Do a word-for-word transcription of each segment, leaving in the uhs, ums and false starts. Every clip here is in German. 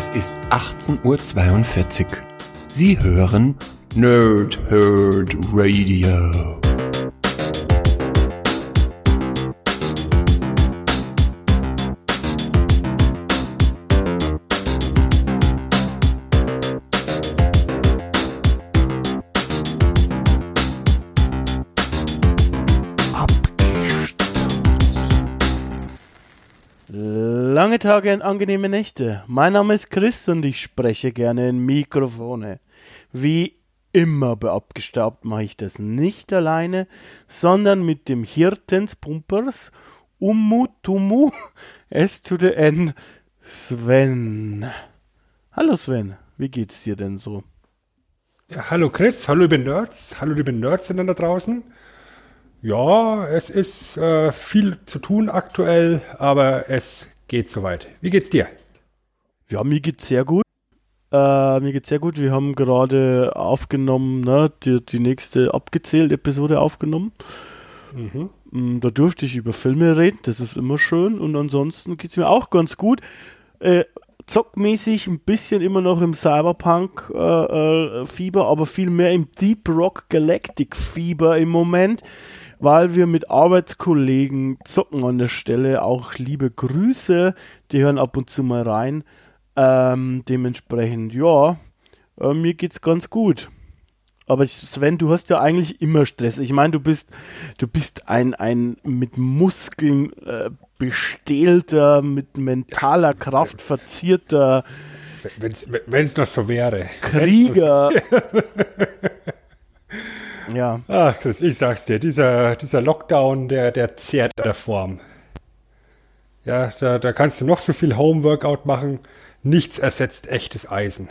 Es ist achtzehn Uhr zweiundvierzig. Sie hören Nerd Herd Radio. Lange Tage und angenehme Nächte. Mein Name ist Chris und ich spreche gerne in Mikrofone. Wie immer bei Abgestaubt mache ich das nicht alleine, sondern mit dem Hirtens Pumpers Umutumu S to the N Sven. Hallo Sven, wie geht's dir denn so? Ja, hallo Chris, hallo liebe Nerds, hallo liebe Nerds da draußen. Ja, es ist äh, viel zu tun aktuell, aber es geht soweit. Wie geht's dir? Ja, mir geht's sehr gut. Äh, mir geht's sehr gut. Wir haben gerade aufgenommen, ne, die, die nächste abgezählt Episode aufgenommen. Mhm. Da durfte ich über Filme reden, das ist immer schön. Und ansonsten geht's mir auch ganz gut. Äh, zockmäßig ein bisschen immer noch im Cyberpunk-Fieber, äh, aber viel mehr im Deep Rock Galactic-Fieber im Moment, weil wir mit Arbeitskollegen zocken an der Stelle. Auch liebe Grüße, die hören ab und zu mal rein. Ähm, dementsprechend, ja, äh, mir geht's ganz gut. Aber Sven, du hast ja eigentlich immer Stress. Ich meine, du bist, du bist ein, ein mit Muskeln äh, bestählter, mit mentaler Kraft verzierter Wenn es noch so wäre. Krieger. Ja. Ach Chris, ich sag's dir, dieser, dieser Lockdown, der, der zehrt der Form. Ja, da, da kannst du noch so viel Homeworkout machen, nichts ersetzt echtes Eisen.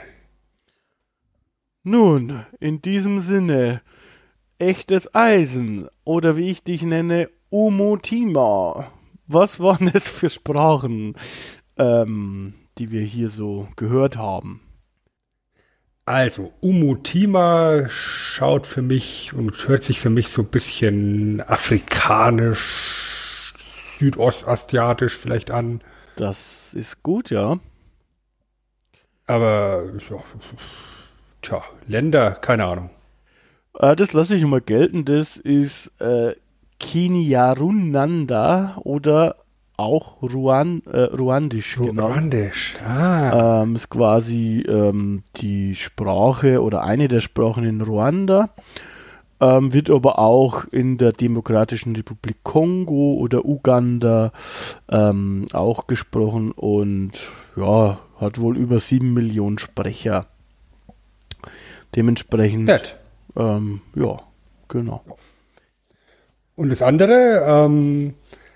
Nun, in diesem Sinne, echtes Eisen, oder wie ich dich nenne, Umutima. Was waren es für Sprachen, ähm, die wir hier so gehört haben? Also, Umutima schaut für mich und hört sich für mich so ein bisschen afrikanisch, südostasiatisch vielleicht an. Das ist gut, ja. Aber, ja, tja, Länder, keine Ahnung. Äh, das lasse ich mal gelten. Das ist äh, Kinyarwanda oder auch Ruan, äh, Ruandisch. Ru- genau. Ruandisch, ah. Ähm, ist quasi ähm, die Sprache oder eine der Sprachen in Ruanda, ähm, wird aber auch in der Demokratischen Republik Kongo oder Uganda ähm, auch gesprochen und ja, hat wohl über sieben Millionen Sprecher. Dementsprechend, Nett. ähm, ja, genau. Und das andere, ähm,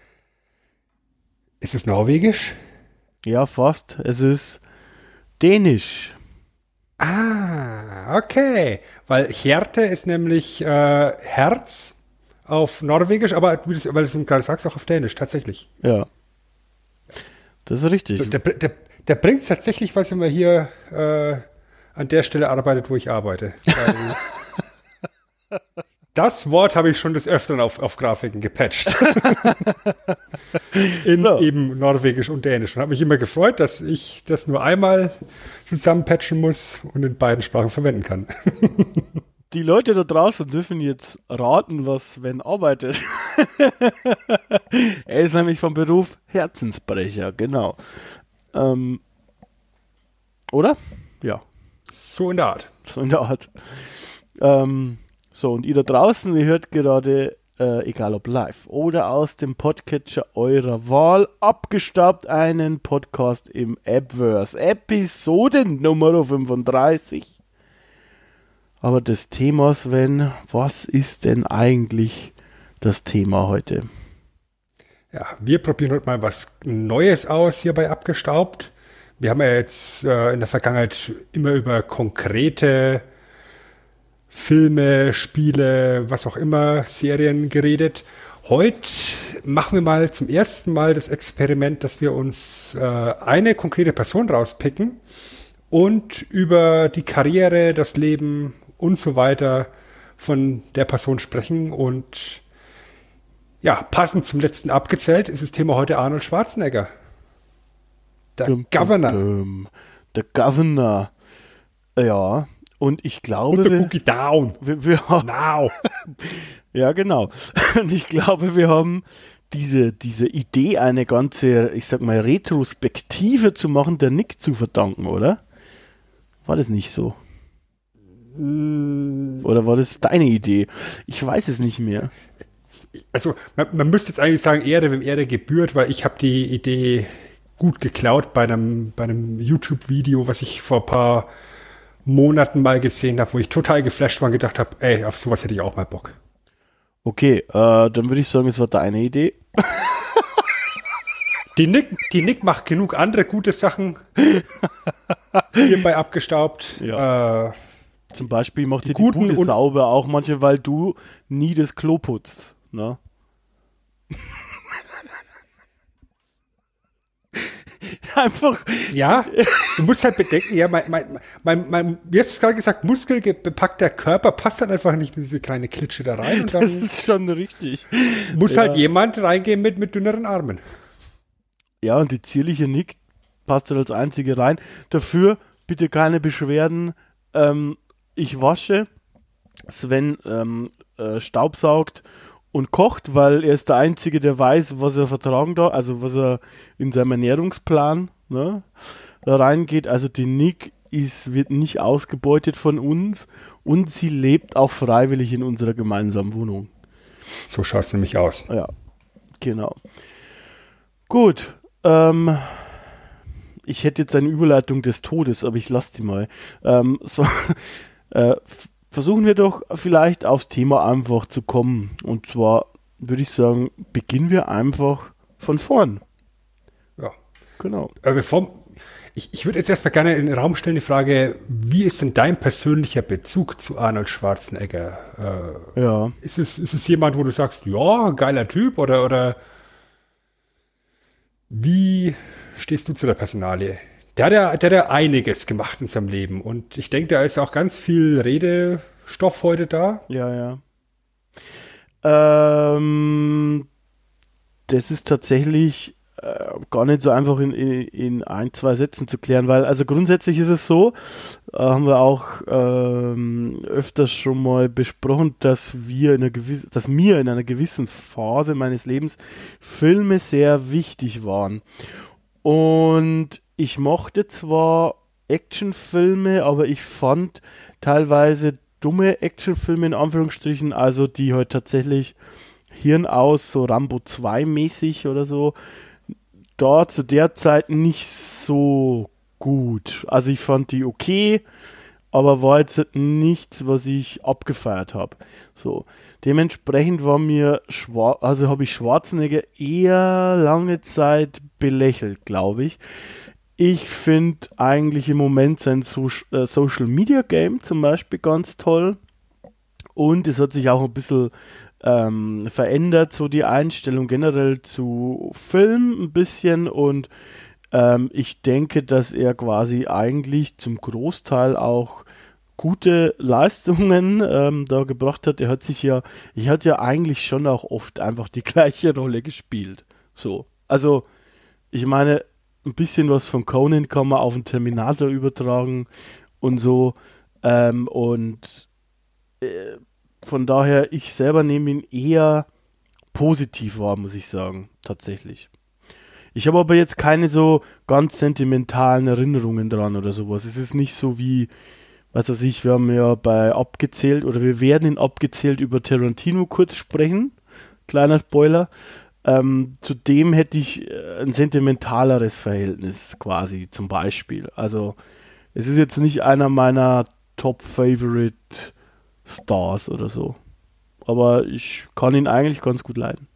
ist es Norwegisch? Ja, fast. Es ist Dänisch. Ah, okay. Weil Hjerte ist nämlich äh, Herz auf Norwegisch, aber wie du, weil du es gerade sagst, auch auf Dänisch, tatsächlich. Ja. Das ist richtig. Der, der, der bringt es tatsächlich, was immer hier äh, an der Stelle arbeitet, wo ich arbeite. Weil das Wort habe ich schon des Öfteren auf, auf Grafiken gepatcht. In So. eben Norwegisch und Dänisch. Und habe mich immer gefreut, dass ich das nur einmal zusammen patchen muss und in beiden Sprachen verwenden kann. Die Leute da draußen dürfen jetzt raten, was Sven arbeitet. Er ist nämlich vom Beruf Herzensbrecher, genau. Ähm, oder? Ja, So in der Art. so in der Art. Ähm, so, und ihr da draußen, ihr hört gerade, äh, egal ob live oder aus dem Podcatcher eurer Wahl, abgestaubt einen Podcast im Appverse. Episode Nummer fünfunddreißig. Aber das Thema, Sven, was ist denn eigentlich das Thema heute? Ja, wir probieren heute mal was Neues aus hier bei Abgestaubt. Wir haben ja jetzt äh, in der Vergangenheit immer über konkrete Filme, Spiele, was auch immer, Serien geredet. Heute machen wir mal zum ersten Mal das Experiment, dass wir uns äh, eine konkrete Person rauspicken und über die Karriere, das Leben und so weiter von der Person sprechen. Und ja, passend zum letzten abgezählt ist das Thema heute Arnold Schwarzenegger. Der Dum, Governor. Dum, der Governor. Ja, und ich glaube... Und der wir, Cookie Down. wir, wir haben, Now. ja, genau. Und ich glaube, wir haben diese, diese Idee, eine ganze, ich sag mal, Retrospektive zu machen, der Nick zu verdanken, oder? War das nicht so? Oder war das deine Idee? Ich weiß es nicht mehr. Also man, man müsste jetzt eigentlich sagen, Ehre, wem Ehre gebührt, weil ich habe die Idee gut geklaut bei einem, bei einem YouTube-Video, was ich vor ein paar Monaten mal gesehen habe, wo ich total geflasht war und gedacht habe, ey, auf sowas hätte ich auch mal Bock. Okay, äh, dann würde ich sagen, es war deine Idee. Die Nick, die Nick macht genug andere gute Sachen hierbei abgestaubt. Ja. Äh, Zum Beispiel macht die sie die guten Bude und- sauber, auch manche, weil du nie das Klo putzt. Ne? Einfach, ja, du musst halt bedenken, ja, mein, mein, mein, mein wie hast du es gerade gesagt, muskelbepackter Körper passt dann einfach nicht in diese kleine Klitsche da rein und das dann ist schon richtig. muss Ja. halt jemand reingehen mit, mit dünneren Armen. Ja, und die zierliche Nick passt halt als einzige rein. Dafür bitte keine Beschwerden. Ähm, ich wasche, Sven ähm, äh, staubsaugt und kocht, weil er ist der Einzige, der weiß, was er vertragen darf, also was er in seinem Ernährungsplan, ne, da reingeht. Also die Nick ist, wird nicht ausgebeutet von uns und sie lebt auch freiwillig in unserer gemeinsamen Wohnung. So schaut es nämlich aus. Ja, genau. Gut, ähm, ich hätte jetzt eine Überleitung des Todes, aber ich lasse die mal. Ähm, so, äh, f- versuchen wir doch vielleicht aufs Thema einfach zu kommen. Und zwar würde ich sagen, beginnen wir einfach von vorn. Ja. Genau. Aber bevor, ich, ich würde jetzt erstmal gerne in den Raum stellen die Frage, wie ist denn dein persönlicher Bezug zu Arnold Schwarzenegger? Äh, Ja. ist es, ist es jemand, wo du sagst, ja, geiler Typ, oder, oder wie stehst du zu der Personalie? Der hat, ja, der hat ja einiges gemacht in seinem Leben und ich denke, da ist auch ganz viel Redestoff heute da. Ja, ja. Ähm, das ist tatsächlich äh, gar nicht so einfach in, in, in ein, zwei Sätzen zu klären, weil also grundsätzlich ist es so, äh, haben wir auch ähm, öfters schon mal besprochen, dass wir in einer gewissen, dass mir in einer gewissen Phase meines Lebens Filme sehr wichtig waren. Und ich mochte zwar Actionfilme, aber ich fand teilweise dumme Actionfilme in Anführungsstrichen, also die halt tatsächlich Hirn aus, so Rambo zwei mäßig oder so, da zu der Zeit nicht so gut. Also ich fand die okay, aber war jetzt nichts, was ich abgefeiert habe. So, dementsprechend war mir Schwar- also habe ich Schwarzenegger eher lange Zeit belächelt, glaube ich. Ich finde eigentlich im Moment sein so- äh, Social Media Game zum Beispiel ganz toll. Und es hat sich auch ein bisschen ähm, verändert, so die Einstellung generell zu Film ein bisschen. Und ähm, ich denke, dass er quasi eigentlich zum Großteil auch gute Leistungen ähm, da gebracht hat. Er hat sich ja, ich hatte ja eigentlich schon auch oft einfach die gleiche Rolle gespielt. So, also ich meine, ein bisschen was von Conan kann man auf den Terminator übertragen und so. Ähm, und äh, von daher, ich selber nehme ihn eher positiv wahr, muss ich sagen, tatsächlich. Ich habe aber jetzt keine so ganz sentimentalen Erinnerungen dran oder sowas. Es ist nicht so wie, was weiß ich, wir haben ja bei Abgezählt oder wir werden in Abgezählt über Tarantino kurz sprechen. Kleiner Spoiler. Ähm, zu dem hätte ich äh, ein sentimentaleres Verhältnis quasi zum Beispiel. Also es ist jetzt nicht einer meiner Top-Favorite Stars oder so. Aber ich kann ihn eigentlich ganz gut leiden.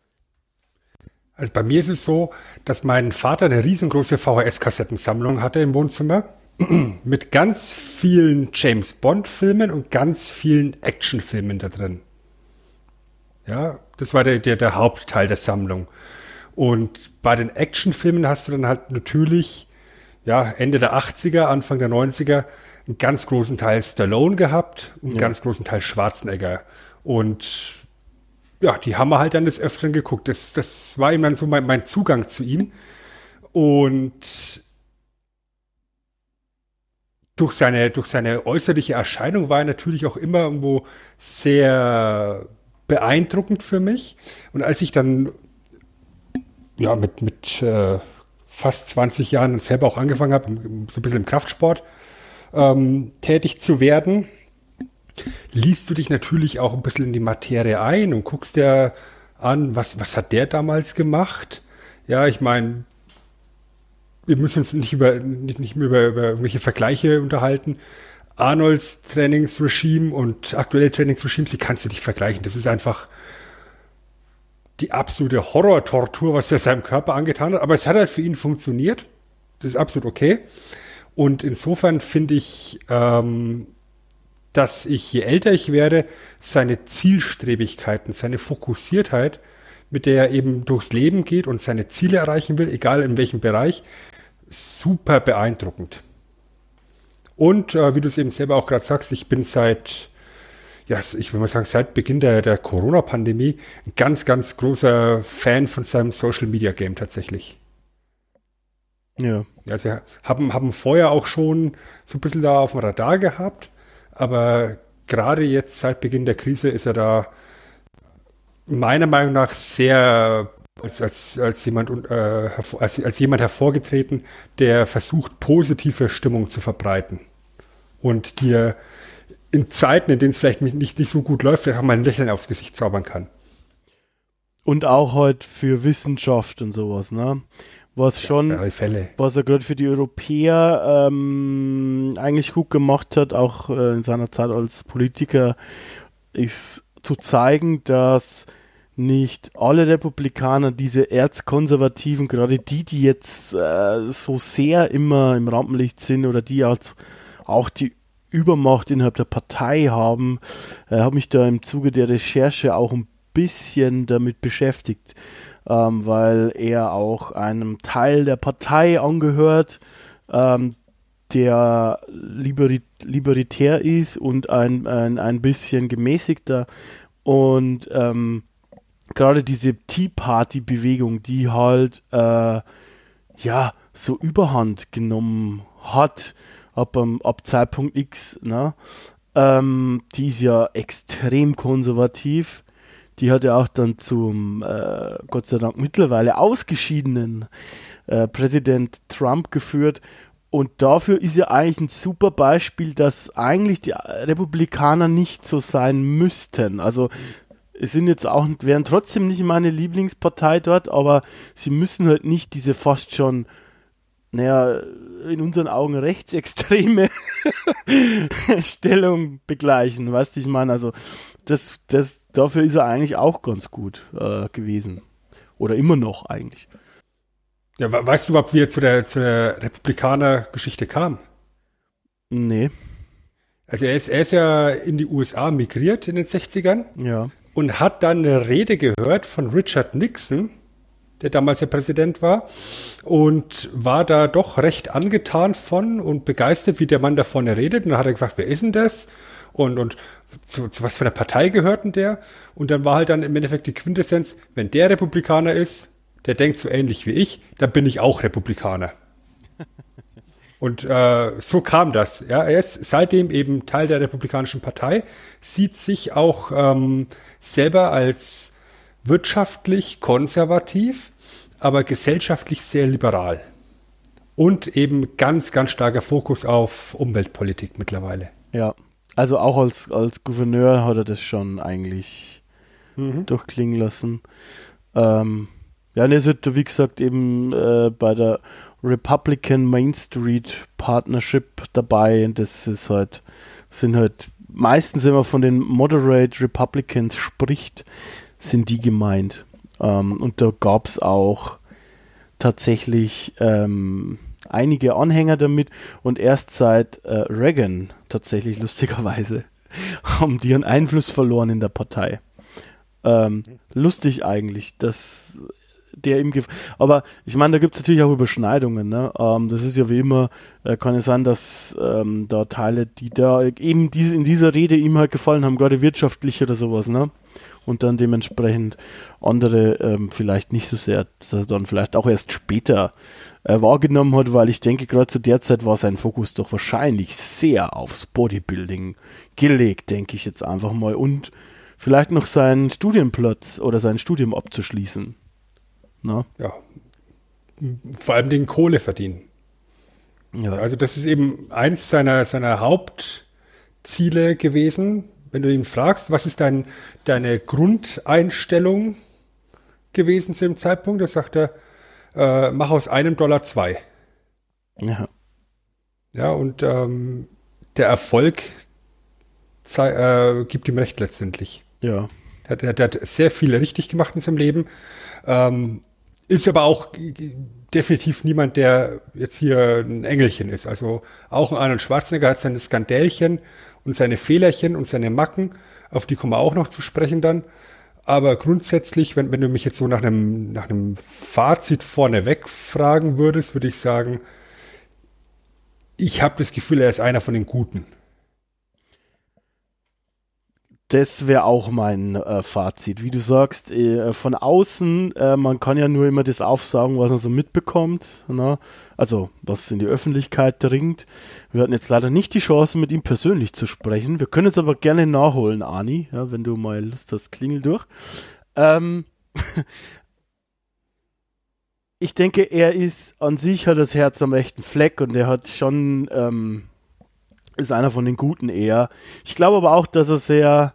Also bei mir ist es so, dass mein Vater eine riesengroße V H S-Kassettensammlung hatte im Wohnzimmer mit ganz vielen James-Bond-Filmen und ganz vielen Actionfilmen da drin. Ja, das war der, der, der Hauptteil der Sammlung. Und bei den Actionfilmen hast du dann halt natürlich, ja, Ende der achtziger, Anfang der neunziger einen ganz großen Teil Stallone gehabt und einen Ja. ganz großen Teil Schwarzenegger. Und ja, die haben wir halt dann des Öfteren geguckt. Das, das war ihm dann so mein, mein Zugang zu ihm. Und durch seine, durch seine äußerliche Erscheinung war er natürlich auch immer irgendwo sehr beeindruckend für mich. Und als ich dann ja mit, mit äh, fast zwanzig Jahren selber auch angefangen habe, so ein bisschen im Kraftsport ähm, tätig zu werden, liest du dich natürlich auch ein bisschen in die Materie ein und guckst dir an, was, was hat der damals gemacht? Ja, ich meine, wir müssen uns nicht über nicht, nicht mehr über, über irgendwelche Vergleiche unterhalten. Arnolds Trainingsregime und aktuelle Trainingsregimes, die kannst du nicht vergleichen. Das ist einfach die absolute Horror-Tortur, was er seinem Körper angetan hat. Aber es hat halt für ihn funktioniert. Das ist absolut okay. Und insofern finde ich, ähm, dass ich, je älter ich werde, seine Zielstrebigkeiten, seine Fokussiertheit, mit der er eben durchs Leben geht und seine Ziele erreichen will, egal in welchem Bereich, super beeindruckend. Und äh, wie du es eben selber auch gerade sagst, ich bin seit, ja, ich will mal sagen, seit Beginn der, der Corona-Pandemie ein ganz, ganz großer Fan von seinem Social-Media-Game tatsächlich. Ja. Ja, sie haben, haben vorher auch schon so ein bisschen da auf dem Radar gehabt, aber gerade jetzt seit Beginn der Krise ist er da meiner Meinung nach sehr als, als, als, jemand, äh, als, als jemand hervorgetreten, der versucht, positive Stimmung zu verbreiten und dir in Zeiten, in denen es vielleicht nicht, nicht so gut läuft, vielleicht auch mal ein Lächeln aufs Gesicht zaubern kann. Und auch halt für Wissenschaft und sowas, ne? Was schon, ja, Fälle. was er gerade für die Europäer ähm, eigentlich gut gemacht hat, auch äh, in seiner Zeit als Politiker, ist zu zeigen, dass nicht alle Republikaner, diese Erzkonservativen, gerade die, die jetzt äh, so sehr immer im Rampenlicht sind oder die als auch die Übermacht innerhalb der Partei haben, äh, habe mich da im Zuge der Recherche auch ein bisschen damit beschäftigt, ähm, weil er auch einem Teil der Partei angehört, ähm, der liberi- libertär ist und ein, ein, ein bisschen gemäßigter und ähm, gerade diese Tea Party-Bewegung, die halt äh, ja so Überhand genommen hat ab, um, ab Zeitpunkt X, ne? Ähm, die ist ja extrem konservativ. Die hat ja auch dann zum äh, Gott sei Dank mittlerweile ausgeschiedenen äh, Präsident Trump geführt. Und dafür ist ja eigentlich ein super Beispiel, dass eigentlich die Republikaner nicht so sein müssten. Also es sind jetzt auch, wären trotzdem nicht meine Lieblingspartei dort, aber sie müssen halt nicht diese fast schon, naja, in unseren Augen rechtsextreme Stellung begleichen, weißt du, ich meine, also das, das, dafür ist er eigentlich auch ganz gut äh, gewesen. Oder immer noch eigentlich. Ja, weißt du überhaupt, wie er zu der, zu der Republikaner-Geschichte kam? Nee. Also er ist, er ist ja in die U S A migriert in den sechzigern. Ja. Und hat dann eine Rede gehört von Richard Nixon, der damals der Präsident war, und war da doch recht angetan von und begeistert, wie der Mann da vorne redet. Und dann hat er gefragt, wer ist denn das? Und, und zu, zu was für einer Partei gehört denn der? Und dann war halt dann im Endeffekt die Quintessenz, wenn der Republikaner ist, der denkt so ähnlich wie ich, dann bin ich auch Republikaner. Und äh, so kam das. Ja, er ist seitdem eben Teil der Republikanischen Partei, sieht sich auch ähm, selber als wirtschaftlich konservativ, aber gesellschaftlich sehr liberal. Und eben ganz, ganz starker Fokus auf Umweltpolitik mittlerweile. Ja, also auch als, als Gouverneur hat er das schon eigentlich mhm. durchklingen lassen. Ähm, ja, und er ist, wie gesagt, eben äh, bei der Republican Main Street Partnership dabei, und das ist halt, sind halt meistens, wenn man von den Moderate Republicans spricht, sind die gemeint. Ähm, und da gab es auch tatsächlich ähm, einige Anhänger damit, und erst seit äh, Reagan, tatsächlich lustigerweise, haben die einen Einfluss verloren in der Partei. Ähm, lustig eigentlich, dass der ihm gef- aber ich meine, da gibt es natürlich auch Überschneidungen, ne? Ähm, das ist ja wie immer, äh, kann es sein, dass ähm, da Teile, die da eben diese, in dieser Rede ihm halt gefallen haben, gerade wirtschaftlich oder sowas, ne? und dann dementsprechend andere ähm, vielleicht nicht so sehr, dass er dann vielleicht auch erst später äh, wahrgenommen hat, weil ich denke, gerade zu der Zeit war sein Fokus doch wahrscheinlich sehr aufs Bodybuilding gelegt, denke ich jetzt einfach mal, und vielleicht noch seinen Studienplatz oder sein Studium abzuschließen. Na? Ja, vor allem den Kohle verdienen. Ja. Also das ist eben eins seiner, seiner Hauptziele gewesen. Wenn du ihn fragst, was ist dein, deine Grundeinstellung gewesen zu dem Zeitpunkt, da sagt er, äh, mach aus einem Dollar zwei. Ja. Ja, und ähm, der Erfolg zei- äh, gibt ihm recht letztendlich. Ja. Der, der, der hat sehr viel richtig gemacht in seinem Leben. Ähm, ist aber auch definitiv niemand, der jetzt hier ein Engelchen ist. Also auch ein Arnold Schwarzenegger hat seine Skandälchen und seine Fehlerchen und seine Macken, auf die kommen wir auch noch zu sprechen dann. Aber grundsätzlich, wenn, wenn du mich jetzt so nach einem, nach einem Fazit vorneweg fragen würdest, würde ich sagen, ich habe das Gefühl, er ist einer von den Guten. Das wäre auch mein äh, Fazit. Wie du sagst, äh, von außen, äh, man kann ja nur immer das aufsagen, was man so mitbekommt, ne? Also was in die Öffentlichkeit dringt. Wir hatten jetzt leider nicht die Chance, mit ihm persönlich zu sprechen. Wir können es aber gerne nachholen, Ani, ja, wenn du mal Lust hast, klingel durch. Ähm ich denke, er ist an sich, hat das Herz am rechten Fleck und er hat schon, ähm, ist einer von den Guten eher. Ich glaube aber auch, dass er sehr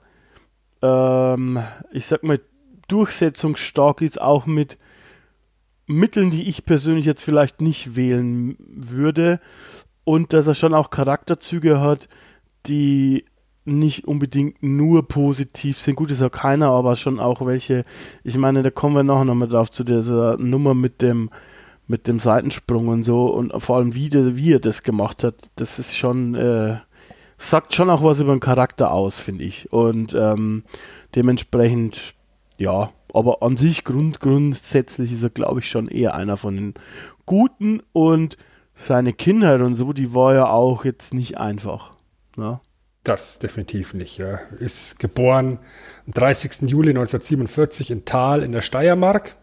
ähm, ich sag mal, durchsetzungsstark ist, auch mit Mitteln, die ich persönlich jetzt vielleicht nicht wählen würde, und dass er schon auch Charakterzüge hat, die nicht unbedingt nur positiv sind. Gut, ist ja keiner, aber schon auch welche, ich meine, da kommen wir nachher nochmal drauf zu dieser Nummer mit dem mit dem Seitensprung und so, und vor allem wie, der, wie er das gemacht hat, das ist schon äh, sagt schon auch was über den Charakter aus, finde ich. Und ähm, dementsprechend, ja, aber an sich grund, grundsätzlich ist er, glaube ich, schon eher einer von den Guten, und seine Kindheit und so, die war ja auch jetzt nicht einfach. Ne? Das definitiv nicht, ja. Ist geboren am dreißigsten Juli neunzehnhundertsiebenundvierzig in Thal in der Steiermark.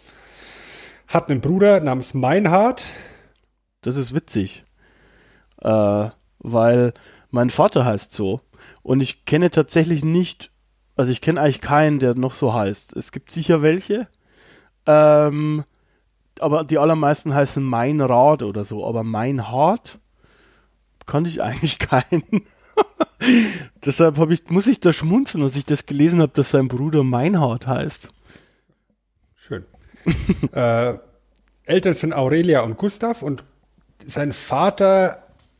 Hat einen Bruder namens Meinhard. Das ist witzig, äh, weil mein Vater heißt so, und ich kenne tatsächlich nicht, also ich kenne eigentlich keinen, der noch so heißt. Es gibt sicher welche, ähm, aber die allermeisten heißen Meinrad oder so, aber Meinhard kannte ich eigentlich keinen. Deshalb hab ich, muss ich da schmunzeln, als ich das gelesen habe, dass sein Bruder Meinhard heißt. Schön. äh, Eltern sind Aurelia und Gustav, und sein Vater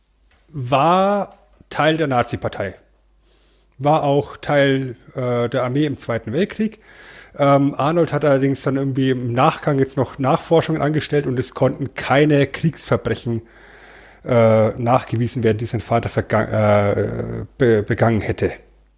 war Teil der Nazi-Partei. War auch Teil äh, der Armee im Zweiten Weltkrieg. Ähm, Arnold hat allerdings dann irgendwie im Nachgang jetzt noch Nachforschungen angestellt, und es konnten keine Kriegsverbrechen äh, nachgewiesen werden, die sein Vater verga- äh, be- begangen hätte.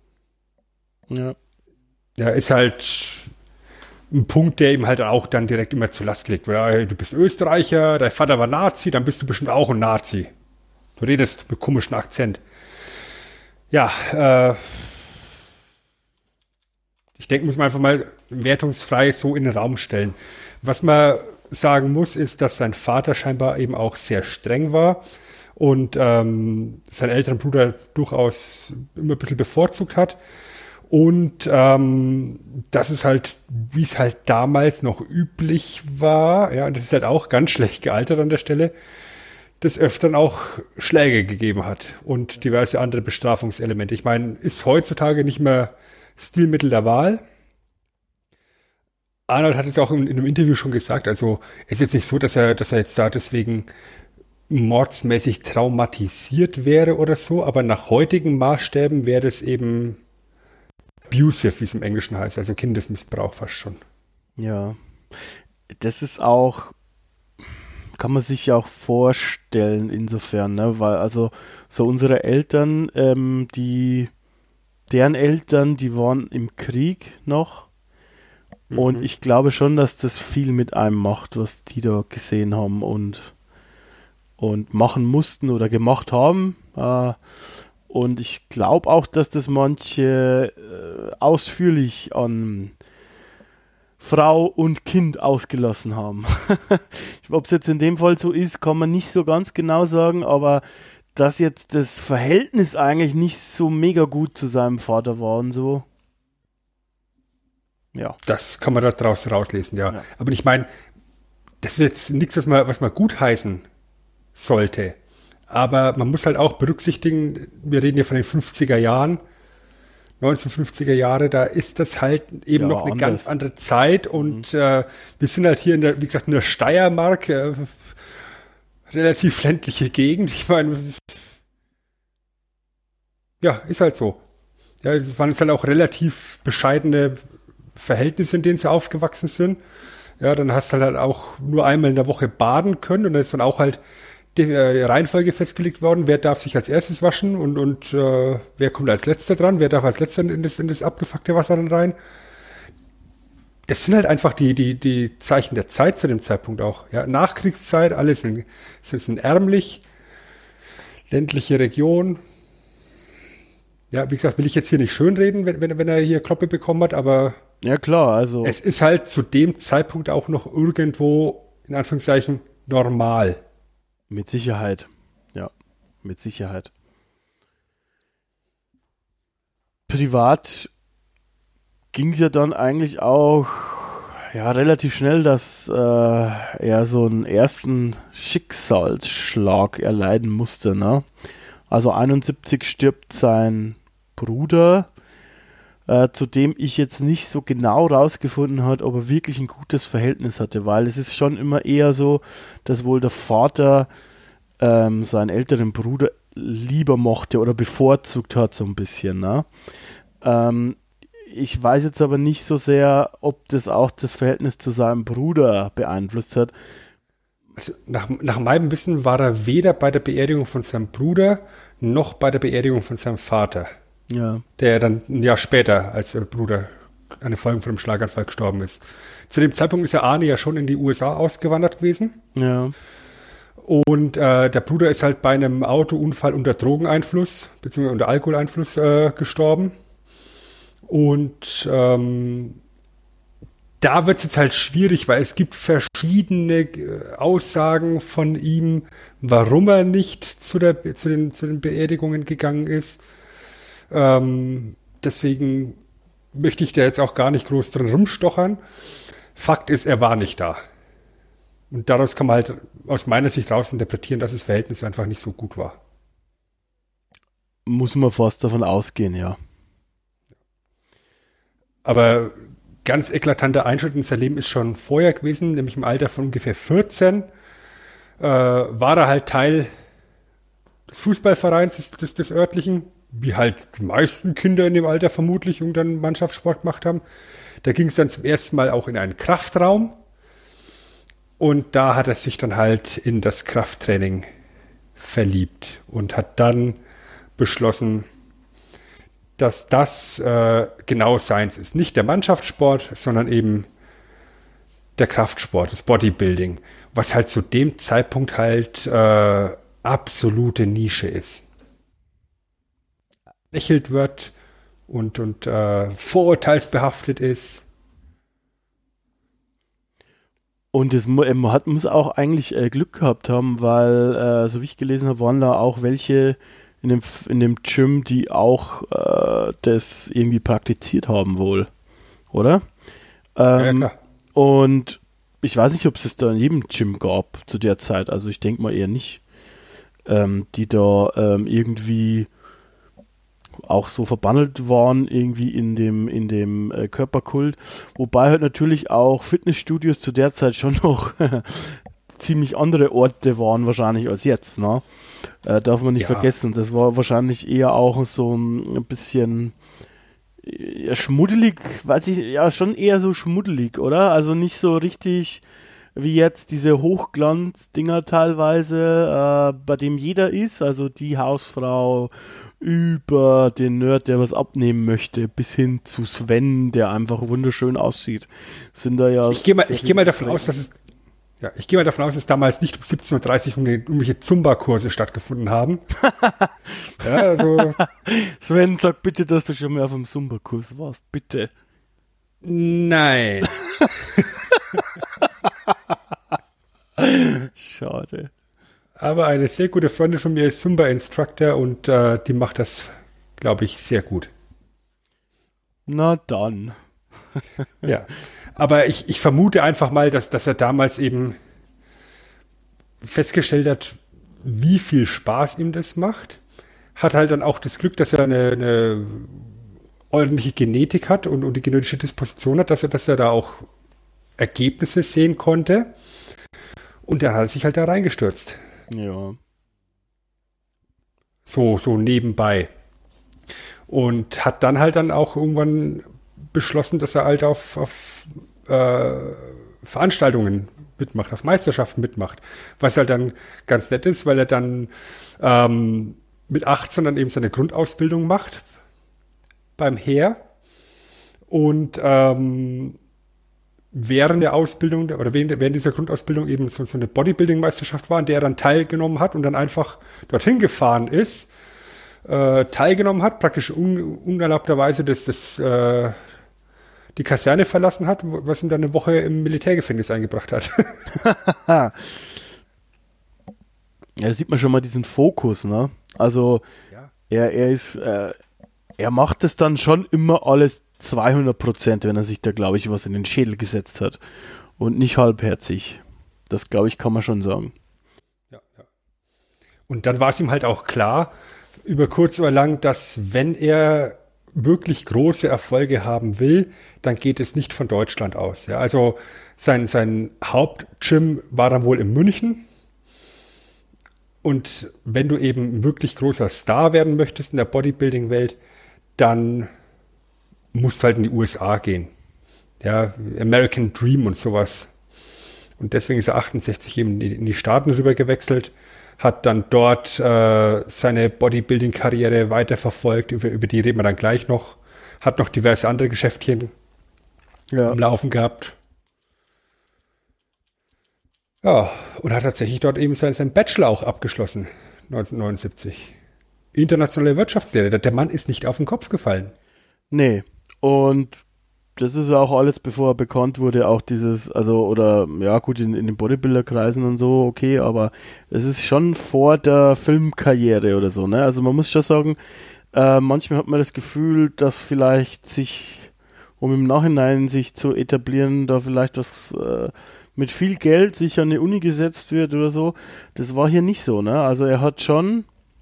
Ja. Ja, ist halt ein Punkt, der ihm halt auch dann direkt immer zur Last gelegt wird. Ja, du bist Österreicher, dein Vater war Nazi, dann bist du bestimmt auch ein Nazi. Du redest mit komischem Akzent. Ja, äh, ich denke, muss man einfach mal wertungsfrei so in den Raum stellen. Was man sagen muss, ist, dass sein Vater scheinbar eben auch sehr streng war und ähm, seinen älteren Bruder durchaus immer ein bisschen bevorzugt hat. Und ähm, das ist halt, wie es halt damals noch üblich war, ja, und das ist halt auch ganz schlecht gealtert an der Stelle, des Öfteren auch Schläge gegeben hat und diverse andere Bestrafungselemente. Ich meine, ist heutzutage nicht mehr Stilmittel der Wahl. Arnold hat es auch in, in einem Interview schon gesagt, also es ist jetzt nicht so, dass er, dass er jetzt da deswegen mordsmäßig traumatisiert wäre oder so, aber nach heutigen Maßstäben wäre es eben abusive, wie es im Englischen heißt, also Kindesmissbrauch fast schon. Ja, das ist auch, kann man sich ja auch vorstellen insofern, ne, weil also so unsere Eltern, ähm, die, deren Eltern, die waren im Krieg noch, mhm. und ich glaube schon, dass das viel mit einem macht, was die da gesehen haben und, und machen mussten oder gemacht haben, äh, Und ich glaube auch, dass das manche äh, ausführlich an Frau und Kind ausgelassen haben. Ob es jetzt in dem Fall so ist, kann man nicht so ganz genau sagen, aber dass jetzt das Verhältnis eigentlich nicht so mega gut zu seinem Vater war und so. Ja. Das kann man da draus rauslesen, ja. ja. Aber ich meine, das ist jetzt nichts, was man, was man gutheißen sollte. Aber man muss halt auch berücksichtigen, wir reden hier von den fünfziger Jahren, neunzehnhundertfünfziger Jahre, da ist das halt eben ja, noch eine anders. ganz andere Zeit und mhm. äh, wir sind halt hier in der, wie gesagt, in der Steiermark, äh, relativ ländliche Gegend. Ich meine, ja, ist halt so. Ja, es waren jetzt halt auch relativ bescheidene Verhältnisse, in denen sie aufgewachsen sind. Ja, dann hast du halt auch nur einmal in der Woche baden können und dann ist dann auch halt die, äh, die Reihenfolge festgelegt worden, wer darf sich als erstes waschen und, und äh, wer kommt als letzter dran, wer darf als letzter in das, in das abgefuckte Wasser dann rein. Das sind halt einfach die, die, die Zeichen der Zeit zu dem Zeitpunkt auch. Ja, Nachkriegszeit, alles in, ist in ärmlich, ländliche Region. Ja, wie gesagt, will ich jetzt hier nicht schönreden, wenn, wenn, wenn er hier Kloppe bekommen hat, aber ja klar, also es ist halt zu dem Zeitpunkt auch noch irgendwo, in Anführungszeichen, normal. Mit Sicherheit. Ja, mit Sicherheit. Privat ging es ja dann eigentlich auch ja, relativ schnell, dass äh, er so einen ersten Schicksalsschlag erleiden musste. Ne? Also einundsiebzig stirbt sein Bruder, äh, zu dem ich jetzt nicht so genau rausgefunden habe, ob er wirklich ein gutes Verhältnis hatte, weil es ist schon immer eher so, dass wohl der Vater ähm, seinen älteren Bruder lieber mochte oder bevorzugt hat so ein bisschen. Ne? Ähm, ich weiß jetzt aber nicht so sehr, ob das auch das Verhältnis zu seinem Bruder beeinflusst hat. Also nach, nach meinem Wissen war er weder bei der Beerdigung von seinem Bruder noch bei der Beerdigung von seinem Vater. Ja. Der dann ein Jahr später als der Bruder eine Folge von einem Schlaganfall gestorben ist. Zu dem Zeitpunkt ist der Arne ja schon in die U S A ausgewandert gewesen. Ja. Und äh, der Bruder ist halt bei einem Autounfall unter Drogeneinfluss, beziehungsweise unter Alkoholeinfluss äh, gestorben. Und ähm, da wird es jetzt halt schwierig, weil es gibt verschiedene äh, Aussagen von ihm, warum er nicht zu, der, zu, den, zu den Beerdigungen gegangen ist. Ähm, deswegen möchte ich da jetzt auch gar nicht groß drin rumstochern. Fakt ist, er war nicht da. Und daraus kann man halt aus meiner Sicht raus interpretieren, dass das Verhältnis einfach nicht so gut war. Muss man fast davon ausgehen, ja. Aber ganz eklatanter Einschnitt in sein Leben ist schon vorher gewesen, nämlich im Alter von ungefähr vierzehn äh, war er halt Teil des Fußballvereins des, des, des örtlichen, wie halt die meisten Kinder in dem Alter vermutlich irgendwann Mannschaftssport gemacht haben. Da ging es dann zum ersten Mal auch in einen Kraftraum und da hat er sich dann halt in das Krafttraining verliebt und hat dann beschlossen, dass das äh, genau seins ist. Nicht der Mannschaftssport, sondern eben der Kraftsport, das Bodybuilding, was halt zu dem Zeitpunkt halt äh, absolute Nische ist. Lächelt wird und, und äh, vorurteilsbehaftet ist. Und es mu- hat, muss auch eigentlich äh, Glück gehabt haben, weil, äh, so wie ich gelesen habe, waren da auch welche in dem, in dem Gym, die auch äh, das irgendwie praktiziert haben wohl, oder? Ähm, ja, klar. Und ich weiß nicht, ob es es da in jedem Gym gab zu der Zeit, also ich denke mal eher nicht, ähm, die da ähm, irgendwie auch so verbandelt waren irgendwie in dem, in dem äh, Körperkult, wobei halt natürlich auch Fitnessstudios zu der Zeit schon noch ziemlich andere Orte waren wahrscheinlich als jetzt, ne? Äh, darf man nicht ja. vergessen. Das war wahrscheinlich eher auch so ein bisschen ja, schmuddelig, weiß ich, ja schon eher so schmuddelig, oder? Also nicht so richtig wie jetzt diese Hochglanz-Dinger teilweise, äh, bei dem jeder ist, also die Hausfrau über den Nerd, der was abnehmen möchte, bis hin zu Sven, der einfach wunderschön aussieht. Sind da ja ich gehe mal, ich geh mal davon aus, dass es Ja, ich gehe mal davon aus, dass damals nicht um siebzehn Uhr dreißig um irgendwelche Zumba-Kurse stattgefunden haben. Ja, also Sven, sag bitte, dass du schon mal auf einem Zumba-Kurs warst, bitte. Nein. Schade. Aber eine sehr gute Freundin von mir ist Zumba-Instructor und äh, die macht das, glaube ich, sehr gut. Na dann. Ja, aber ich, ich vermute einfach mal, dass, dass er damals eben festgestellt hat, wie viel Spaß ihm das macht. Hat halt dann auch das Glück, dass er eine, eine ordentliche Genetik hat und, und die genetische Disposition hat, dass er, dass er da auch Ergebnisse sehen konnte. Und dann hat er sich halt da reingestürzt. Ja. So, so nebenbei. Und hat dann halt dann auch irgendwann beschlossen, dass er halt auf, auf äh, Veranstaltungen mitmacht, auf Meisterschaften mitmacht. Was halt dann ganz nett ist, weil er dann ähm, mit achtzehn dann eben seine Grundausbildung macht beim Heer. Und ähm, während der Ausbildung oder während, während dieser Grundausbildung eben so, so eine Bodybuilding-Meisterschaft war, an der er dann teilgenommen hat und dann einfach dorthin gefahren ist, äh, teilgenommen hat, praktisch un, unerlaubterweise das, das, äh, die Kaserne verlassen hat, was ihm dann eine Woche im Militärgefängnis eingebracht hat. Ja, da sieht man schon mal diesen Fokus, ne? Also Ja. er, er ist, äh, er macht es dann schon immer alles zweihundert Prozent, wenn er sich da, glaube ich, was in den Schädel gesetzt hat. Und nicht halbherzig. Das, glaube ich, kann man schon sagen. Ja, ja. Und dann war es ihm halt auch klar, über kurz oder lang, dass wenn er wirklich große Erfolge haben will, dann geht es nicht von Deutschland aus. Ja, also sein, sein Hauptgym war dann wohl in München. Und wenn du eben ein wirklich großer Star werden möchtest in der Bodybuilding-Welt, dann musst du halt in die U S A gehen. Ja, American Dream und sowas. Und deswegen ist er achtundsechzig eben in die Staaten rüber gewechselt, hat dann dort äh, seine Bodybuilding-Karriere weiterverfolgt, über, über die reden wir dann gleich noch, hat noch diverse andere Geschäftchen Ja. am Laufen gehabt. Ja, und hat tatsächlich dort eben seinen, seinen Bachelor auch abgeschlossen, neunzehnhundertneunundsiebzig. Internationale Wirtschaftslehre. Der, der Mann ist nicht auf den Kopf gefallen. Nee. Und das ist auch alles, bevor er bekannt wurde, auch dieses, also, oder, ja gut, in, in den Bodybuilder-Kreisen und so, okay, aber es ist schon vor der Filmkarriere oder so, ne? Also man muss schon sagen, äh, manchmal hat man das Gefühl, dass vielleicht sich, um im Nachhinein sich zu etablieren, da vielleicht was äh, mit viel Geld sich an die Uni gesetzt wird oder so. Das war hier nicht so, ne? Also er hat schon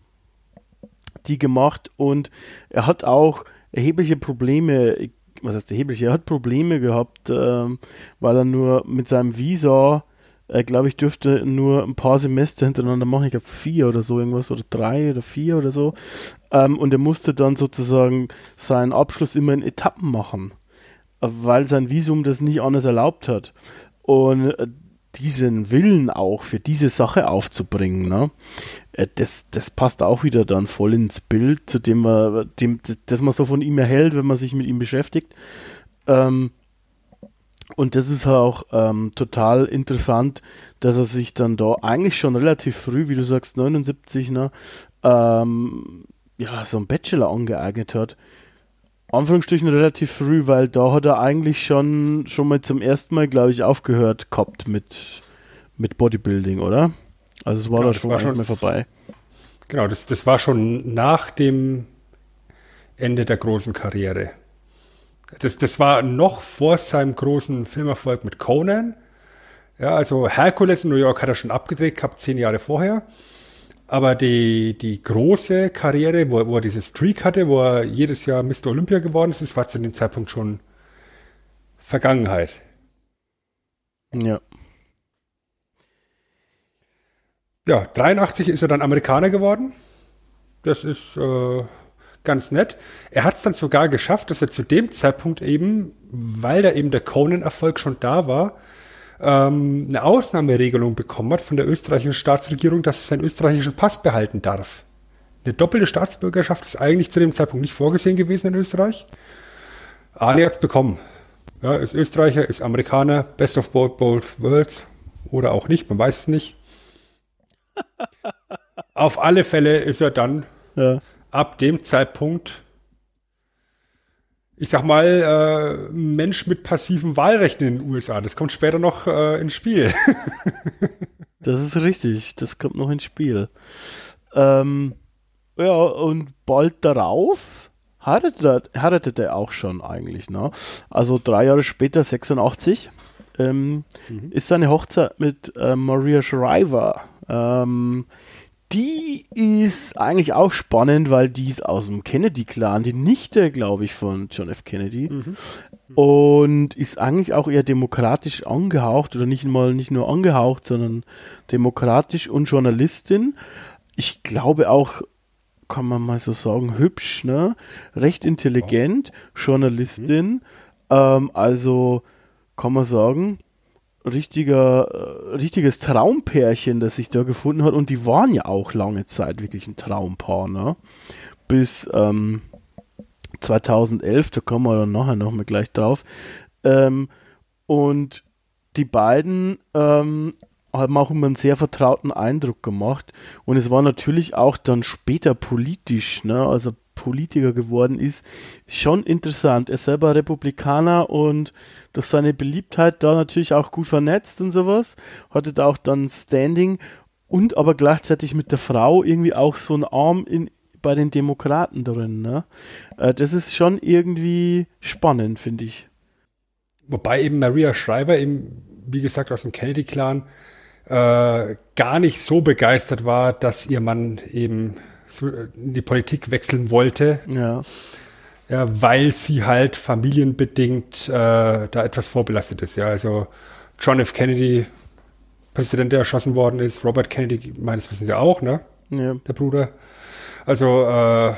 die gemacht und er hat auch erhebliche Probleme, was heißt erhebliche, er hat Probleme gehabt, ähm, weil er nur mit seinem Visa, äh, glaube ich, dürfte nur ein paar Semester hintereinander machen, ich glaube vier oder so irgendwas, oder drei oder vier oder so, ähm, und er musste dann sozusagen seinen Abschluss immer in Etappen machen, äh, weil sein Visum das nicht anders erlaubt hat. Und äh, diesen Willen auch für diese Sache aufzubringen, ne? Das, das passt auch wieder dann voll ins Bild, zu dem man, dem, das man so von ihm erhält, wenn man sich mit ihm beschäftigt. Ähm, und das ist auch ähm, total interessant, dass er sich dann da eigentlich schon relativ früh, wie du sagst, neunundsiebzig, ne, ähm, ja, so einen Bachelor angeeignet hat. Anführungsstrichen relativ früh, weil da hat er eigentlich schon, schon mal zum ersten Mal, glaube ich, aufgehört gehabt mit, mit Bodybuilding, oder? Also es war Genau, da das schon war gar schon- nicht mehr vorbei. Genau, das, das war schon nach dem Ende der großen Karriere. Das, das war noch vor seinem großen Filmerfolg mit Conan. Ja, also Hercules in New York hat er schon abgedreht gehabt, zehn Jahre vorher. Aber die, die große Karriere, wo, wo er diese Streak hatte, wo er jedes Jahr Mister Olympia geworden ist, das war zu dem Zeitpunkt schon Vergangenheit. Ja. Ja, dreiundachtzig ist er dann Amerikaner geworden. Das ist äh, ganz nett. Er hat es dann sogar geschafft, dass er zu dem Zeitpunkt eben, weil da eben der Conan-Erfolg schon da war, ähm, eine Ausnahmeregelung bekommen hat von der österreichischen Staatsregierung, dass er seinen österreichischen Pass behalten darf. Eine doppelte Staatsbürgerschaft ist eigentlich zu dem Zeitpunkt nicht vorgesehen gewesen in Österreich. Aber er hat es bekommen. Ja, ist Österreicher, ist Amerikaner, best of both, both worlds. oder auch nicht, man weiß es nicht. Auf alle Fälle ist er dann Ja. ab dem Zeitpunkt, ich sag mal, äh, Mensch mit passiven Wahlrechten in den U S A. Das kommt später noch äh, ins Spiel. Das ist richtig, das kommt noch ins Spiel. Ähm, ja, und bald darauf heiratete, heiratete er auch schon eigentlich, ne? Also drei Jahre später, sechsundachtzig, ähm, mhm. ist seine Hochzeit mit äh, Maria Shriver. Ähm, die ist eigentlich auch spannend, weil die ist aus dem Kennedy-Clan, die Nichte, glaube ich, von John F. Kennedy. Mhm. Und ist eigentlich auch eher demokratisch angehaucht oder nicht mal nicht nur angehaucht, sondern demokratisch und Journalistin. Ich glaube auch, kann man mal so sagen, hübsch, ne? Recht intelligent, Journalistin. Mhm. Ähm, also kann man sagen, richtiger, äh, richtiges Traumpärchen, das sich da gefunden hat. Und die waren ja auch lange Zeit wirklich ein Traumpaar, ne? Bis ähm, zweitausendelf, da kommen wir dann nachher noch mal gleich drauf. Ähm, und die beiden ähm, haben auch immer einen sehr vertrauten Eindruck gemacht. Und es war natürlich auch dann später politisch, ne? Also Politiker geworden ist, ist schon interessant. Er ist selber Republikaner und durch seine Beliebtheit da natürlich auch gut vernetzt und sowas. Hatte da auch dann Standing und aber gleichzeitig mit der Frau irgendwie auch so einen Arm in, bei den Demokraten drin. Ne? Äh, das ist schon irgendwie spannend, finde ich. Wobei eben Maria Shriver eben, wie gesagt, aus dem Kennedy-Clan äh, gar nicht so begeistert war, dass ihr Mann eben in die Politik wechseln wollte, ja. Ja, weil sie halt familienbedingt äh, da etwas vorbelastet ist. Ja, also John F. Kennedy, Präsident, der erschossen worden ist, Robert Kennedy, meines Wissens ja auch, ne? Ja. Der Bruder. Also äh,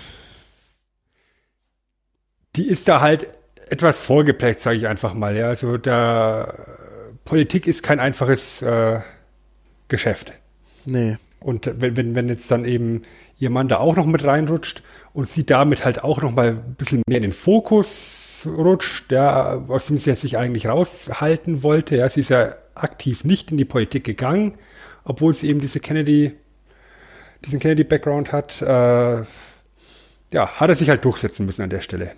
die ist da halt etwas vorgeprägt, sage ich einfach mal. Ja, also da Politik ist kein einfaches äh, Geschäft. Nee. Und wenn, wenn, wenn jetzt dann eben ihr Mann da auch noch mit reinrutscht und sie damit halt auch noch mal ein bisschen mehr in den Fokus rutscht, ja, aus dem sie sich eigentlich raushalten wollte. Ja, sie ist ja aktiv nicht in die Politik gegangen, obwohl sie eben diese Kennedy, diesen Kennedy-Background hat. Äh, ja, hat er sich halt durchsetzen müssen an der Stelle.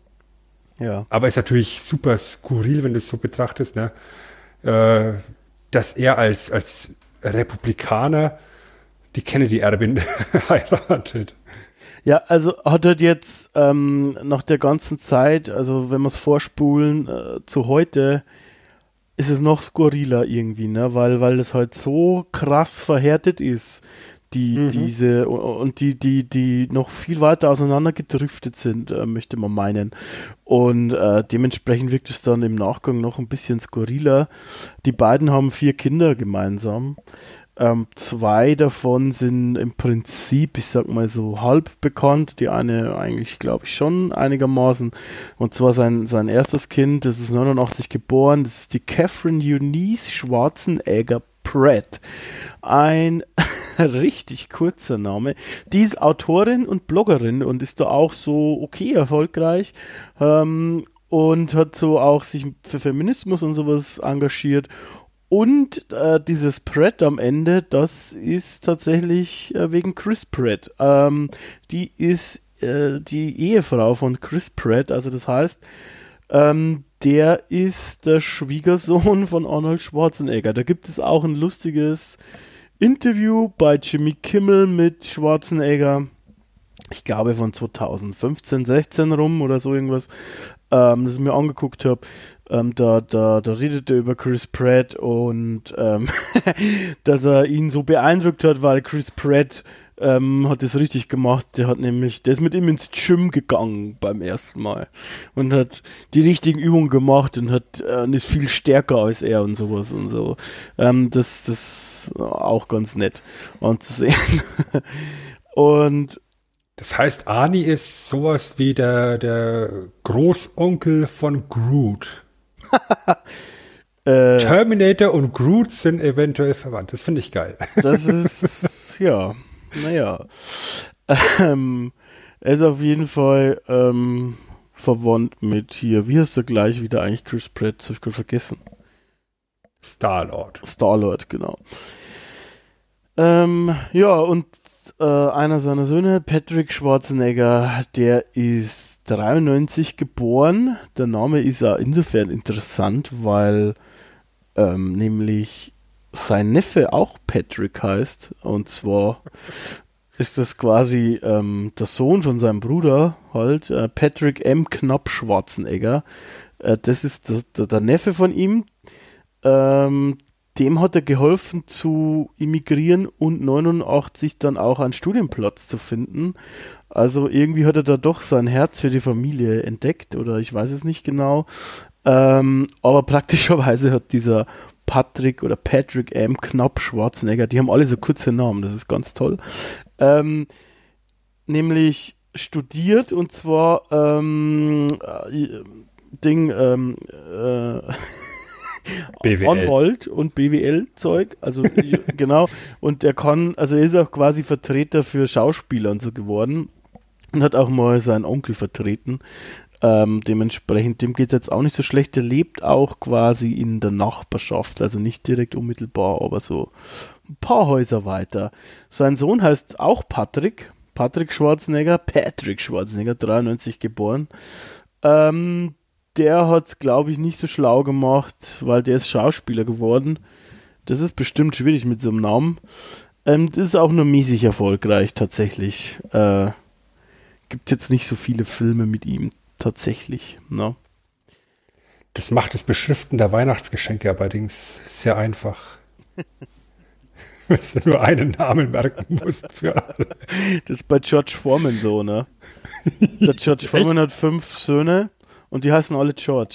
Ja. Aber ist natürlich super skurril, wenn du es so betrachtest, ne? Äh, dass er als, als Republikaner die Kennedy-Erbin heiratet. Ja, also hat er jetzt ähm, nach der ganzen Zeit, also wenn wir es vorspulen äh, zu heute, ist es noch skurriler irgendwie, ne? Weil, weil es halt so krass verhärtet ist, die, mhm. diese, und die, die, die noch viel weiter auseinander gedriftet sind, äh, möchte man meinen. Und äh, dementsprechend wirkt es dann im Nachgang noch ein bisschen skurriler. Die beiden haben vier Kinder gemeinsam. Ähm, zwei davon sind im Prinzip, ich sag mal so, halb bekannt. Die eine eigentlich, glaube ich, schon einigermaßen. Und zwar sein, sein erstes Kind, das ist neunundachtzig geboren, das ist die Catherine Eunice Schwarzenegger Pratt. Ein richtig kurzer Name. Die ist Autorin und Bloggerin und ist da auch so okay erfolgreich ähm, und hat so auch sich für Feminismus und sowas engagiert. Und äh, dieses Pratt am Ende, das ist tatsächlich äh, wegen Chris Pratt. Ähm, die ist äh, die Ehefrau von Chris Pratt, also das heißt, ähm, der ist der Schwiegersohn von Arnold Schwarzenegger. Da gibt es auch ein lustiges Interview bei Jimmy Kimmel mit Schwarzenegger. Ich glaube von zweitausendfünfzehn, sechzehn rum oder so irgendwas, ähm, das ich mir angeguckt habe. Ähm, da, da, da redet er über Chris Pratt und ähm, dass er ihn so beeindruckt hat, weil Chris Pratt ähm, hat das richtig gemacht. Der hat nämlich, der ist mit ihm ins Gym gegangen beim ersten Mal und hat die richtigen Übungen gemacht und hat äh, und ist viel stärker als er und sowas und so. Ähm, das, das ist auch ganz nett anzusehen. Und das heißt, Arnie ist sowas wie der, der Großonkel von Groot. äh, Terminator und Groot sind eventuell verwandt. Das finde ich geil. Das ist, ja, naja. Ähm, er ist auf jeden Fall ähm, verwandt mit hier, wie heißt er gleich wieder eigentlich Chris Pratt? Das habe ich gerade vergessen. Star-Lord. Star-Lord, genau. Ähm, ja, und äh, einer seiner Söhne, Patrick Schwarzenegger, der ist dreiundneunzig geboren. Der Name ist auch insofern interessant, weil ähm, nämlich sein Neffe auch Patrick heißt. Und zwar ist das quasi ähm, der Sohn von seinem Bruder, halt, äh, Patrick M. Knapp Schwarzenegger. Äh, das ist das, der, der Neffe von ihm. Ähm, dem hat er geholfen zu emigrieren und neunundachtzig dann auch einen Studienplatz zu finden. Also irgendwie hat er da doch sein Herz für die Familie entdeckt oder ich weiß es nicht genau. Ähm, aber praktischerweise hat dieser Patrick oder Patrick M. Knapp Schwarzenegger, die haben alle so kurze Namen, das ist ganz toll, ähm, nämlich studiert und zwar ähm, äh, Ding ähm, äh, B W L. Anwalt und B W L-Zeug, also genau, und er kann, also er ist auch quasi Vertreter für Schauspieler und so geworden und hat auch mal seinen Onkel vertreten. Ähm, dementsprechend, dem geht es jetzt auch nicht so schlecht. Er lebt auch quasi in der Nachbarschaft, also nicht direkt unmittelbar, aber so ein paar Häuser weiter. Sein Sohn heißt auch Patrick, Patrick Schwarzenegger, Patrick Schwarzenegger, dreiundneunzig geboren. Ähm, der hat es, glaube ich, nicht so schlau gemacht, weil der ist Schauspieler geworden. Das ist bestimmt schwierig mit so einem Namen. Ähm, das ist auch nur mäßig erfolgreich, tatsächlich. Äh, gibt jetzt nicht so viele Filme mit ihm, tatsächlich. Ne? Das macht das Beschriften der Weihnachtsgeschenke allerdings sehr einfach. Dass du nur einen Namen merken musst für alle. Das ist bei George Foreman so, ne? Der George Foreman hat fünf Söhne und die heißen alle George.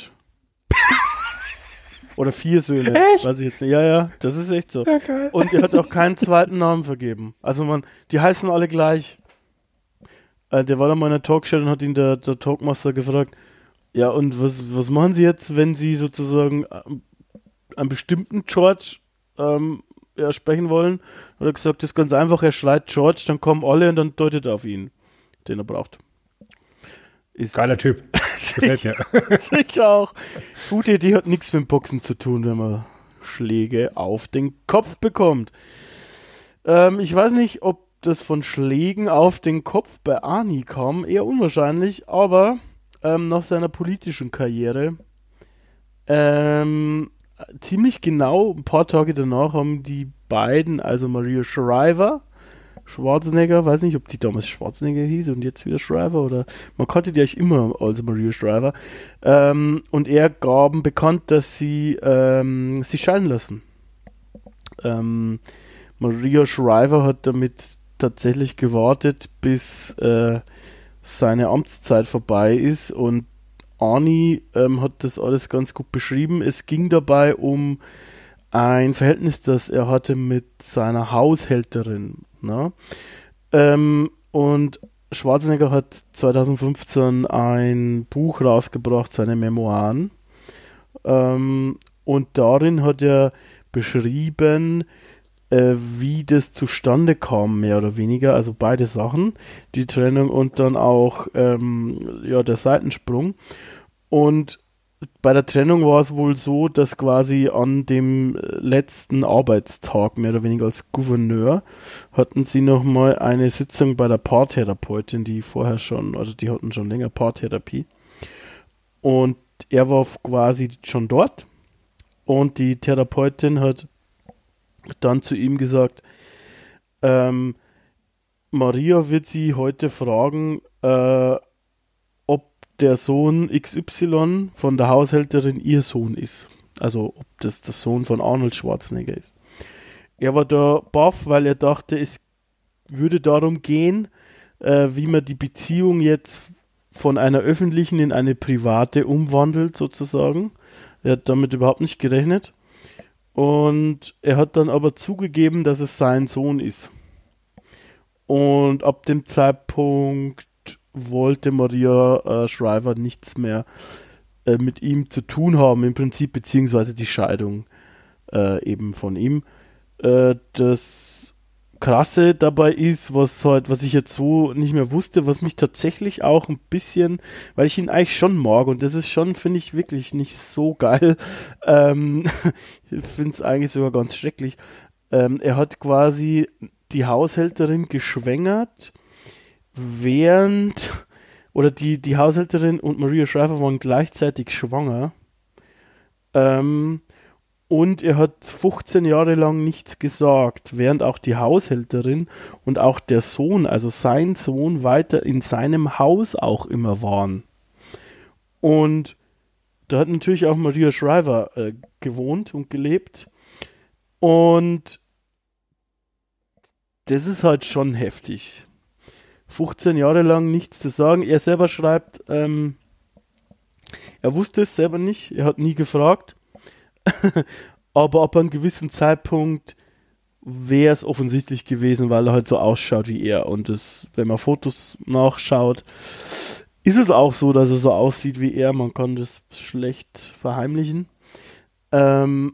Oder vier Söhne, echt? weiß ich jetzt nicht. Ja, ja, das ist echt so. Ja, geil. Und er hat auch keinen zweiten Namen vergeben. Also man, die heißen alle gleich. Äh, der war dann mal in einer Talkshow und hat ihn der, der Talkmaster gefragt, ja, und was, was machen Sie jetzt, wenn Sie sozusagen ähm, einen bestimmten George ähm, ja, sprechen wollen? Hat er gesagt, das ist ganz einfach, er schreit George, dann kommen alle und dann deutet er auf ihn, den er braucht. Ist Geiler Typ. Gefällt mir. Sicher auch. Gute Idee, hat nichts mit dem Boxen zu tun, wenn man Schläge auf den Kopf bekommt. Ähm, ich weiß nicht, ob das von Schlägen auf den Kopf bei Arnie kam, eher unwahrscheinlich, aber ähm, nach seiner politischen Karriere ähm, ziemlich genau ein paar Tage danach haben die beiden, also Maria Shriver, Schwarzenegger, weiß nicht, ob die damals Schwarzenegger hieß und jetzt wieder Shriver oder man kannte die eigentlich immer als Maria Shriver, ähm, und er gaben bekannt, dass sie ähm, sich scheiden lassen. Ähm, Maria Shriver hat damit tatsächlich gewartet, bis äh, seine Amtszeit vorbei ist und Arnie ähm, hat das alles ganz gut beschrieben. Es ging dabei um ein Verhältnis, das er hatte mit seiner Haushälterin. Ne? Ähm, und Schwarzenegger hat zweitausendfünfzehn ein Buch rausgebracht, seine Memoiren. Ähm, und darin hat er beschrieben, äh, wie das zustande kam, mehr oder weniger. Also beide Sachen, die Trennung und dann auch ähm, ja, der Seitensprung. Und bei der Trennung war es wohl so, dass quasi an dem letzten Arbeitstag, mehr oder weniger als Gouverneur, hatten sie nochmal eine Sitzung bei der Paartherapeutin, die vorher schon, also die hatten schon länger Paartherapie. Und er war quasi schon dort und die Therapeutin hat dann zu ihm gesagt, ähm, Maria wird sie heute fragen, äh, der Sohn X Y von der Haushälterin ihr Sohn ist. Also ob das der Sohn von Arnold Schwarzenegger ist. Er war da baff, weil er dachte, es würde darum gehen, äh, wie man die Beziehung jetzt von einer öffentlichen in eine private umwandelt, sozusagen. Er hat damit überhaupt nicht gerechnet. Und er hat dann aber zugegeben, dass es sein Sohn ist. Und ab dem Zeitpunkt wollte Maria äh, Shriver nichts mehr äh, mit ihm zu tun haben, im Prinzip, beziehungsweise die Scheidung äh, eben von ihm. Äh, das Krasse dabei ist, was halt, was ich jetzt so nicht mehr wusste, was mich tatsächlich auch ein bisschen, weil ich ihn eigentlich schon mag und das ist schon, finde ich, wirklich nicht so geil. Ähm, ich finde es eigentlich sogar ganz schrecklich. Ähm, er hat quasi die Haushälterin geschwängert, während, oder die, die Haushälterin und Maria Shriver waren gleichzeitig schwanger. Ähm, Und er hat fünfzehn Jahre lang nichts gesagt, während auch die Haushälterin und auch der Sohn, also sein Sohn, weiter in seinem Haus auch immer waren. Und da hat natürlich auch Maria Shriver äh, gewohnt und gelebt. Und das ist halt schon heftig. fünfzehn Jahre lang nichts zu sagen. Er selber schreibt, ähm, er wusste es selber nicht, er hat nie gefragt. Aber ab einem gewissen Zeitpunkt wäre es offensichtlich gewesen, weil er halt so ausschaut wie er. Und das, wenn man Fotos nachschaut, ist es auch so, dass er so aussieht wie er. Man kann das schlecht verheimlichen. Ähm,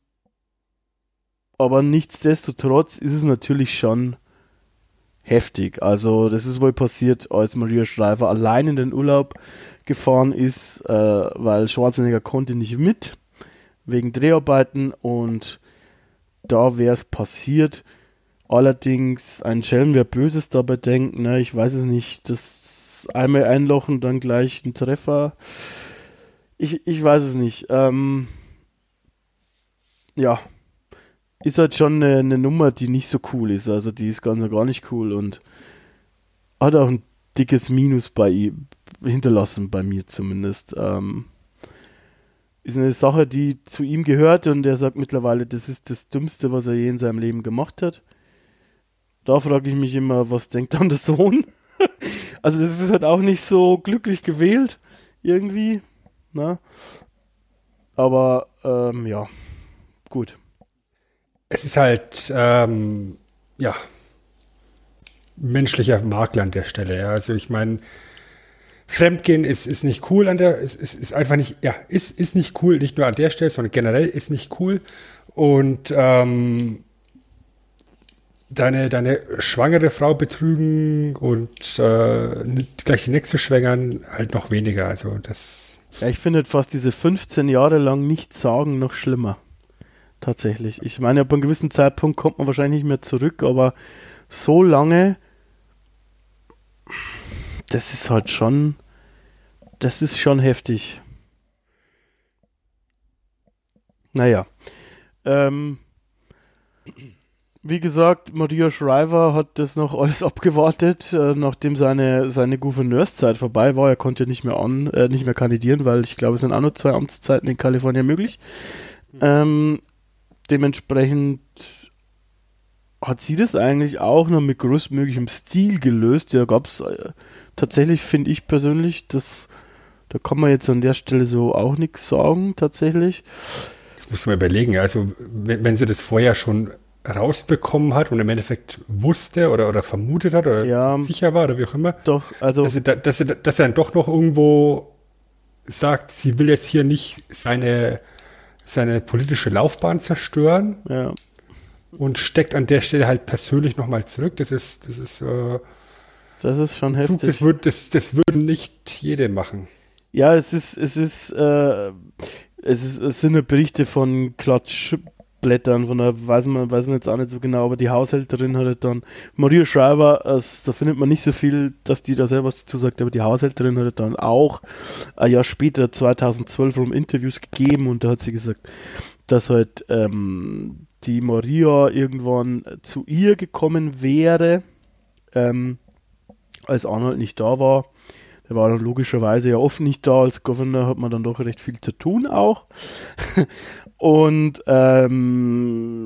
aber nichtsdestotrotz ist es natürlich schon heftig. Also das ist wohl passiert, als Maria Shriver allein in den Urlaub gefahren ist, äh, weil Schwarzenegger konnte nicht mit. Wegen Dreharbeiten und da wäre es passiert. Allerdings, ein Schelm, wer Böses dabei denkt, ne, ich weiß es nicht, das einmal einlochen, dann gleich ein Treffer. Ich, ich weiß es nicht. Ähm, ja, ist halt schon eine, eine Nummer, die nicht so cool ist. Also die ist ganz und gar nicht cool und hat auch ein dickes Minus bei ihm hinterlassen, bei mir zumindest. Ähm, ist eine Sache, die zu ihm gehört und er sagt mittlerweile, das ist das Dümmste, was er je in seinem Leben gemacht hat. Da frage ich mich immer, was denkt dann der Sohn? Also das ist halt auch nicht so glücklich gewählt, irgendwie. Ne? Aber ähm, ja, gut. Es ist halt, ähm, ja, menschlicher Makler an der Stelle. Ja. Also ich meine, Fremdgehen ist, ist nicht cool an der, ist, ist, ist einfach nicht, ja, ist, ist nicht cool, nicht nur an der Stelle, sondern generell ist nicht cool. Und ähm, deine, deine schwangere Frau betrügen und äh, gleich die nächste schwängern, halt noch weniger. Also das. Ja, ich finde fast diese fünfzehn Jahre lang nichts sagen noch schlimmer. Tatsächlich. Ich meine, ab einem gewissen Zeitpunkt kommt man wahrscheinlich nicht mehr zurück, aber so lange, das ist halt schon, das ist schon heftig. Naja. Ähm, wie gesagt, Maria Shriver hat das noch alles abgewartet, äh, nachdem seine, seine Gouverneurszeit vorbei war. Er konnte nicht mehr an, äh, nicht mehr kandidieren, weil ich glaube, es sind auch nur zwei Amtszeiten in Kalifornien möglich. Mhm. Ähm, dementsprechend hat sie das eigentlich auch noch mit größtmöglichem Stil gelöst. Ja, gab es äh, tatsächlich, finde ich persönlich, das, da kann man jetzt an der Stelle so auch nichts sagen, tatsächlich. Das muss man überlegen. Also, wenn, wenn sie das vorher schon rausbekommen hat und im Endeffekt wusste oder, oder vermutet hat oder ja, sicher war oder wie auch immer, doch, also, dass, sie da, dass, sie, dass er dann doch noch irgendwo sagt, sie will jetzt hier nicht seine, seine politische Laufbahn zerstören. Ja. Und steckt an der Stelle halt persönlich nochmal zurück. Das ist, das ist, äh, das ist schon Zug, heftig. Das, würd, das, das würden nicht jede machen. Ja, es ist, es ist, äh, es ist, es sind Berichte von Klatschblättern, von der weiß man, weiß man jetzt auch nicht so genau, aber die Haushälterin hat halt dann, Maria Shriver, also, da findet man nicht so viel, dass die da selber was dazu sagt, aber die Haushälterin hat halt dann auch ein Jahr später, zweitausendzwölf, rum Interviews gegeben und da hat sie gesagt, dass halt, ähm, die Maria irgendwann zu ihr gekommen wäre, ähm, als Arnold nicht da war. Der war dann logischerweise ja oft nicht da. Als Gouverneur hat man dann doch recht viel zu tun auch. Und ähm,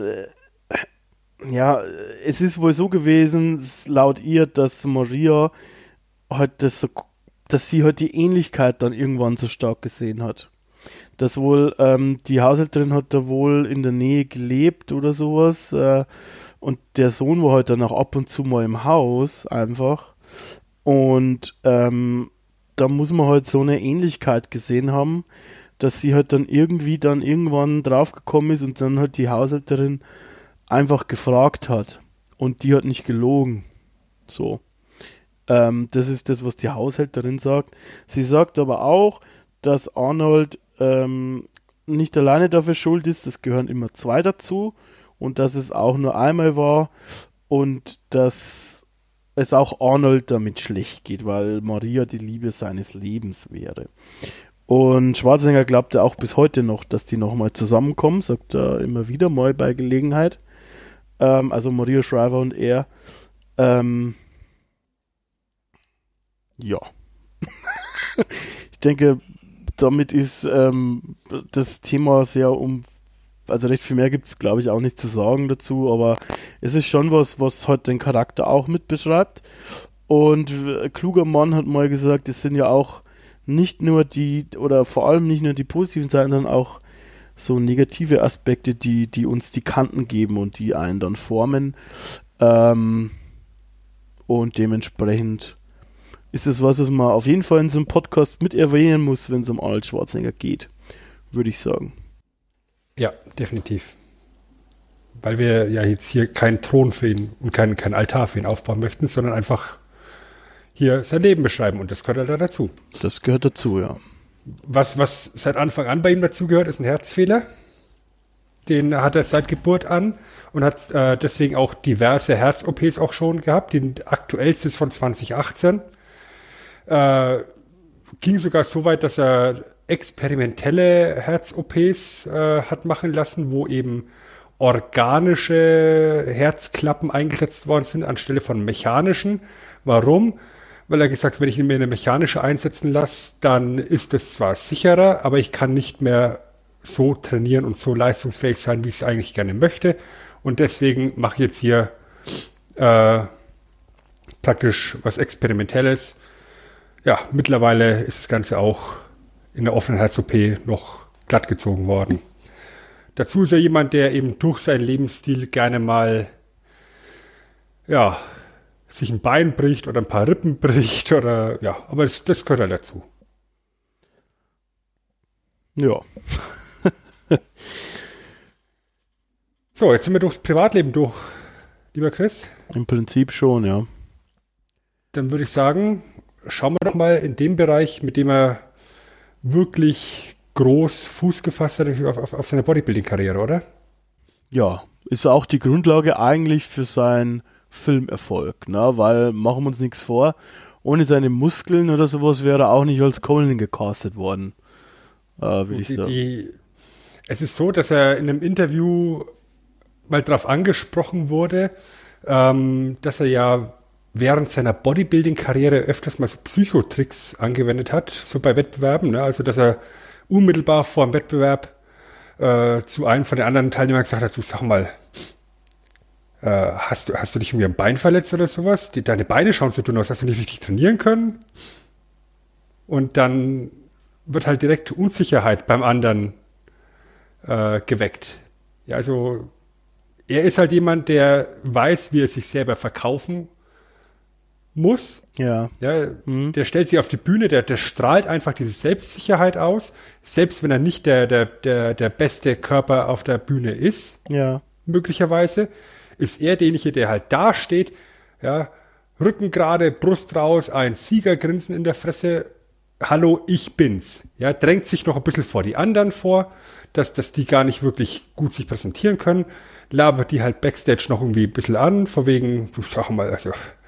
ja, es ist wohl so gewesen, laut ihr, dass Maria halt das so, dass sie halt die Ähnlichkeit dann irgendwann so stark gesehen hat. Dass wohl, ähm, die Haushälterin hat da wohl in der Nähe gelebt oder sowas äh, und der Sohn war halt dann auch ab und zu mal im Haus einfach und ähm, da muss man halt so eine Ähnlichkeit gesehen haben, dass sie halt dann irgendwie dann irgendwann draufgekommen ist und dann halt die Haushälterin einfach gefragt hat und die hat nicht gelogen. So. Ähm, das ist das, was die Haushälterin sagt. Sie sagt aber auch, dass Arnold ähm, nicht alleine dafür schuld ist, es gehören immer zwei dazu und dass es auch nur einmal war und dass es auch Arnold damit schlecht geht, weil Maria die Liebe seines Lebens wäre. Und Schwarzenegger glaubte auch bis heute noch, dass die nochmal zusammenkommen, sagt er immer wieder mal bei Gelegenheit. Ähm, also Maria Shriver und er. Ähm, ja. Ich denke, damit ist ähm, das Thema sehr um, also recht viel mehr gibt es, glaube ich, auch nicht zu sagen dazu, aber es ist schon was, was halt den Charakter auch mit beschreibt. Und ein kluger Mann hat mal gesagt, es sind ja auch nicht nur die, oder vor allem nicht nur die positiven Seiten, sondern auch so negative Aspekte, die, die uns die Kanten geben und die einen dann formen. Ähm, und dementsprechend ist es was, was man auf jeden Fall in so einem Podcast mit erwähnen muss, wenn es um Arnold Schwarzenegger geht, würde ich sagen. Ja, definitiv. Weil wir ja jetzt hier keinen Thron für ihn und keinen kein Altar für ihn aufbauen möchten, sondern einfach hier sein Leben beschreiben und das gehört halt da dazu. Das gehört dazu, ja. Was, was seit Anfang an bei ihm dazugehört, ist ein Herzfehler. Den hat er seit Geburt an und hat äh, deswegen auch diverse Herz-O Ps auch schon gehabt. Die aktuellste ist von zwanzig achtzehn. Äh, ging sogar so weit, dass er experimentelle Herz-O Ps äh, hat machen lassen, wo eben organische Herzklappen eingesetzt worden sind anstelle von mechanischen. Warum? Weil er gesagt hat, wenn ich mir eine mechanische einsetzen lasse, dann ist es zwar sicherer, aber ich kann nicht mehr so trainieren und so leistungsfähig sein, wie ich es eigentlich gerne möchte. Und deswegen mache ich jetzt hier äh, praktisch was Experimentelles. Ja, mittlerweile ist das Ganze auch in der offenen Herz-O P noch glatt gezogen worden. Dazu ist er jemand, der eben durch seinen Lebensstil gerne mal ja, sich ein Bein bricht oder ein paar Rippen bricht oder ja, aber das, das gehört halt dazu. Ja. So, jetzt sind wir durchs Privatleben durch, lieber Chris. Im Prinzip schon, ja. Dann würde ich sagen, schauen wir doch mal in dem Bereich, mit dem er wirklich groß Fuß gefasst hat auf, auf, auf seine Bodybuilding-Karriere, oder? Ja, ist auch die Grundlage eigentlich für seinen Filmerfolg, ne? Weil, machen wir uns nichts vor, ohne seine Muskeln oder sowas wäre er auch nicht als Conan gecastet worden, äh, will ich die, sagen. Die, es ist so, dass er in einem Interview mal darauf angesprochen wurde, ähm, dass er ja während seiner Bodybuilding-Karriere öfters mal so Psychotricks angewendet hat, so bei Wettbewerben, ne? Also dass er unmittelbar vor dem Wettbewerb äh, zu einem von den anderen Teilnehmern gesagt hat, du sag mal, äh, hast, du, hast du dich irgendwie am Bein verletzt oder sowas? Die, deine Beine schauen so dünn aus, hast du nicht richtig trainieren können? Und dann wird halt direkt Unsicherheit beim anderen äh, geweckt. Ja, also er ist halt jemand, der weiß, wie er sich selber verkaufen muss. Ja. Ja, mhm. Der stellt sich auf die Bühne, der, der strahlt einfach diese Selbstsicherheit aus, selbst wenn er nicht der, der, der, der beste Körper auf der Bühne ist, Ja. möglicherweise, ist er derjenige, der halt da steht, ja, Rücken gerade, Brust raus, ein Siegergrinsen in der Fresse, hallo, ich bin's. Ja, drängt sich noch ein bisschen vor die anderen vor, dass, dass die gar nicht wirklich gut sich präsentieren können, labert die halt Backstage noch irgendwie ein bisschen an, von wegen, du sag mal, also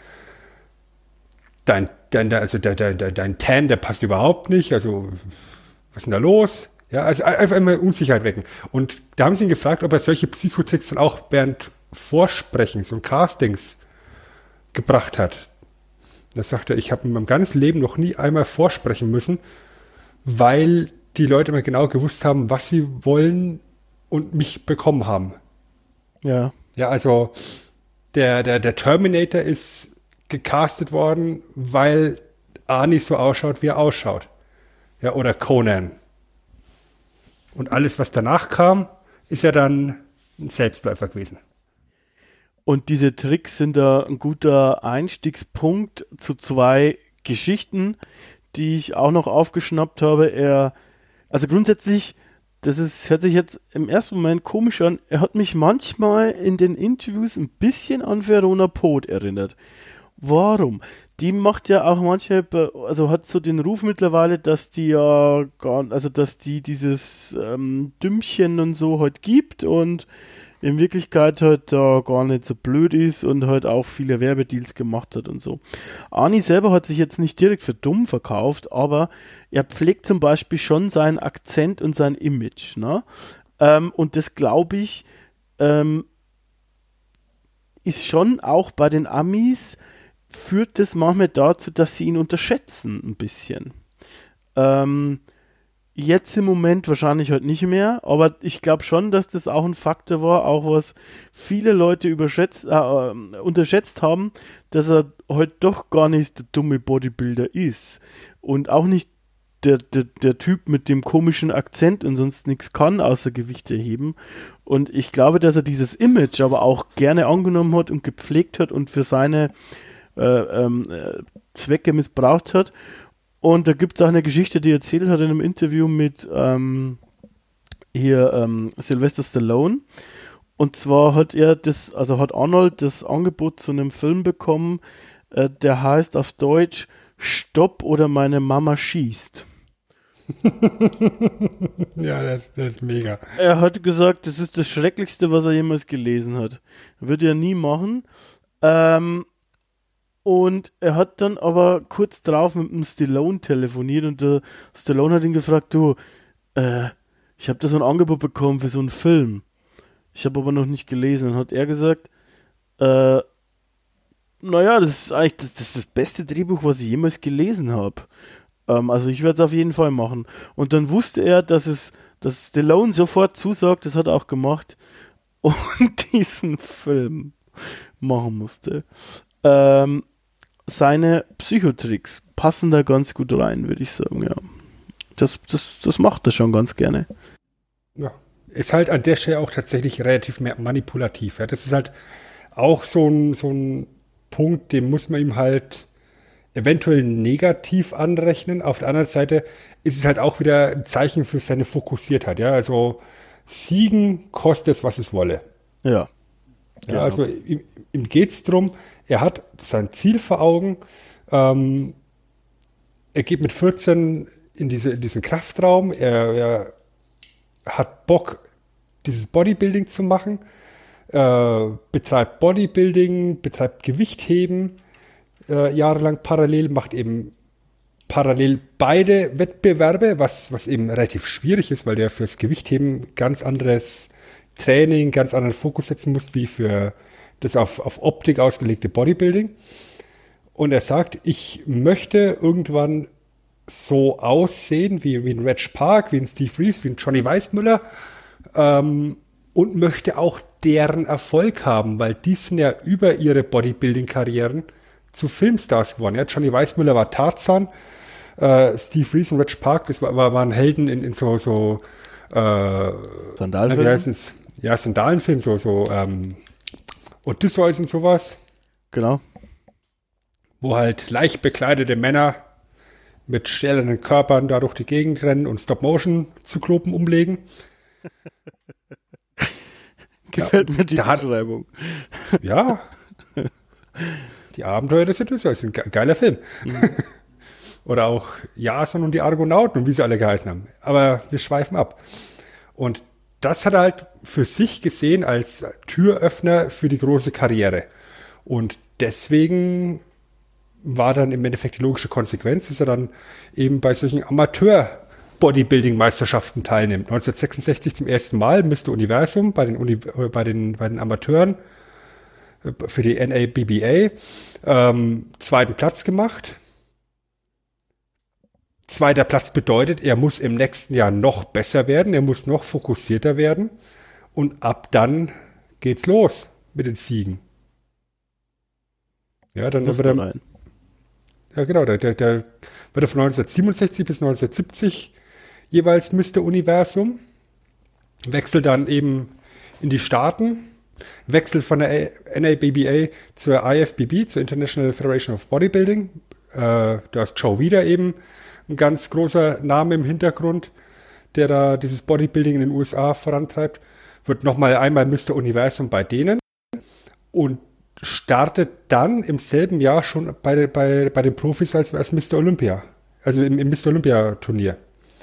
Dein, dein, also dein, dein, dein Tan, der passt überhaupt nicht. Also, was ist denn da los? Ja, also einfach immer Unsicherheit wecken. Und da haben sie ihn gefragt, ob er solche Psychotricks dann auch während Vorsprechens und Castings gebracht hat. Da sagt er, ich habe in meinem ganzen Leben noch nie einmal vorsprechen müssen, weil die Leute immer genau gewusst haben, was sie wollen und mich bekommen haben. Ja. Ja, also der, der, der Terminator ist gecastet worden, weil Arnie so ausschaut, wie er ausschaut. Ja, oder Conan. Und alles, was danach kam, ist ja dann ein Selbstläufer gewesen. Und diese Tricks sind da ein guter Einstiegspunkt zu zwei Geschichten, die ich auch noch aufgeschnappt habe. Er, also grundsätzlich, das ist, hört sich jetzt im ersten Moment komisch an, er hat mich manchmal in den Interviews ein bisschen an Verona Poth erinnert. Warum? Die macht ja auch manchmal, also hat so den Ruf mittlerweile, dass die ja gar, also dass die dieses ähm, Dümmchen und so halt gibt und in Wirklichkeit halt da gar nicht so blöd ist und halt auch viele Werbedeals gemacht hat und so. Arnie selber hat sich jetzt nicht direkt für dumm verkauft, aber er pflegt zum Beispiel schon seinen Akzent und sein Image, ne? Ähm, und das glaube ich, ähm, ist schon auch bei den Amis, führt das manchmal dazu, dass sie ihn unterschätzen ein bisschen. Ähm, jetzt im Moment wahrscheinlich halt nicht mehr, aber ich glaube schon, dass das auch ein Faktor war, auch was viele Leute überschätzt, äh, unterschätzt haben, dass er halt doch gar nicht der dumme Bodybuilder ist und auch nicht der, der, der Typ mit dem komischen Akzent und sonst nichts kann, außer Gewicht erheben. Und ich glaube, dass er dieses Image aber auch gerne angenommen hat und gepflegt hat und für seine Äh, ähm, äh, Zwecke missbraucht hat. Und da gibt es auch eine Geschichte, die er erzählt hat in einem Interview mit ähm, hier ähm, Sylvester Stallone. Und zwar hat er das, also hat Arnold das Angebot zu einem Film bekommen, äh, der heißt auf Deutsch Stopp oder meine Mama schießt. Ja, das, das ist mega. Er hat gesagt, das ist das Schrecklichste, was er jemals gelesen hat. Würde er nie machen. Ähm, Und er hat dann aber kurz drauf mit dem Stallone telefoniert und der Stallone hat ihn gefragt, du, äh, ich habe da so ein Angebot bekommen für so einen Film. Ich habe aber noch nicht gelesen. Und hat er gesagt, äh, naja, das ist eigentlich das, das, ist das beste Drehbuch, was ich jemals gelesen habe. Ähm, also ich werde es auf jeden Fall machen. Und dann wusste er, dass es, dass Stallone sofort zusagt, das hat er auch gemacht, und diesen Film machen musste. Ähm, seine Psychotricks passen da ganz gut rein, würde ich sagen, ja. Das, das, das macht er schon ganz gerne. Ja, ist halt an der Stelle auch tatsächlich relativ mehr manipulativ. Ja. Das ist halt auch so ein, so ein Punkt, den muss man ihm halt eventuell negativ anrechnen. Auf der anderen Seite ist es halt auch wieder ein Zeichen für seine Fokussiertheit. Ja, also siegen, koste es, was es wolle. Ja. Ja, also ihm, ihm geht es darum, er hat sein Ziel vor Augen, ähm, er geht mit vierzehn in, diese, in diesen Kraftraum, er, er hat Bock, dieses Bodybuilding zu machen, äh, betreibt Bodybuilding, betreibt Gewichtheben, äh, jahrelang parallel, macht eben parallel beide Wettbewerbe, was, was eben relativ schwierig ist, weil der fürs Gewichtheben ganz anderes Training, ganz anderen Fokus setzen muss, wie für das auf, auf Optik ausgelegte Bodybuilding. Und er sagt, ich möchte irgendwann so aussehen wie, wie ein Reg Park, wie ein Steve Reeves, wie ein Johnny Weissmuller, ähm, und möchte auch deren Erfolg haben, weil die sind ja über ihre Bodybuilding-Karrieren zu Filmstars geworden. Ja, Johnny Weissmuller war Tarzan, äh, Steve Reeves und Reg Park, das war, waren Helden in, in so, so äh, Sandalfilm? wie heißt es? Ja, Sandalenfilm, so, so ähm, Odysseus und sowas. Genau. Wo halt leicht bekleidete Männer mit stählernen Körpern da durch die Gegend rennen und Stop-Motion-Zyklopen umlegen. Gefällt ja, mir die hat, Beschreibung. Ja. Die Abenteuer des Odysseus, ein ge- geiler Film. Mhm. Oder auch Jason und die Argonauten und wie sie alle geheißen haben. Aber wir schweifen ab. Und das hat er halt für sich gesehen als Türöffner für die große Karriere. Und deswegen war dann im Endeffekt die logische Konsequenz, dass er dann eben bei solchen Amateur-Bodybuilding-Meisterschaften teilnimmt. neunzehnhundertsechsundsechzig zum ersten Mal Mister Universum bei den, Uni- bei den, bei den Amateuren für die N A B B A. Ähm, zweiten Platz gemacht. Zweiter Platz bedeutet, er muss im nächsten Jahr noch besser werden, er muss noch fokussierter werden und ab dann geht's los mit den Siegen. Ja, dann wird er, ja genau, der, der, der wird er von neunzehnhundertsiebenundsechzig bis neunzehnhundertsiebzig jeweils Mister Universum, wechselt dann eben in die Staaten, wechselt von der N A B B A zur I F B B, zur International Federation of Bodybuilding, äh, da ist Joe wieder eben ein ganz großer Name im Hintergrund. der da dieses Bodybuilding in den U S A vorantreibt, wird nochmal einmal Mister Universum bei denen und startet dann im selben Jahr schon bei, bei, bei den Profis als, als Mister Olympia. Also im, im Mister Olympia-Turnier.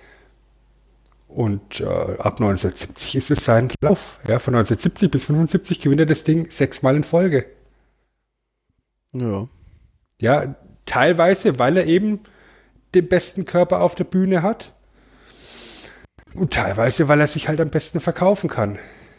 Und äh, ab neunzehnhundertsiebzig ist es sein Lauf. Ja, von neunzehnhundertsiebzig bis fünfundsiebzig gewinnt er das Ding sechsmal in Folge. Ja. Ja, teilweise, weil er eben den besten Körper auf der Bühne hat. Und teilweise, weil er sich halt am besten verkaufen kann.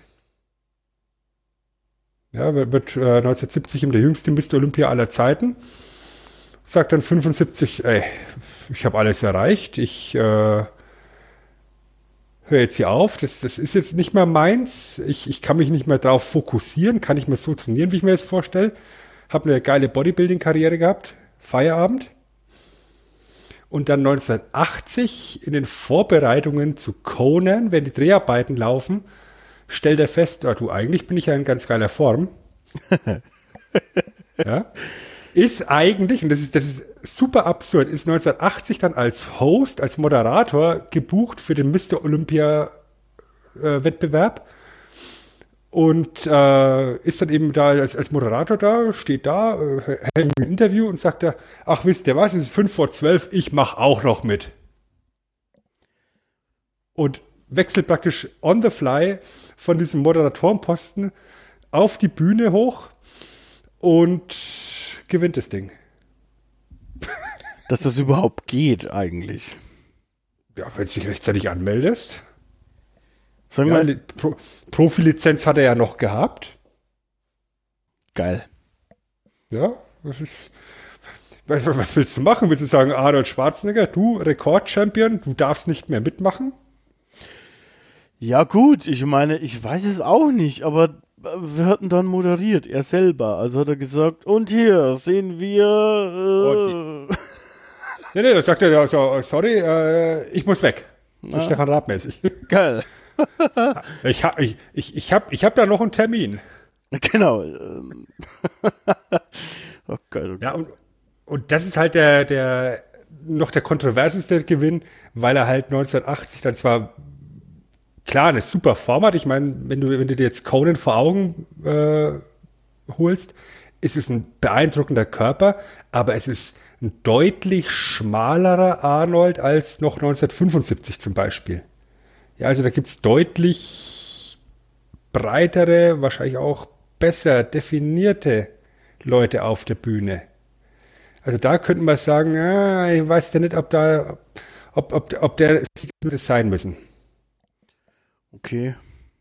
Ja, wird äh, neunzehnhundertsiebzig eben der jüngste Mister Olympia aller Zeiten. Sagt dann fünfundsiebzig, ey, ich habe alles erreicht, ich äh, höre jetzt hier auf, das, das ist jetzt nicht mehr meins, ich, ich kann mich nicht mehr drauf fokussieren, kann nicht mehr so trainieren, wie ich mir das vorstelle. Habe eine geile Bodybuilding-Karriere gehabt, Feierabend. Und dann neunzehnhundertachtzig in den Vorbereitungen zu Conan, wenn die Dreharbeiten laufen, stellt er fest, oh, du, eigentlich bin ich ja in ganz geiler Form. Ja. Ist eigentlich, und das ist, das ist super absurd, ist neunzehnhundertachtzig dann als Host, als Moderator gebucht für den Mister Olympia-Wettbewerb äh, und äh, ist dann eben da als, als Moderator da, steht da, äh, hält ein Interview und sagt da, ach wisst ihr was, es ist fünf vor zwölf, ich mache auch noch mit. Und wechselt praktisch on the fly von diesem Moderatorenposten auf die Bühne hoch und gewinnt das Ding. Dass das überhaupt geht eigentlich. Ja, wenn du dich rechtzeitig anmeldest. Sag Ja, mal. Pro- Profilizenz hat er ja noch gehabt. Geil. Ja, das ist, was, was willst du machen? Willst du sagen, Arnold Schwarzenegger, du Rekordchampion, du darfst nicht mehr mitmachen? Ja gut, ich meine, ich weiß es auch nicht, aber wir hatten dann moderiert, er selber. Also hat er gesagt, und hier sehen wir... Äh, Nee, nee, das sagt er ja so, sorry, äh, ich muss weg. So Ja. Stefan Raab-mäßig. geil. Ich habe ich, ich, ich hab, ich hab da noch einen Termin. Genau. ähm. oh, geil. Ja, und, und das ist halt der, der noch der kontroverseste Gewinn, weil er halt neunzehnhundertachtzig dann zwar klar eine super Form hat. Ich meine, wenn du, wenn du dir jetzt Conan vor Augen äh, holst, ist es ein beeindruckender Körper, aber es ist ein deutlich schmalerer Arnold als noch neunzehnhundertfünfundsiebzig zum Beispiel. Ja, also da gibt es deutlich breitere, wahrscheinlich auch besser definierte Leute auf der Bühne. Also da könnten wir sagen, ah, ich weiß ja nicht, ob da, ob, ob, ob der das sein müssen. Okay.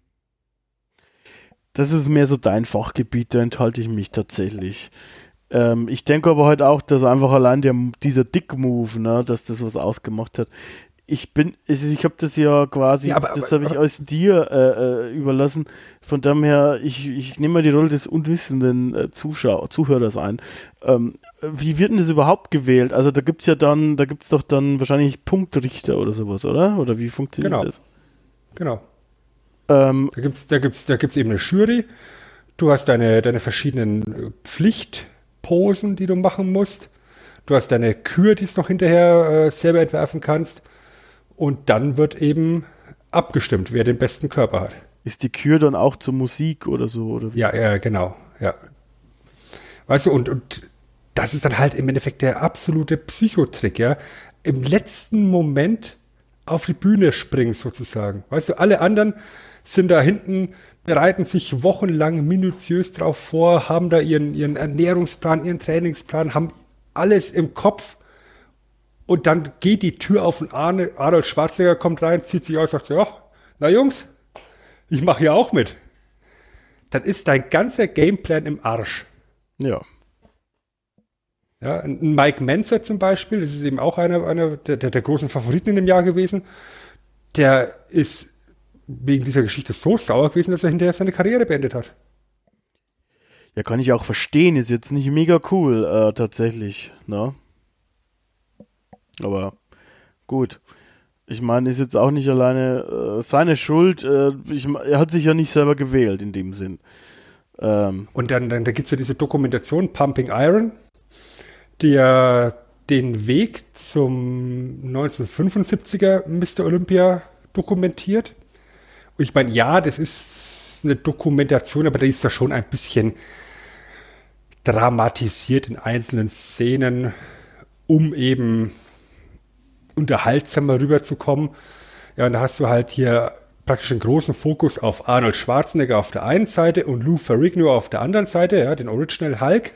Das ist mehr so dein Fachgebiet, da enthalte ich mich tatsächlich. Ähm, ich denke aber halt auch, dass einfach allein der, dieser Dick-Move, ne, dass das was ausgemacht hat. Ich bin, ich, ich habe das ja quasi, Ja, aber- das aber- habe ich aus dir äh, äh, überlassen. Von dem her, ich, ich nehme mal die Rolle des unwissenden äh, Zuschauer, Zuhörers ein. Ähm, wie wird denn das überhaupt gewählt? Also da gibt's ja dann, da gibt's doch dann wahrscheinlich Punktrichter oder sowas, oder? Oder wie funktioniert Genau. das? Genau. Ähm, Da gibt's, da gibt's, da gibt's eben eine Jury. Du hast deine, deine verschiedenen Pflichtposen, die du machen musst. Du hast deine Kür, die du noch hinterher äh, selber entwerfen kannst. Und dann wird eben abgestimmt, wer den besten Körper hat. ist die Kür dann auch zur Musik oder so? Oder wie? Ja, ja, genau, ja. Weißt du, und, und das ist dann halt im Endeffekt der absolute Psychotrick, ja. Im letzten Moment auf die Bühne springen sozusagen. Weißt du, alle anderen sind da hinten, bereiten sich wochenlang minutiös drauf vor, haben da ihren, ihren Ernährungsplan, ihren Trainingsplan, haben alles im Kopf. Und dann geht die Tür auf und Arne, Arnold Schwarzenegger kommt rein, zieht sich aus und sagt so, ja, na Jungs, ich mache hier auch mit. Dann ist dein ganzer Gameplan im Arsch. Ja. Ja, ein Mike Menzer zum Beispiel, das ist eben auch einer, einer der, der, der großen Favoriten in dem Jahr gewesen, der ist wegen dieser Geschichte so sauer gewesen, dass er hinterher seine Karriere beendet hat. Ja, kann ich auch verstehen. Ist jetzt nicht mega cool, äh, tatsächlich, ne? Aber gut. Ich meine, ist jetzt auch nicht alleine äh, seine Schuld. Äh, ich, er hat sich ja nicht selber gewählt in dem Sinn. Ähm, Und dann, dann da gibt es ja diese Dokumentation Pumping Iron, die ja den Weg zum neunzehnhundertfünfundsiebziger Mister Olympia dokumentiert. Und ich meine, ja, das ist eine Dokumentation, aber da ist da schon ein bisschen dramatisiert in einzelnen Szenen, um eben unterhaltsamer rüberzukommen. Ja, und da hast du halt hier praktisch einen großen Fokus auf Arnold Schwarzenegger auf der einen Seite und Lou Ferrigno auf der anderen Seite, ja, den Original Hulk.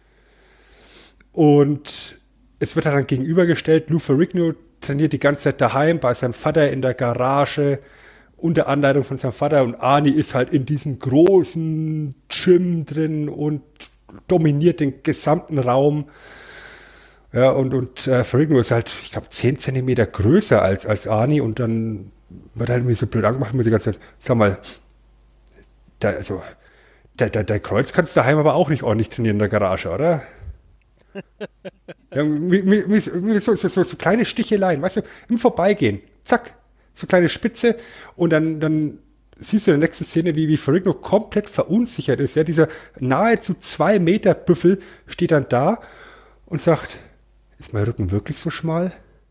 Und es wird dann gegenübergestellt, Lou Ferrigno trainiert die ganze Zeit daheim bei seinem Vater in der Garage unter Anleitung von seinem Vater und Arnie ist halt in diesem großen Gym drin und dominiert den gesamten Raum. Ja, und, und äh, Ferrigno ist halt, ich glaube, zehn Zentimeter größer als, als Arnie und dann wird halt irgendwie so blöd angemacht, muss ich ganz Zeit, sag mal, da, also, dein da, da Kreuz kannst du daheim aber auch nicht ordentlich trainieren in der Garage, oder? Ja, wie, wie, wie, so, so, so kleine Sticheleien, weißt du, im Vorbeigehen, zack, so kleine Spitze und dann, dann siehst du in der nächsten Szene, wie, wie Ferrigno komplett verunsichert ist. Ja, dieser nahezu zwei Meter Büffel steht dann da und sagt, ist mein Rücken wirklich so schmal?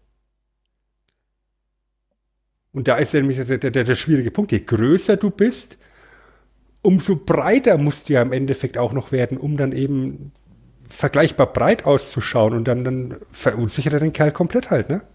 Und da ist ja nämlich der, der, der, der schwierige Punkt. Je größer du bist, umso breiter musst du ja im Endeffekt auch noch werden, um dann eben vergleichbar breit auszuschauen. Und dann, dann verunsichert er den Kerl komplett halt, ne?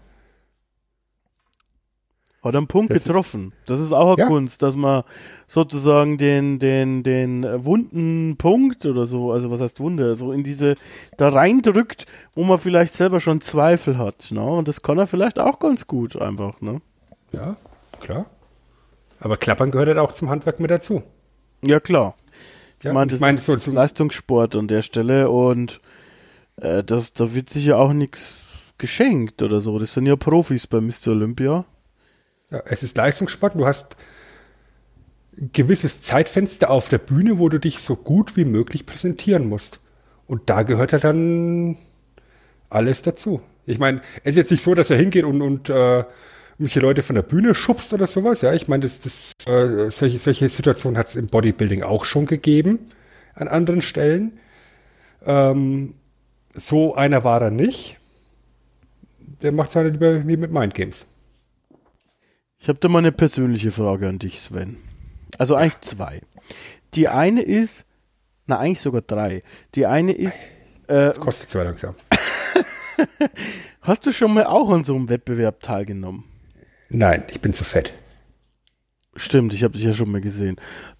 Hat einen Punkt das getroffen. Das ist auch eine ja. Kunst, dass man sozusagen den, den, den wunden Punkt oder so, also was heißt Wunde, so in diese, da reindrückt, wo man vielleicht selber schon Zweifel hat, ne? Und das kann er vielleicht auch ganz gut einfach, ne? Ja, klar. Aber Klappern gehört halt auch zum Handwerk mit dazu. Ja, klar. Ja, ich meine, das ich mein, ist so, so Leistungssport an der Stelle und äh, das, da wird sich ja auch nichts geschenkt oder so. Das sind ja Profis bei Mister Olympia. Ja, es ist Leistungssport. Du hast ein gewisses Zeitfenster auf der Bühne, wo du dich so gut wie möglich präsentieren musst. Und da gehört ja dann alles dazu. Ich meine, es ist jetzt nicht so, dass er hingeht und, und äh, irgendwelche Leute von der Bühne schubst oder sowas. Ja, ich meine, das, das, äh, solche, solche Situationen hat es im Bodybuilding auch schon gegeben an anderen Stellen. Ähm, so einer war er nicht. Der macht es halt lieber wie mit Mind Games. Ich habe da mal eine persönliche Frage an dich, Sven. Also eigentlich zwei. Die eine ist, na eigentlich sogar drei. Die eine ist, äh, das kostet zwar langsam. Hast du schon mal auch an so einem Wettbewerb teilgenommen? Nein, ich bin zu fett. Stimmt, ich habe dich ja schon mal gesehen.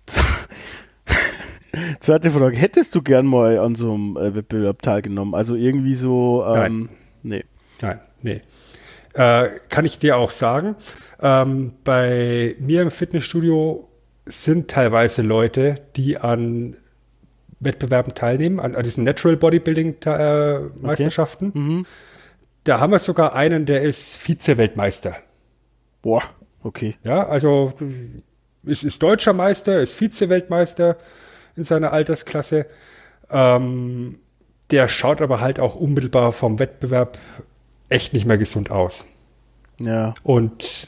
Zweite Frage, hättest du gern mal an so einem äh, Wettbewerb teilgenommen? Also irgendwie so, ähm, Nein. nee. Nein, nee. Äh, kann ich dir auch sagen. Ähm, bei mir im Fitnessstudio sind teilweise Leute, die an Wettbewerben teilnehmen, an, an diesen Natural Bodybuilding äh, Meisterschaften. Okay. Mhm. Da haben wir sogar einen, der ist Vize-Weltmeister. Boah, okay. Ja, also ist, ist deutscher Meister, ist Vize-Weltmeister in seiner Altersklasse. Ähm, der schaut aber halt auch unmittelbar vom Wettbewerb echt nicht mehr gesund aus. Ja. Und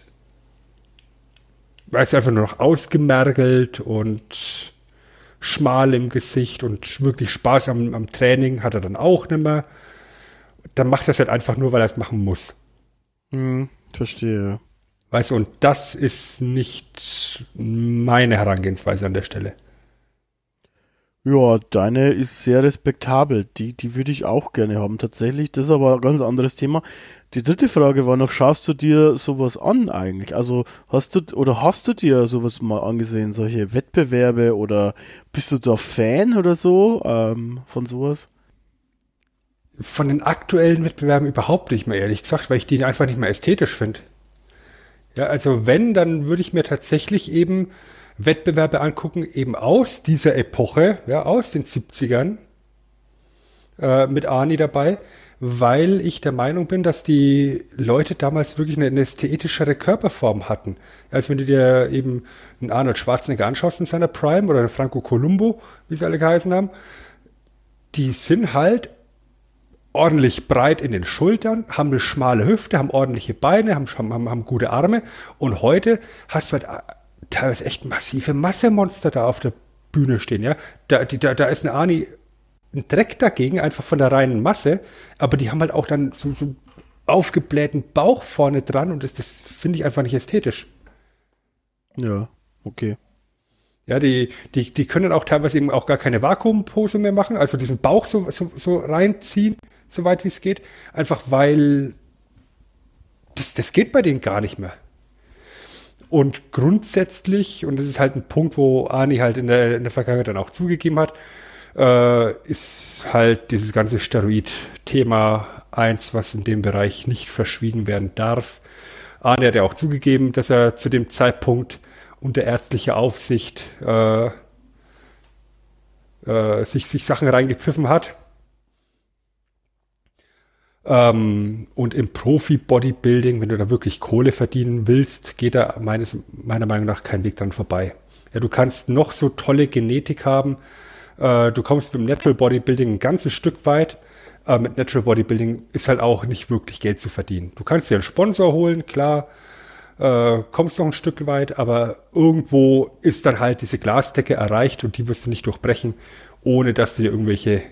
er ist einfach nur noch ausgemergelt und schmal im Gesicht und wirklich Spaß am, am Training hat er dann auch nicht mehr. Dann macht er es halt einfach nur, weil er es machen muss. Hm, verstehe. Weißt du, und das ist nicht meine Herangehensweise an der Stelle. Ja, deine ist sehr respektabel. Die, die würde ich auch gerne haben, tatsächlich. Das ist aber ein ganz anderes Thema. Die dritte Frage war noch, schaust du dir sowas an eigentlich? Also hast du oder hast du dir sowas mal angesehen, solche Wettbewerbe oder bist du da Fan oder so ähm, von sowas? Von den aktuellen Wettbewerben überhaupt nicht mehr, ehrlich gesagt, weil ich die einfach nicht mehr ästhetisch finde. Ja, also wenn, dann würde ich mir tatsächlich eben Wettbewerbe angucken, eben aus dieser Epoche, ja, aus den siebzigern, äh, mit Arnie dabei, weil ich der Meinung bin, dass die Leute damals wirklich eine, eine ästhetischere Körperform hatten. Als wenn du dir eben einen Arnold Schwarzenegger anschaust in seiner Prime oder einen Franco Columbo, wie sie alle geheißen haben, die sind halt ordentlich breit in den Schultern, haben eine schmale Hüfte, haben ordentliche Beine, haben, haben, haben gute Arme und heute hast du halt teilweise echt massive Massemonster da auf der Bühne stehen, ja. Da, die, da, da ist ein Arnie ein Dreck dagegen, einfach von der reinen Masse, aber die haben halt auch dann so, so aufgeblähten Bauch vorne dran und das, das finde ich einfach nicht ästhetisch. Ja, okay. Ja, die, die, die können auch teilweise eben auch gar keine Vakuumpose mehr machen, also diesen Bauch so, so, so reinziehen, so weit wie es geht. Einfach weil das, das geht bei denen gar nicht mehr. Und grundsätzlich, und das ist halt ein Punkt, wo Arni halt in der, in der Vergangenheit dann auch zugegeben hat, äh, ist halt dieses ganze Steroid-Thema eins, was in dem Bereich nicht verschwiegen werden darf. Arni hat ja auch zugegeben, dass er zu dem Zeitpunkt unter ärztlicher Aufsicht äh, äh, sich, sich Sachen reingepfiffen hat. Ähm, und im Profi-Bodybuilding, wenn du da wirklich Kohle verdienen willst, geht da meines, meiner Meinung nach kein Weg dran vorbei. Ja, du kannst noch so tolle Genetik haben, äh, du kommst mit dem Natural Bodybuilding ein ganzes Stück weit, äh, mit Natural Bodybuilding ist halt auch nicht wirklich Geld zu verdienen. Du kannst dir einen Sponsor holen, klar, äh, kommst noch ein Stück weit, aber irgendwo ist dann halt diese Glasdecke erreicht und die wirst du nicht durchbrechen, ohne dass du dir irgendwelche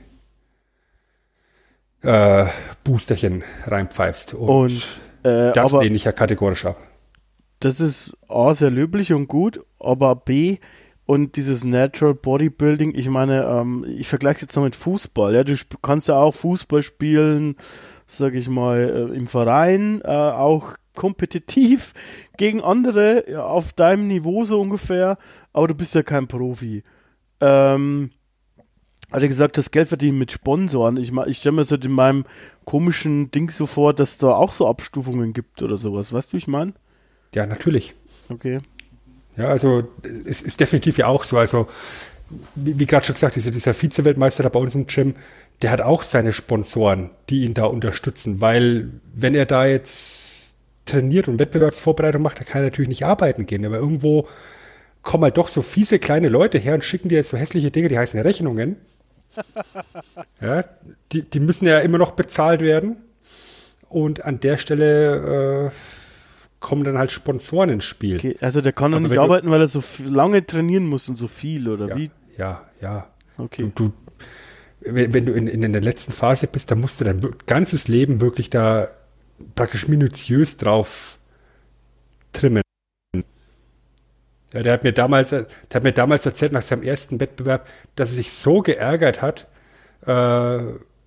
äh, Boosterchen reinpfeifst. Und, und äh, das aber lehne ich ja kategorisch ab. das ist A, sehr löblich und gut, aber B, und dieses Natural Bodybuilding, ich meine, ähm, ich vergleiche jetzt noch mit Fußball, ja, du sp- kannst ja auch Fußball spielen, sag ich mal, äh, im Verein, äh, auch kompetitiv gegen andere, ja, auf deinem Niveau so ungefähr, aber du bist ja kein Profi. Ähm, hat er gesagt, das Geld verdienen mit Sponsoren. Ich, ma- ich stelle mir so in meinem komischen Ding so vor, dass da auch so Abstufungen gibt oder sowas. Weißt du, wie ich meine? Ja, natürlich. Okay. Ja, also es ist definitiv ja auch so. Also wie, wie gerade schon gesagt, dieser, dieser Vize-Weltmeister da bei uns im Gym, der hat auch seine Sponsoren, die ihn da unterstützen, weil wenn er da jetzt trainiert und Wettbewerbsvorbereitung macht, dann kann er natürlich nicht arbeiten gehen. Aber irgendwo kommen halt doch so fiese kleine Leute her und schicken dir jetzt so hässliche Dinge, die heißen Rechnungen. Ja, die, die müssen ja immer noch bezahlt werden. Und an der Stelle äh, kommen dann halt Sponsoren ins Spiel. Okay, also der kann doch Aber nicht wenn du- arbeiten, weil er so f- lange trainieren muss und so viel, oder Ja, wie? ja, ja. Okay. Du, du, wenn, wenn du in, in der letzten Phase bist, dann musst du dein wir- ganzes Leben wirklich da praktisch minutiös drauf trimmen. Ja, der hat mir damals, der hat mir damals erzählt, nach seinem ersten Wettbewerb, dass er sich so geärgert hat, äh,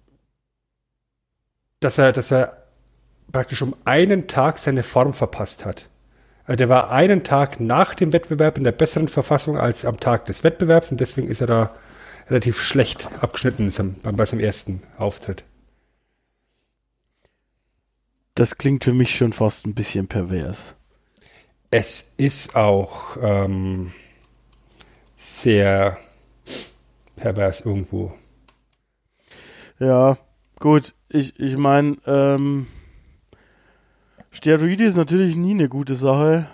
dass er, dass er praktisch um einen Tag seine Form verpasst hat. Also der war einen Tag nach dem Wettbewerb in der besseren Verfassung als am Tag des Wettbewerbs und deswegen ist er da relativ schlecht abgeschnitten in seinem, bei seinem ersten Auftritt. Das klingt für mich schon fast ein bisschen pervers. Es ist auch ähm, sehr pervers irgendwo. Ja, gut. Ich, ich meine, ähm, Steroide ist natürlich nie eine gute Sache.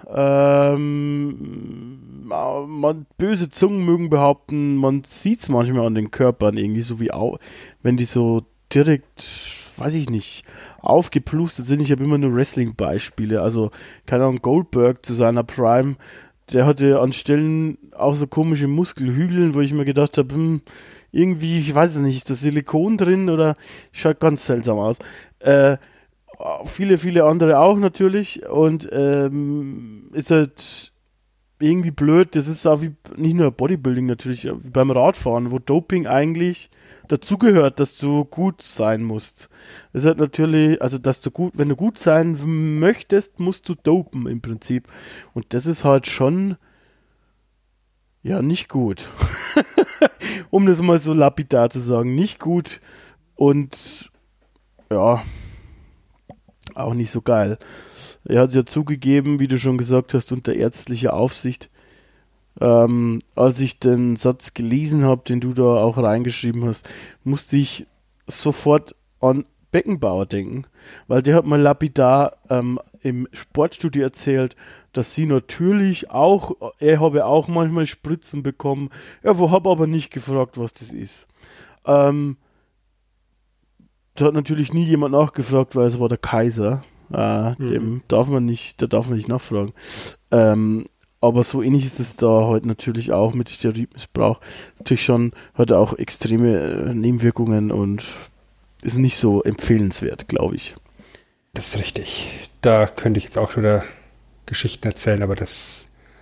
Ähm, man, böse Zungen mögen behaupten, man sieht es manchmal an den Körpern irgendwie so wie, au wenn die so direkt, weiß ich nicht, aufgeplustert sind. Ich habe immer nur Wrestling-Beispiele. Also, keine Ahnung, Goldberg zu seiner Prime, der hatte an Stellen auch so komische Muskelhügeln, wo ich mir gedacht habe, hm, irgendwie, ich weiß es nicht, ist da Silikon drin oder schaut ganz seltsam aus. Äh, viele, viele andere auch natürlich und ähm, ist halt irgendwie blöd, das ist auch wie, nicht nur Bodybuilding natürlich, wie beim Radfahren, wo Doping eigentlich dazugehört, dass du gut sein musst. Das ist halt natürlich, also dass du gut, wenn du gut sein möchtest, musst du dopen im Prinzip. Und das ist halt schon ja nicht gut. Um das mal so lapidar zu sagen, nicht gut und ja, auch nicht so geil. Er hat es ja zugegeben, wie du schon gesagt hast, unter ärztlicher Aufsicht. Ähm, als ich den Satz gelesen habe, den du da auch reingeschrieben hast, musste ich sofort an Beckenbauer denken, weil der hat mal lapidar ähm, im Sportstudio erzählt, dass sie natürlich auch, er habe auch manchmal Spritzen bekommen, er habe aber nicht gefragt, was das ist. Ähm, da hat natürlich nie jemand nachgefragt, weil es war der Kaiser. Äh, mhm. Dem darf man nicht, da darf man nicht nachfragen. Ähm, aber so ähnlich ist es da heute natürlich auch mit Steroidmissbrauch. Natürlich schon, hat er auch extreme äh, Nebenwirkungen und ist nicht so empfehlenswert, glaube ich. Das ist richtig. Da könnte ich jetzt auch schon wieder Geschichten erzählen, aber das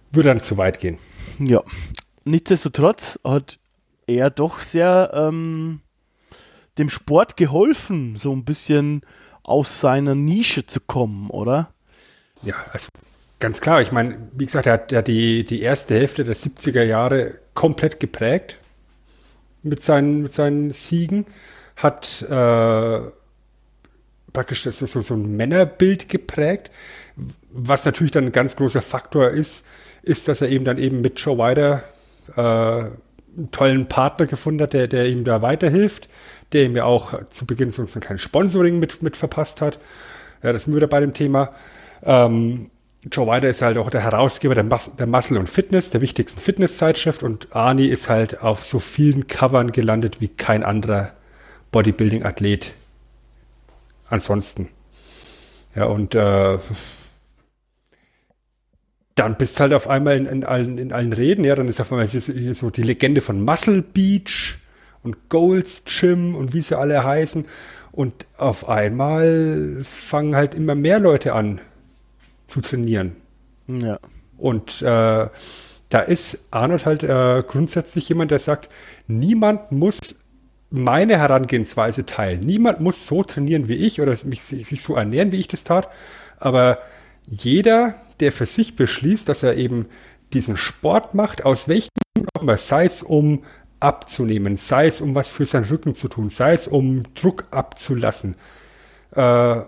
würde dann zu weit gehen. Ja. Nichtsdestotrotz hat er doch sehr ähm, dem Sport geholfen, so ein bisschen aus seiner Nische zu kommen, oder? Ja, also ganz klar. Ich meine, wie gesagt, er hat ja die, die erste Hälfte der siebziger Jahre komplett geprägt mit seinen, mit seinen Siegen. Hat äh, praktisch das ist so, so ein Männerbild geprägt. Was natürlich dann ein ganz großer Faktor ist, ist, dass er eben dann eben mit Joe Weider äh, einen tollen Partner gefunden hat, der, der ihm da weiterhilft, der ihm ja auch zu Beginn so ein kleines Sponsoring mit, mit verpasst hat. Ja, das sind wir wieder bei dem Thema. Ähm, Joe Weider ist halt auch der Herausgeber der, Mus- der Muscle und Fitness, der wichtigsten Fitnesszeitschrift, und Arnie ist halt auf so vielen Covern gelandet wie kein anderer Bodybuilding-Athlet ansonsten. Ja, und äh, dann bist du halt auf einmal in, in, allen, in allen Reden, ja, dann ist auf einmal hier so, hier so die Legende von Muscle Beach und Gold's Gym und wie sie alle heißen. Und auf einmal fangen halt immer mehr Leute an zu trainieren. Ja. Und äh, da ist Arnold halt äh, grundsätzlich jemand, der sagt, niemand muss meine Herangehensweise teilen. Niemand muss so trainieren wie ich oder mich, sich so ernähren, wie ich das tat. Aber jeder, der für sich beschließt, dass er eben diesen Sport macht, aus welchem Grund auch immer, sei es um abzunehmen, sei es um was für seinen Rücken zu tun, sei es um Druck abzulassen, äh,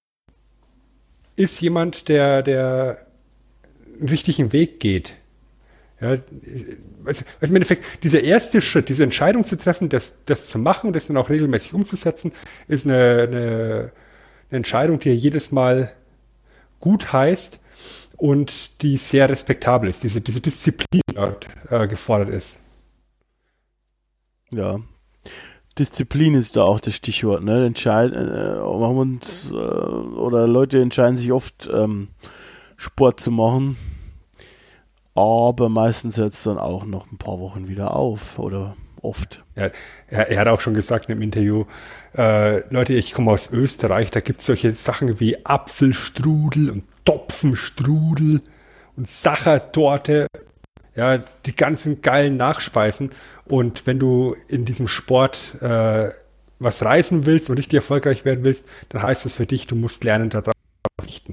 ist jemand, der, der einen richtigen Weg geht. Ja, also, also im Endeffekt, dieser erste Schritt, diese Entscheidung zu treffen, das, das zu machen und das dann auch regelmäßig umzusetzen, ist eine, eine, eine Entscheidung, die jedes Mal gut heißt und die sehr respektabel ist, diese, diese Disziplin dort äh, gefordert ist. Ja. Disziplin ist da auch das Stichwort, ne? Entscheid, äh, machen wir uns, äh, oder Leute entscheiden sich oft, ähm, Sport zu machen, aber meistens hört es dann auch noch ein paar Wochen wieder auf oder oft. Ja, er, er hat auch schon gesagt in einem Interview, äh, Leute, ich komme aus Österreich, da gibt es solche Sachen wie Apfelstrudel und Topfenstrudel und Sachertorte, ja, die ganzen geilen Nachspeisen. Und wenn du in diesem Sport äh, was reißen willst und richtig erfolgreich werden willst, dann heißt das für dich, du musst lernen, darauf zu verzichten.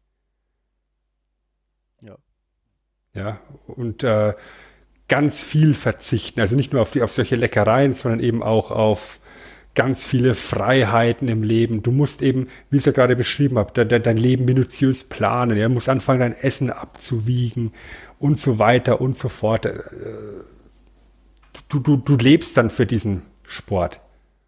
Ja. Ja, und äh, ganz viel verzichten. Also nicht nur auf, die, auf solche Leckereien, sondern eben auch auf ganz viele Freiheiten im Leben. Du musst eben, wie ich es ja gerade beschrieben habe, de, de, dein Leben minutiös planen. Ja? Du musst anfangen, dein Essen abzuwiegen und so weiter und so fort. Du, du, du lebst dann für diesen Sport,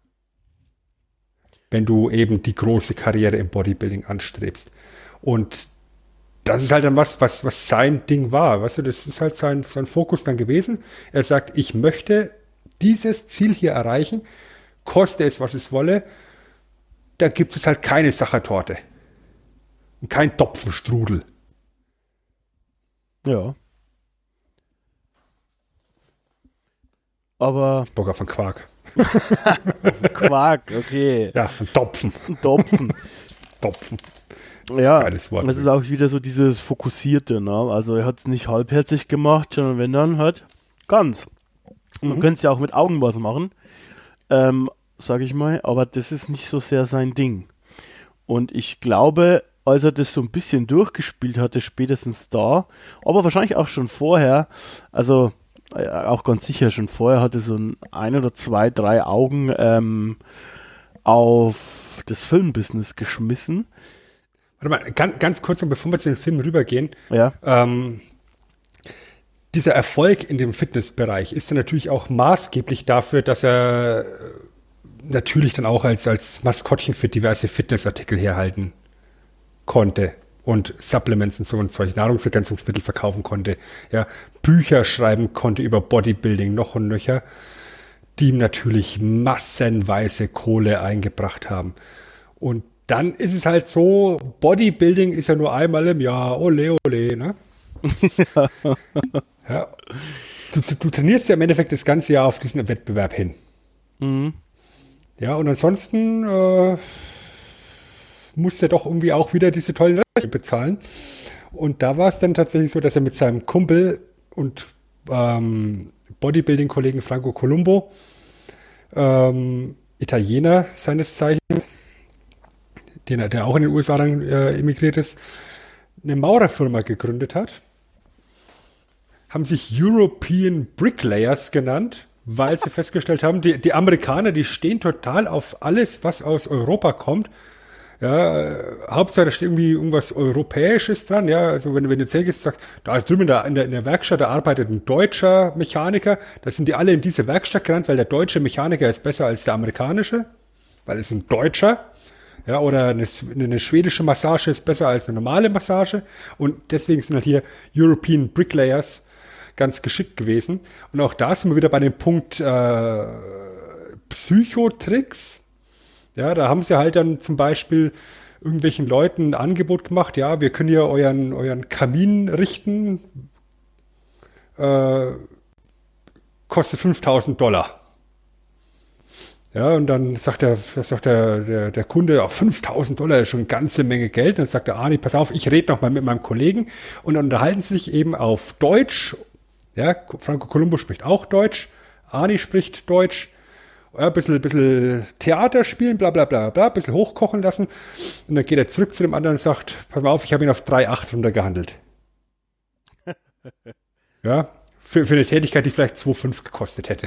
wenn du eben die große Karriere im Bodybuilding anstrebst. Und das ist halt dann was, was, was sein Ding war. Weißt du, das ist halt sein, sein Fokus dann gewesen. Er sagt, ich möchte dieses Ziel hier erreichen, koste es, was es wolle. Da gibt es halt keine Sachertorte. Und kein Topfenstrudel. Ja. Aber. Bock auf einen Quark. Quark, okay. Ja, ein Topfen. Ein Topfen. Topfen. Ja, Geiles Wort. das ist auch wieder so dieses Fokussierte, ne? Also er hat es nicht halbherzig gemacht, sondern wenn dann halt ganz. Mhm. Man könnte es ja auch mit Augen was machen, ähm, sag ich mal, aber das ist nicht so sehr sein Ding. Und ich glaube, als er das so ein bisschen durchgespielt hatte, spätestens da, aber wahrscheinlich auch schon vorher, also äh, auch ganz sicher schon vorher, hatte so ein, ein oder zwei, drei Augen ähm, auf das Filmbusiness geschmissen. Warte mal, ganz, ganz kurz, bevor wir zu den Filmen rübergehen. Ja. Ähm, dieser Erfolg in dem Fitnessbereich ist dann natürlich auch maßgeblich dafür, dass er natürlich dann auch als, als Maskottchen für diverse Fitnessartikel herhalten konnte und Supplements und so und solche Nahrungsergänzungsmittel verkaufen konnte. Ja, Bücher schreiben konnte über Bodybuilding noch und nöcher, die ihm natürlich massenweise Kohle eingebracht haben. Und dann ist es halt so, Bodybuilding ist ja nur einmal im Jahr, ole, ole, ne? Ja. Du, du, du trainierst ja im Endeffekt das ganze Jahr auf diesen Wettbewerb hin. Mhm. Ja, und ansonsten äh, musst du ja doch irgendwie auch wieder diese tollen Rechte bezahlen. Und da war es dann tatsächlich so, dass er mit seinem Kumpel und ähm, Bodybuilding-Kollegen Franco Columbo, ähm, Italiener seines Zeichens, den, der auch in den U S A dann äh, emigriert ist, eine Maurerfirma gegründet hat. Haben sich European Bricklayers genannt, weil sie festgestellt haben, die, die Amerikaner, die stehen total auf alles, was aus Europa kommt. Ja, äh, Hauptsache, da steht irgendwie irgendwas Europäisches dran. Ja, also wenn, wenn du jetzt hergehst und sagst, da drüben in der, in, der, in der Werkstatt, da arbeitet ein deutscher Mechaniker, da sind die alle in diese Werkstatt gerannt, weil der deutsche Mechaniker ist besser als der amerikanische, weil es ein Deutscher. Ja, oder eine, eine schwedische Massage ist besser als eine normale Massage. Und deswegen sind halt hier European Bricklayers ganz geschickt gewesen. Und auch da sind wir wieder bei dem Punkt äh, Psychotricks. Ja, da haben sie halt dann zum Beispiel irgendwelchen Leuten ein Angebot gemacht, ja, wir können hier euren, euren Kamin richten, äh, kostet fünftausend Dollar. Ja, und dann sagt der, sagt der, der, der Kunde, auch fünftausend Dollar ist schon eine ganze Menge Geld. Dann sagt der Arni, pass auf, ich rede noch mal mit meinem Kollegen, und dann unterhalten sie sich eben auf Deutsch. Ja, Franco Columbo spricht auch Deutsch, Arni spricht Deutsch. Ja, ein bisschen, bisschen Theater spielen, bla bla bla bla, ein bisschen hochkochen lassen. Und dann geht er zurück zu dem anderen und sagt, pass mal auf, ich habe ihn auf drei Komma acht runtergehandelt. Ja, für, für eine Tätigkeit, die vielleicht zwei Komma fünf gekostet hätte.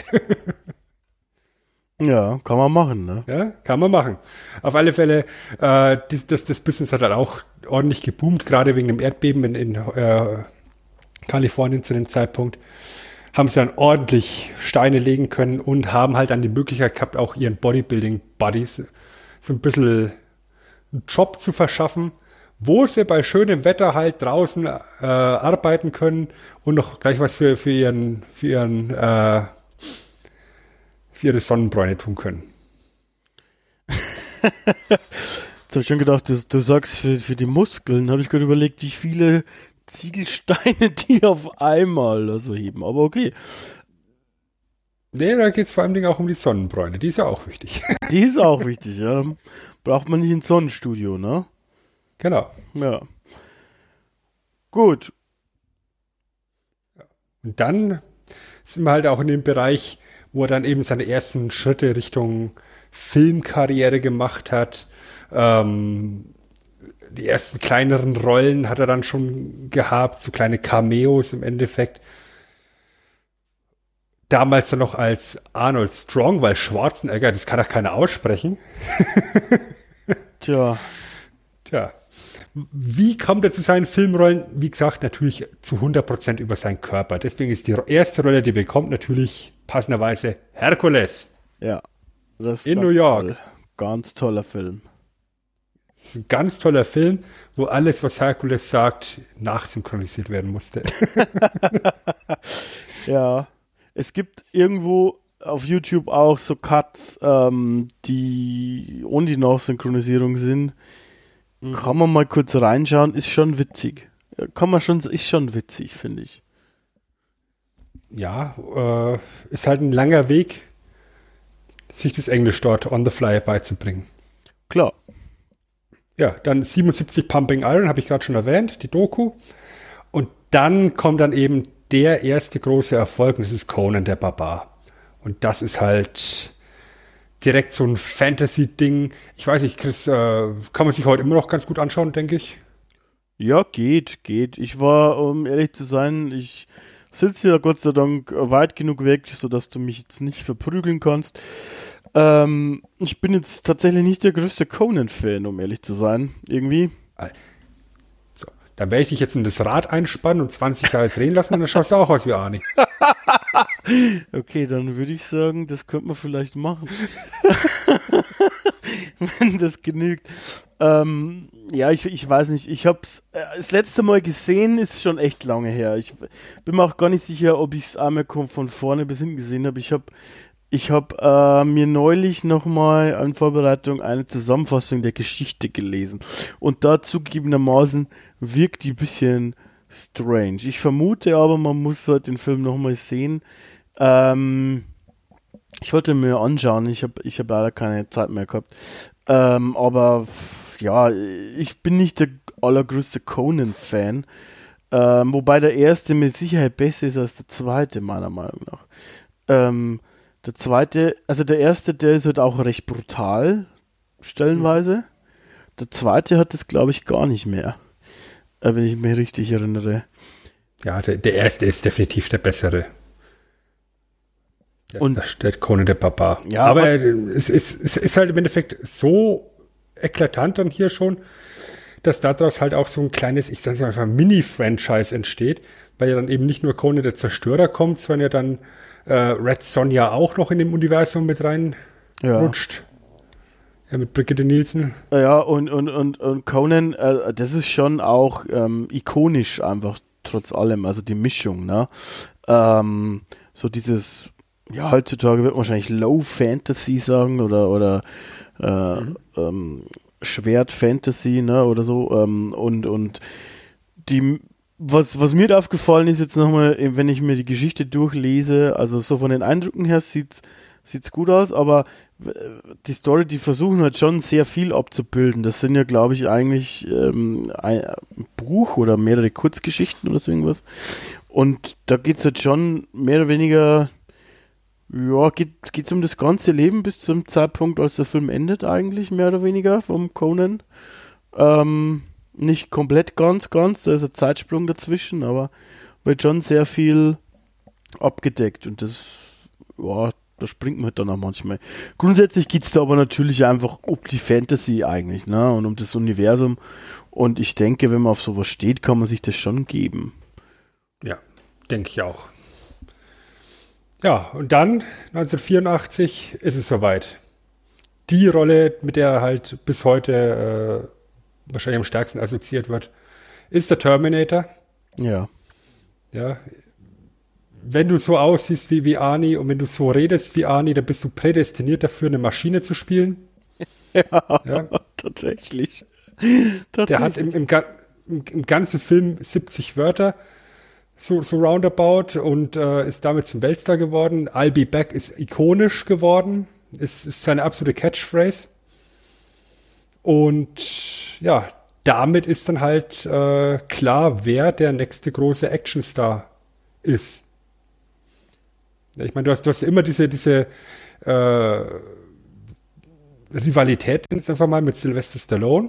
Ja, kann man machen, ne? Ja, kann man machen. Auf alle Fälle, äh, das, das, das Business hat halt auch ordentlich geboomt, gerade wegen dem Erdbeben in, in äh, Kalifornien zu dem Zeitpunkt. Haben sie dann ordentlich Steine legen können und haben halt dann die Möglichkeit gehabt, auch ihren Bodybuilding-Buddies so ein bisschen einen Job zu verschaffen, wo sie bei schönem Wetter halt draußen äh, arbeiten können und noch gleich was für, für ihren, für ihren, äh, für ihre Sonnenbräune tun können. Jetzt habe ich schon gedacht, du, du sagst für, für die Muskeln, habe ich gerade überlegt, wie viele Ziegelsteine die auf einmal also heben, aber okay. Nee, da geht es vor allem auch um die Sonnenbräune, die ist ja auch wichtig. Die ist auch wichtig, ja. Braucht man nicht ins Sonnenstudio, ne? Genau. Ja. Gut. Und dann sind wir halt auch in dem Bereich, wo er dann eben seine ersten Schritte Richtung Filmkarriere gemacht hat. Ähm, die ersten kleineren Rollen hat er dann schon gehabt, so kleine Cameos im Endeffekt. Damals dann noch als Arnold Strong, weil Schwarzenegger, das kann doch keiner aussprechen. Tja. Tja. Wie kommt er zu seinen Filmrollen? Wie gesagt, natürlich zu hundert Prozent über seinen Körper. Deswegen ist die erste Rolle, die er bekommt, natürlich passenderweise Herkules. Ja. Das ist in New York. Toll. Ganz toller Film. Das ist ein ganz toller Film, wo alles, was Herkules sagt, nachsynchronisiert werden musste. Ja. Es gibt irgendwo auf YouTube auch so Cuts, ähm, die ohne die Nachsynchronisierung sind. Mhm. Kann man mal kurz reinschauen, ist schon witzig. Kann man schon, ist schon witzig, finde ich. Ja, äh, ist halt ein langer Weg, sich das Englisch dort on the fly beizubringen. Klar. Ja, dann siebenundsiebzig Pumping Iron, habe ich gerade schon erwähnt, die Doku. Und dann kommt dann eben der erste große Erfolg, und das ist Conan der Barbar. Und das ist halt direkt so ein Fantasy-Ding. Ich weiß nicht, Chris, äh, kann man sich heute immer noch ganz gut anschauen, denke ich. Ja, geht, geht. Ich war, um ehrlich zu sein, ich sitze ja Gott sei Dank weit genug weg, sodass du mich jetzt nicht verprügeln kannst. Ähm, ich bin jetzt tatsächlich nicht der größte Conan-Fan, um ehrlich zu sein, irgendwie. So, dann werde ich dich jetzt in das Rad einspannen und zwanzig Jahre drehen lassen, und dann schaust du auch aus wie Arnie. Okay, dann würde ich sagen, das könnte man vielleicht machen. Wenn das genügt. Ähm, ja, ich, ich weiß nicht, ich habe es äh, das letzte Mal gesehen, ist schon echt lange her. Ich bin mir auch gar nicht sicher, ob ich es einmal von vorne bis hinten gesehen habe. Ich habe ich hab, äh, mir neulich nochmal in Vorbereitung eine Zusammenfassung der Geschichte gelesen. Und da zugegebenermaßen wirkt die ein bisschen strange. Ich vermute aber, man muss halt den Film nochmal sehen. Ähm, ich wollte mir anschauen, ich habe ich hab leider keine Zeit mehr gehabt. Ähm, aber ja, ich bin nicht der allergrößter Conan-Fan. Ähm, wobei der erste mit Sicherheit besser ist als der zweite, meiner Meinung nach. Ähm, der zweite, also der erste, der ist halt auch recht brutal, stellenweise. Der zweite hat das, glaube ich, gar nicht mehr. Äh, wenn ich mich richtig erinnere. Ja, der, der erste ist definitiv der bessere. Ja, und der Conan der Barbar. Ja, aber, aber es, ist, es ist halt im Endeffekt so eklatant dann hier schon, dass daraus halt auch so ein kleines, ich sage es einfach, Mini-Franchise entsteht, weil ja dann eben nicht nur Conan der Zerstörer kommt, sondern ja dann äh, Red Sonja auch noch in dem Universum mit rein ja. rutscht. Ja, mit Brigitte Nielsen. Ja, und, und, und, und Conan, äh, das ist schon auch ähm, ikonisch einfach, trotz allem, also die Mischung, ne? Ähm, so dieses, ja, heutzutage wird man wahrscheinlich Low Fantasy sagen oder, oder äh, mhm. ähm, Schwert Fantasy, ne, oder so, ähm, und, und die, was, was mir da aufgefallen ist jetzt nochmal, wenn ich mir die Geschichte durchlese, also so von den Eindrücken her sieht's, sieht's gut aus, aber die Story, die versuchen halt schon sehr viel abzubilden. Das sind ja, glaube ich, eigentlich ähm, ein Buch oder mehrere Kurzgeschichten oder so irgendwas. Und da geht's halt schon mehr oder weniger, ja, geht geht's um das ganze Leben bis zum Zeitpunkt, als der Film endet eigentlich, mehr oder weniger, vom Conan. Ähm, nicht komplett ganz, ganz, da ist ein Zeitsprung dazwischen, aber wird schon sehr viel abgedeckt und das, ja, da springt man halt dann auch manchmal. Grundsätzlich geht es da aber natürlich einfach um die Fantasy eigentlich, ne? Und um das Universum. Und ich denke, wenn man auf sowas steht, kann man sich das schon geben. Ja, denke ich auch. Ja, und dann, neunzehnhundertvierundachtzig, ist es soweit. Die Rolle, mit der er halt bis heute äh, wahrscheinlich am stärksten assoziiert wird, ist der Terminator. Ja. Ja, wenn du so aussiehst wie, wie Arnie und wenn du so redest wie Arnie, dann bist du prädestiniert dafür, eine Maschine zu spielen. Ja, ja. Tatsächlich. tatsächlich. Der hat im, im, im, im ganzen Film siebzig Wörter, so, so roundabout, und äh, ist damit zum Weltstar geworden. I'll be back ist ikonisch geworden, ist, ist seine absolute Catchphrase. Und ja, damit ist dann halt äh, klar, wer der nächste große Actionstar ist. Ich meine, du hast, du hast immer diese, diese äh, Rivalität jetzt einfach mal mit Sylvester Stallone.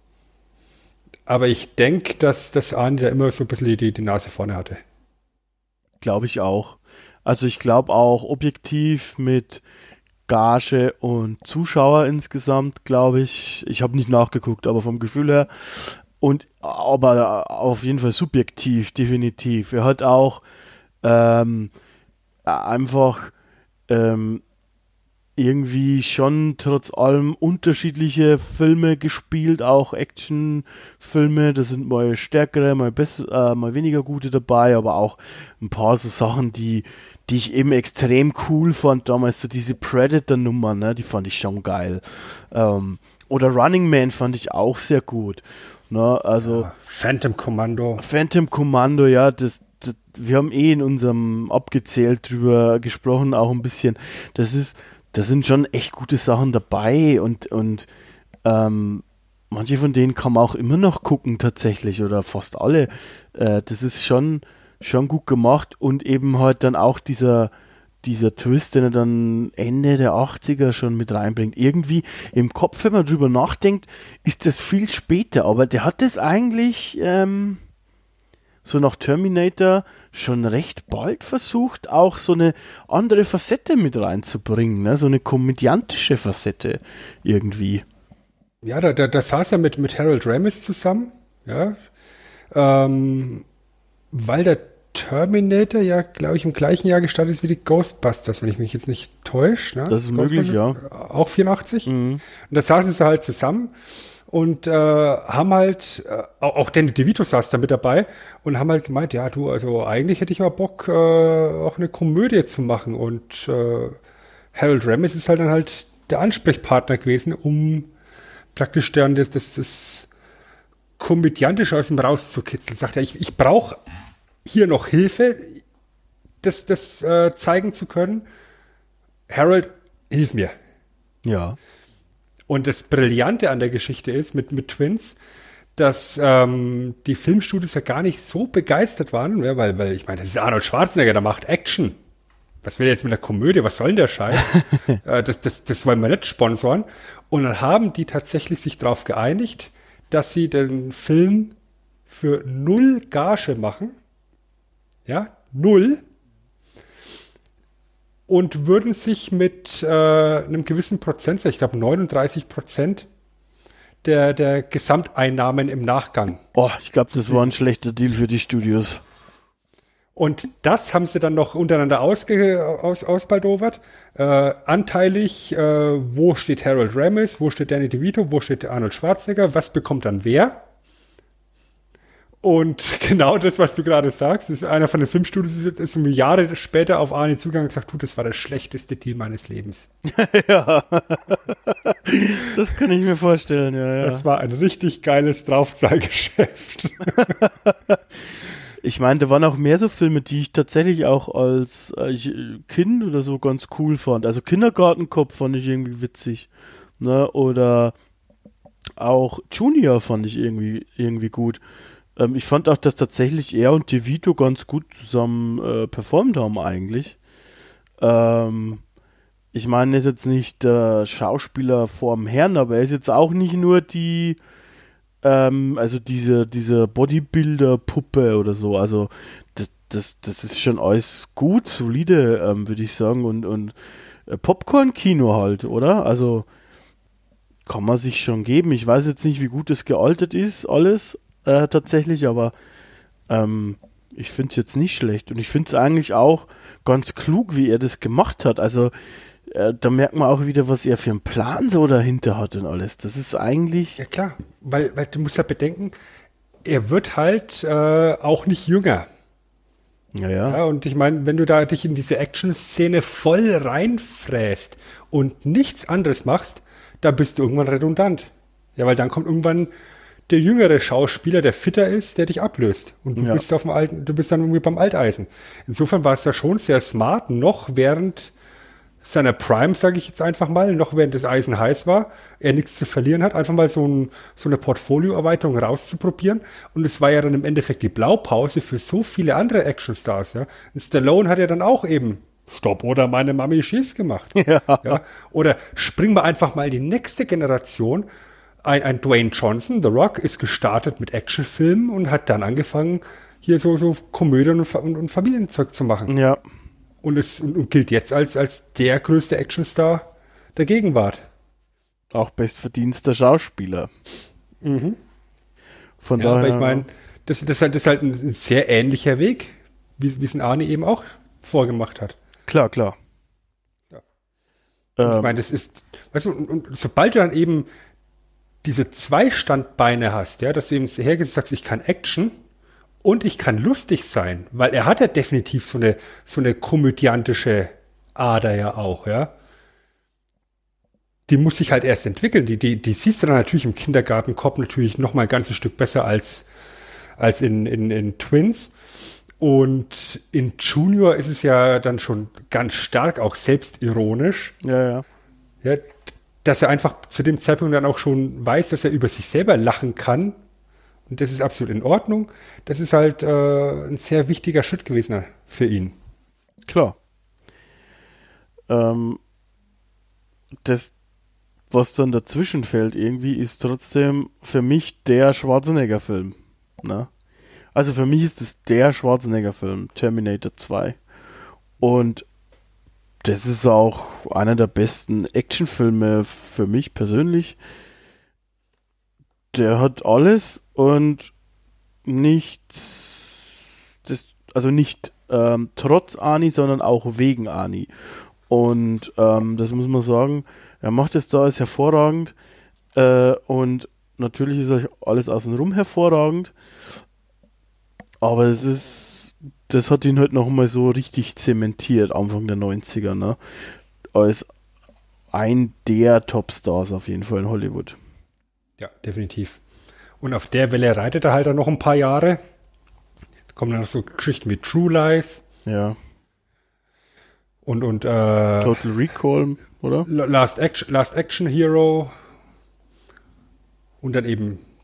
Aber ich denke, dass das Arnie da immer so ein bisschen die, die Nase vorne hatte. Glaube ich auch. Also ich glaube auch objektiv mit Gage und Zuschauer insgesamt, glaube ich, ich habe nicht nachgeguckt, aber vom Gefühl her, und aber auf jeden Fall subjektiv, definitiv. Er hat auch ähm, einfach ähm, irgendwie schon trotz allem unterschiedliche Filme gespielt, auch Actionfilme, da sind mal stärkere, mal besser, äh, mal weniger gute dabei, aber auch ein paar so Sachen, die die ich eben extrem cool fand damals, so diese Predator-Nummer, ne, die fand ich schon geil. Ähm, oder Running Man fand ich auch sehr gut. Ne, also ja, Phantom Commando. Phantom Commando, ja, das wir haben eh in unserem abgezählt drüber gesprochen, auch ein bisschen. Das ist, da sind schon echt gute Sachen dabei und, und ähm, manche von denen kann man auch immer noch gucken tatsächlich oder fast alle. Äh, das ist schon, schon gut gemacht und eben halt dann auch dieser, dieser Twist, den er dann Ende der achtziger schon mit reinbringt. Irgendwie im Kopf, wenn man drüber nachdenkt, ist das viel später, aber der hat das eigentlich ähm, so nach Terminator schon recht bald versucht, auch so eine andere Facette mit reinzubringen, ne? So eine komödiantische Facette irgendwie. Ja, da, da, da saß er mit, mit Harold Ramis zusammen, ja, ähm, weil der Terminator ja, glaube ich, im gleichen Jahr gestartet ist wie die Ghostbusters, wenn ich mich jetzt nicht täusche. Ne? Das ist möglich, ja. Auch vierundachtzig. Mhm. Und da saßen sie halt zusammen und äh, haben halt, äh, auch Danny DeVito saß da mit dabei und haben halt gemeint, ja du, also eigentlich hätte ich mal Bock, äh, auch eine Komödie zu machen. Und äh, Harold Ramis ist halt dann halt der Ansprechpartner gewesen, um praktisch dann das, das, das Komödiantische aus ihm rauszukitzeln. Sagt er, ich, ich brauche hier noch Hilfe, das, das äh, zeigen zu können. Harold, hilf mir. Ja. Und das Brillante an der Geschichte ist, mit, mit Twins, dass ähm, die Filmstudios ja gar nicht so begeistert waren, ja, weil, weil ich meine, das ist Arnold Schwarzenegger, der macht Action. Was will er jetzt mit einer Komödie? Was soll denn der Scheiß? äh, das, das, das wollen wir nicht sponsoren. Und dann haben die tatsächlich sich darauf geeinigt, dass sie den Film für null Gage machen. Ja, null. Und würden sich mit äh, einem gewissen Prozentsatz, ich glaube neununddreißig Prozent der, der Gesamteinnahmen im Nachgang. Oh, ich glaube, das war ein schlechter Deal für die Studios. Und das haben sie dann noch untereinander ausge, aus, ausbaldowert. Äh, anteilig, äh, wo steht Harold Ramis, wo steht Danny DeVito, wo steht Arnold Schwarzenegger, was bekommt dann wer? Und genau das, was du gerade sagst, ist einer von den Filmstudios, ist, ist Jahre später auf Arnie zugegangen und gesagt, du, das war der schlechteste Deal meines Lebens. Ja, das kann ich mir vorstellen, ja, ja. Das war ein richtig geiles Draufzahlgeschäft. Ich meine, da waren auch mehr so Filme, die ich tatsächlich auch als äh, Kind oder so ganz cool fand. Also Kindergartenkopf fand ich irgendwie witzig, ne? Oder auch Junior fand ich irgendwie irgendwie gut. Ähm, ich fand auch, dass tatsächlich er und DeVito ganz gut zusammen äh, performt haben eigentlich. Ähm, ich meine, er ist jetzt nicht der Schauspieler vorm Herrn, aber er ist jetzt auch nicht nur die Ähm, also diese, diese Bodybuilder-Puppe oder so, also das, das, das ist schon alles gut, solide, ähm, würde ich sagen, und, und äh, Popcorn-Kino halt, oder? Also kann man sich schon geben. Ich weiß jetzt nicht, wie gut es gealtert ist, alles äh, tatsächlich, aber ähm, ich finde es jetzt nicht schlecht und ich finde es eigentlich auch ganz klug, wie er das gemacht hat. Also äh, da merkt man auch wieder, was er für einen Plan so dahinter hat und alles. Das ist eigentlich... Ja klar, weil, weil du musst ja bedenken, er wird halt äh, auch nicht jünger. Ja, ja. Ja, und ich meine, wenn du da dich in diese Action-Szene voll reinfräst und nichts anderes machst, da bist du irgendwann redundant. Ja, weil dann kommt irgendwann der jüngere Schauspieler, der fitter ist, der dich ablöst. Und du Ja. bist auf dem alten, du bist dann irgendwie beim Alteisen. Insofern war es ja schon sehr smart, noch während seiner Prime, sage ich jetzt einfach mal, noch während das Eisen heiß war, er nichts zu verlieren hat, einfach mal so, ein, so eine Portfolioerweiterung rauszuprobieren. Und es war ja dann im Endeffekt die Blaupause für so viele andere Actionstars. Ja. Und Stallone hat ja dann auch eben Stopp oder meine Mami schießt gemacht. Ja. Ja. Oder springen wir einfach mal in die nächste Generation. Ein, ein Dwayne Johnson, The Rock, ist gestartet mit Actionfilmen und hat dann angefangen, hier so, so Komödien und, und, und Familienzeug zu machen. Ja. Und es und, und gilt jetzt als, als der größte Actionstar der Gegenwart. Auch bestverdienster Schauspieler. Mhm. Von Ja, daher. aber ich meine, das, das, ist halt, das ist halt ein, ein sehr ähnlicher Weg, wie, wie es ein Arne eben auch vorgemacht hat. Klar, klar. Ja. Ähm, Ich meine, das ist, weißt du, und, und sobald du dann eben diese zwei Standbeine hast, ja, dass du eben hergehst und sagst, ich kann Action und ich kann lustig sein, weil er hat ja definitiv so eine, so eine komödiantische Ader ja auch, ja. Die muss sich halt erst entwickeln. Die, die, die siehst du dann natürlich im Kindergartenkopf natürlich noch mal ein ganzes Stück besser als, als in, in, in Twins. Und in Junior ist es ja dann schon ganz stark auch selbstironisch. ja, ja. Ja, dass er einfach zu dem Zeitpunkt dann auch schon weiß, dass er über sich selber lachen kann. Und das ist absolut in Ordnung. Das ist halt äh, ein sehr wichtiger Schritt gewesen für ihn. Klar. Ähm, das, was dann dazwischen fällt, irgendwie, ist trotzdem für mich der Schwarzenegger-Film. Ne? Also für mich ist es der Schwarzenegger-Film, Terminator zwei. Und das ist auch einer der besten Actionfilme für mich persönlich. Der hat alles und nicht, das, also nicht ähm, trotz Arnie, sondern auch wegen Arnie. Und ähm, das muss man sagen, er macht es da alles hervorragend. Äh, und natürlich ist euch alles außenrum hervorragend. Aber es ist, das hat ihn halt noch mal so richtig zementiert, Anfang der neunziger, ne? Als ein der Topstars auf jeden Fall in Hollywood. Ja, definitiv. Und auf der Welle reitet er halt dann noch ein paar Jahre. Da kommen dann noch so Geschichten wie True Lies. Ja. Und, und äh, Total Recall, oder? Last Action, Last Action Hero. Und dann eben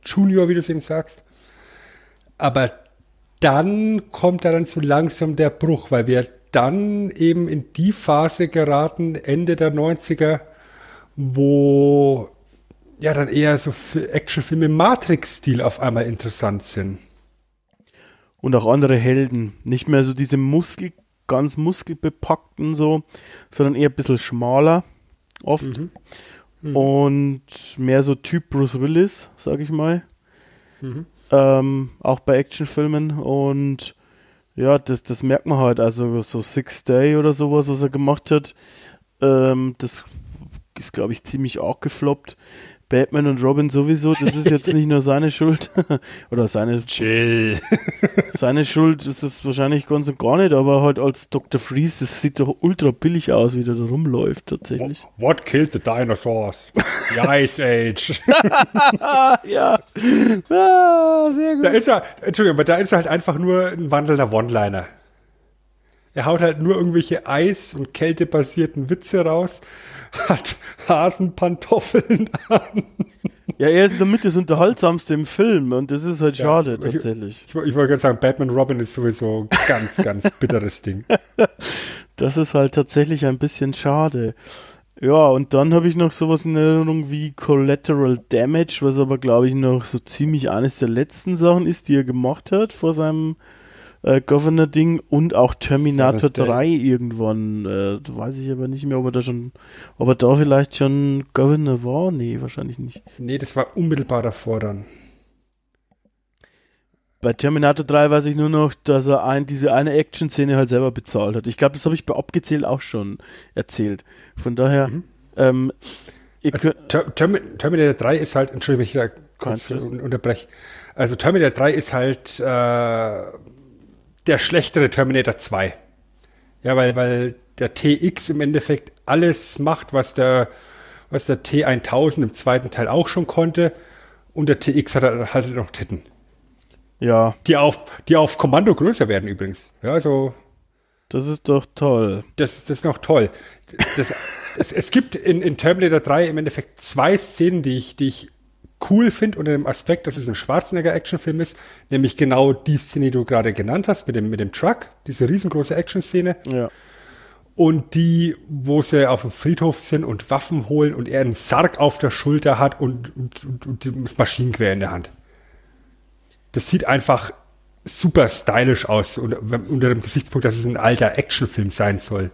Junior, wie du es eben sagst. Aber dann kommt da dann so langsam der Bruch, weil wir dann eben in die Phase geraten, Ende der neunziger, wo ja dann eher so Actionfilme im Matrix-Stil auf einmal interessant sind. Und auch andere Helden. Nicht mehr so diese Muskel, ganz muskelbepackten so, sondern eher ein bisschen schmaler oft. Mhm. Mhm. Und mehr so Typ Bruce Willis, sag ich mal. Mhm. Ähm, auch bei Actionfilmen. Und ja, das, das merkt man halt. Also so Six Day oder sowas, was er gemacht hat, ähm, das ist, glaube ich, ziemlich arg gefloppt. Batman und Robin sowieso, das ist jetzt nicht nur seine Schuld. Oder seine Chill. Seine Schuld ist es wahrscheinlich ganz und gar nicht, aber halt als Doktor Freeze, das sieht doch ultra billig aus, wie der da rumläuft, tatsächlich. What, what killed the dinosaurs? The Ice Age. Ja. Ah, sehr gut. Da ist er, Entschuldigung, aber da ist er halt einfach nur ein wandelnder One-Liner. Er haut halt nur irgendwelche Eis- und kältebasierten Witze raus, hat Hasenpantoffeln an. Ja, er ist in der Mitte das Unterhaltsamste im Film und das ist halt schade, ja, tatsächlich. Ich, ich, ich wollte gerade sagen, Batman Robin ist sowieso ein ganz, ganz bitteres Ding. Das ist halt tatsächlich ein bisschen schade. Ja, und dann habe ich noch sowas in Erinnerung wie Collateral Damage, was aber, glaube ich, noch so ziemlich eines der letzten Sachen ist, die er gemacht hat vor seinem äh, Governor-Ding, und auch Terminator drei irgendwann. Äh, weiß ich aber nicht mehr, ob er da schon, ob er da vielleicht schon Governor war. Nee, wahrscheinlich nicht. Nee, das war unmittelbar davor dann. Bei Terminator drei weiß ich nur noch, dass er ein, diese eine Action-Szene halt selber bezahlt hat. Ich glaube, das habe ich bei Abgezählt auch schon erzählt. Von daher, mhm. ähm, also, Ter- Term- Terminator drei ist halt, Entschuldigung, wenn ich da kurz un- unterbreche. Also Terminator drei ist halt äh, der schlechtere Terminator zwei. Ja, weil, weil der T X im Endeffekt alles macht, was der, was der T tausend im zweiten Teil auch schon konnte. Und der T X hat halt noch Titten. Ja. Die auf, die auf Kommando größer werden übrigens. Ja, also. Das ist doch toll. Das, das ist noch toll. Das, es, es gibt in, in Terminator drei im Endeffekt zwei Szenen, die ich, die ich cool finde unter dem Aspekt, dass es ein Schwarzenegger-Actionfilm ist. Nämlich genau die Szene, die du gerade genannt hast, mit dem, mit dem Truck. Diese riesengroße Action-Szene. Ja. Und die, wo sie auf dem Friedhof sind und Waffen holen und er einen Sarg auf der Schulter hat und, und, und, und das Maschinengewehr in der Hand. Das sieht einfach super stylisch aus, unter, unter dem Gesichtspunkt, dass es ein alter Actionfilm sein soll.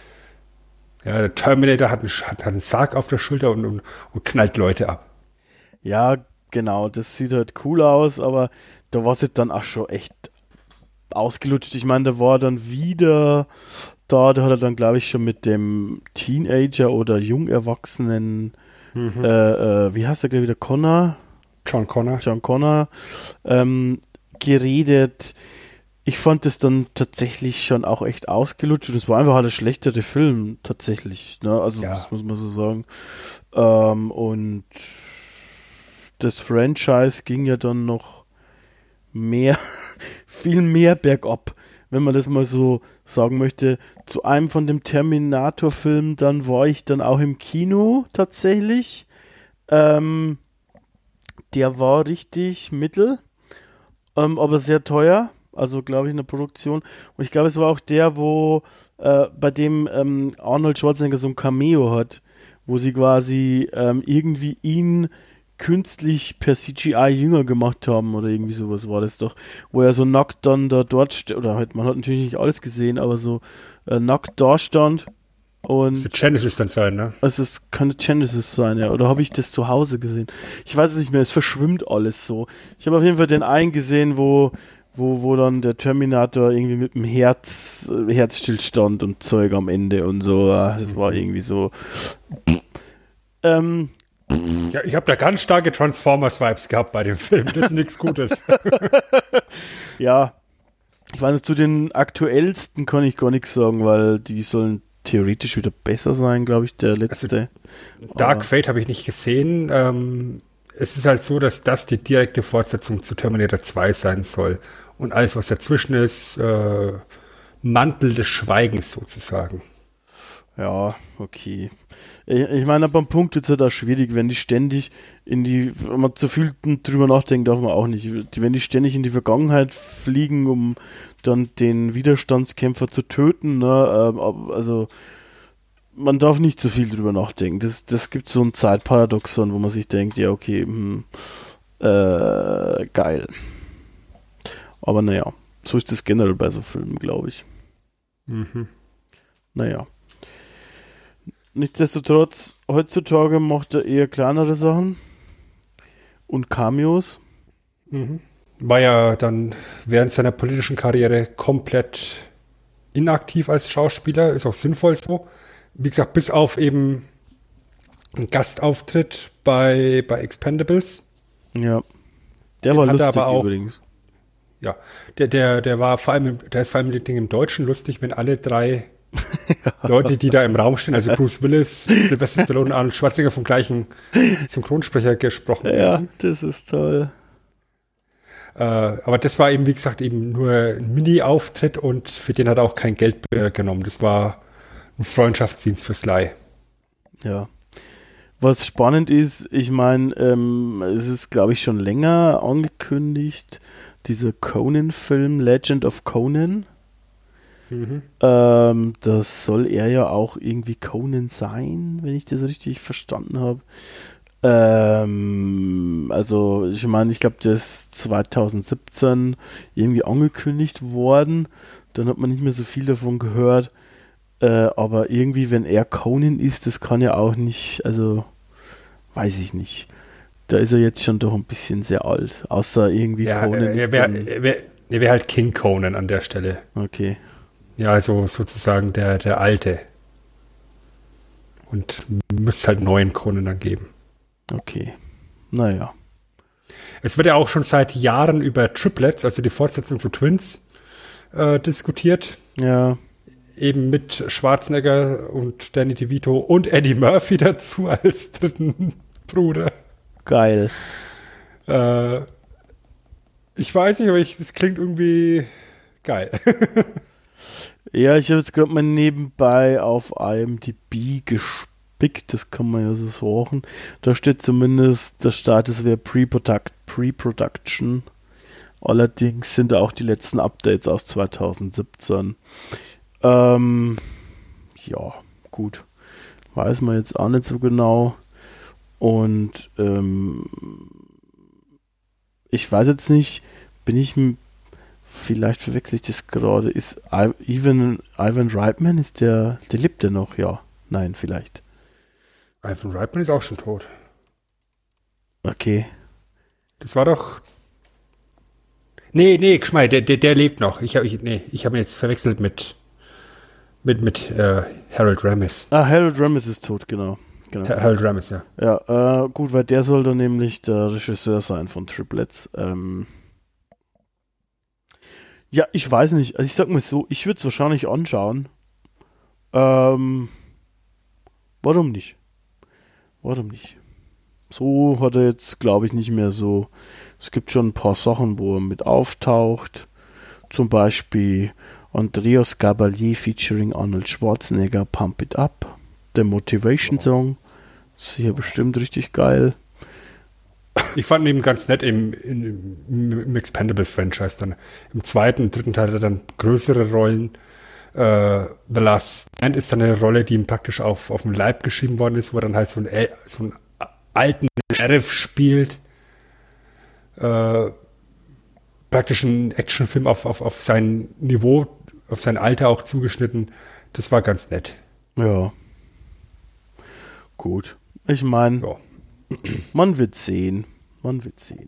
Ja, der Terminator hat einen, hat einen Sarg auf der Schulter und, und, und knallt Leute ab. Ja, genau, das sieht halt cool aus, aber da war es dann auch schon echt ausgelutscht. Ich meine, da war dann wieder da, da hat er dann, glaube ich, schon mit dem Teenager oder Jungerwachsenen, mhm. äh, äh, wie heißt der gleich wieder, Connor? John Connor. John Connor ähm, geredet. Ich fand das dann tatsächlich schon auch echt ausgelutscht und es war einfach halt ein schlechterer Film, tatsächlich. Ne? Also, ja. Das muss man so sagen. Ähm, und das Franchise ging ja dann noch mehr, viel mehr bergab, wenn man das mal so sagen möchte. Zu einem von dem Terminator-Film, dann war ich dann auch im Kino tatsächlich. Ähm, Der war richtig mittel, ähm, aber sehr teuer, also glaube ich in der Produktion. Und ich glaube, es war auch der, wo äh, bei dem ähm, Arnold Schwarzenegger so ein Cameo hat, wo sie quasi ähm, irgendwie ihn künstlich per C G I jünger gemacht haben oder irgendwie sowas war das doch, wo er so nackt dann da dort st- oder halt, man hat natürlich nicht alles gesehen, aber so äh, nackt da stand. Und das wird Genesis dann sein, ne? Also es kann Genesis sein, ja. Oder habe ich das zu Hause gesehen? Ich weiß es nicht mehr, es verschwimmt alles so. Ich habe auf jeden Fall den einen gesehen, wo, wo, wo dann der Terminator irgendwie mit dem Herz, äh, Herzstillstand und Zeug am Ende und so. Das war irgendwie so. ähm, ja, ich habe da ganz starke Transformers-Vibes gehabt bei dem Film. Das ist nichts Gutes. Ja. Ich weiß nicht, zu den aktuellsten kann ich gar nichts sagen, weil die sollen theoretisch wieder besser sein, glaube ich, der letzte. Also, Dark Fate habe ich nicht gesehen. Ähm, es ist halt so, dass das die direkte Fortsetzung zu Terminator zwei sein soll. Und alles, was dazwischen ist, äh, Mantel des Schweigens sozusagen. Ja, okay. Ich, ich meine, ab einem Punkt wird es halt auch schwierig, wenn die ständig in die, wenn man zu viel drüber nachdenkt, darf man auch nicht. Wenn die ständig in die Vergangenheit fliegen, um dann den Widerstandskämpfer zu töten, ne, ähm, also man darf nicht zu viel drüber nachdenken. Das, das gibt so ein Zeitparadoxon, wo man sich denkt, ja, okay, hm, äh, geil. Aber naja, so ist das generell bei so Filmen, glaube ich. Mhm. Naja. Nichtsdestotrotz, heutzutage macht er eher kleinere Sachen und Cameos. Mhm. War ja dann während seiner politischen Karriere komplett inaktiv als Schauspieler, ist auch sinnvoll so. Wie gesagt, bis auf eben einen Gastauftritt bei, bei Expendables. Ja. Der Den war hat er lustig aber auch, übrigens. Ja, der, der, der war vor allem, im- der ist vor allem das Ding im Deutschen lustig, wenn alle drei Leute, die da im Raum stehen, also Bruce Willis, Sylvester Stallone und Arnold Schwarzenegger vom gleichen Synchronsprecher gesprochen Ja, werden. das ist toll. Äh, aber das war eben, wie gesagt, eben nur ein Mini-Auftritt und für den hat er auch kein Geld äh, genommen. Das war ein Freundschaftsdienst für Sly. Ja. Was spannend ist, ich meine, ähm, es ist, glaube ich, schon länger angekündigt, dieser Conan-Film, Legend of Conan. Mhm. Ähm, das soll er ja auch irgendwie Conan sein, wenn ich das richtig verstanden habe. Ähm, also ich meine, ich glaube, der ist zwanzig siebzehn irgendwie angekündigt worden. Dann hat man nicht mehr so viel davon gehört. Äh, aber irgendwie, wenn er Conan ist, das kann ja auch nicht, also weiß ich nicht. Da ist er jetzt schon doch ein bisschen sehr alt. Außer irgendwie Ja, Conan er, er ist wäre dann, wär, wär halt King Conan an der Stelle. okay. Ja, also sozusagen der, der Alte. Und müsste halt neuen Conan dann geben. Okay. Naja. Es wird ja auch schon seit Jahren über Triplets, also die Fortsetzung zu Twins, äh, diskutiert. Ja. Eben mit Schwarzenegger und Danny DeVito und Eddie Murphy dazu als dritten Bruder. Geil. Äh, ich weiß nicht, aber ich, das klingt irgendwie geil. Ja, ich habe jetzt gerade mal nebenbei auf IMDb gespickt, das kann man ja so sagen. Da steht zumindest, der Status wäre Pre-Product, Pre-Production. Allerdings sind da auch die letzten Updates aus zwanzig siebzehn. Ähm, ja, gut. Weiß man jetzt auch nicht so genau. Und ähm, ich weiß jetzt nicht, bin ich m- vielleicht verwechsel ich das gerade. Ist I- Ivan, Ivan Reitman, ist der, der lebt der noch? Ja. Nein, vielleicht. Ivan Reitman ist auch schon tot. Okay. Das war doch. Nee, nee, Geschmei, der, der, der lebt noch. Ich habe ich, nee, ich hab ihn jetzt verwechselt mit mit, mit äh, Harold Ramis. Ah, Harold Ramis ist tot, genau. genau. Ha- Harold Ramis, ja. Ja, äh, gut, weil der soll dann nämlich der Regisseur sein von Triplets. Ähm ja, ich weiß nicht. Also ich sag mal so, ich würde es wahrscheinlich anschauen. Ähm, warum nicht? Warum nicht? So hat er jetzt, glaube ich, nicht mehr so. Es gibt schon ein paar Sachen, wo er mit auftaucht. Zum Beispiel Andreas Gabalier featuring Arnold Schwarzenegger, Pump It Up. Der Motivation Song. Das ist hier bestimmt richtig geil. Ich fand ihn eben ganz nett im, im, im Expendables-Franchise dann. Im zweiten und dritten Teil hat er dann größere Rollen. Äh, The Last Stand ist dann eine Rolle, die ihm praktisch auf, auf den Leib geschrieben worden ist, wo er dann halt so einen, El- so einen alten Sheriff spielt. Äh, praktisch ein Actionfilm auf, auf, auf sein Niveau, auf sein Alter auch zugeschnitten. Das war ganz nett. Ja. Gut. Ich meine, Ja. man wird sehen. Man wird sehen.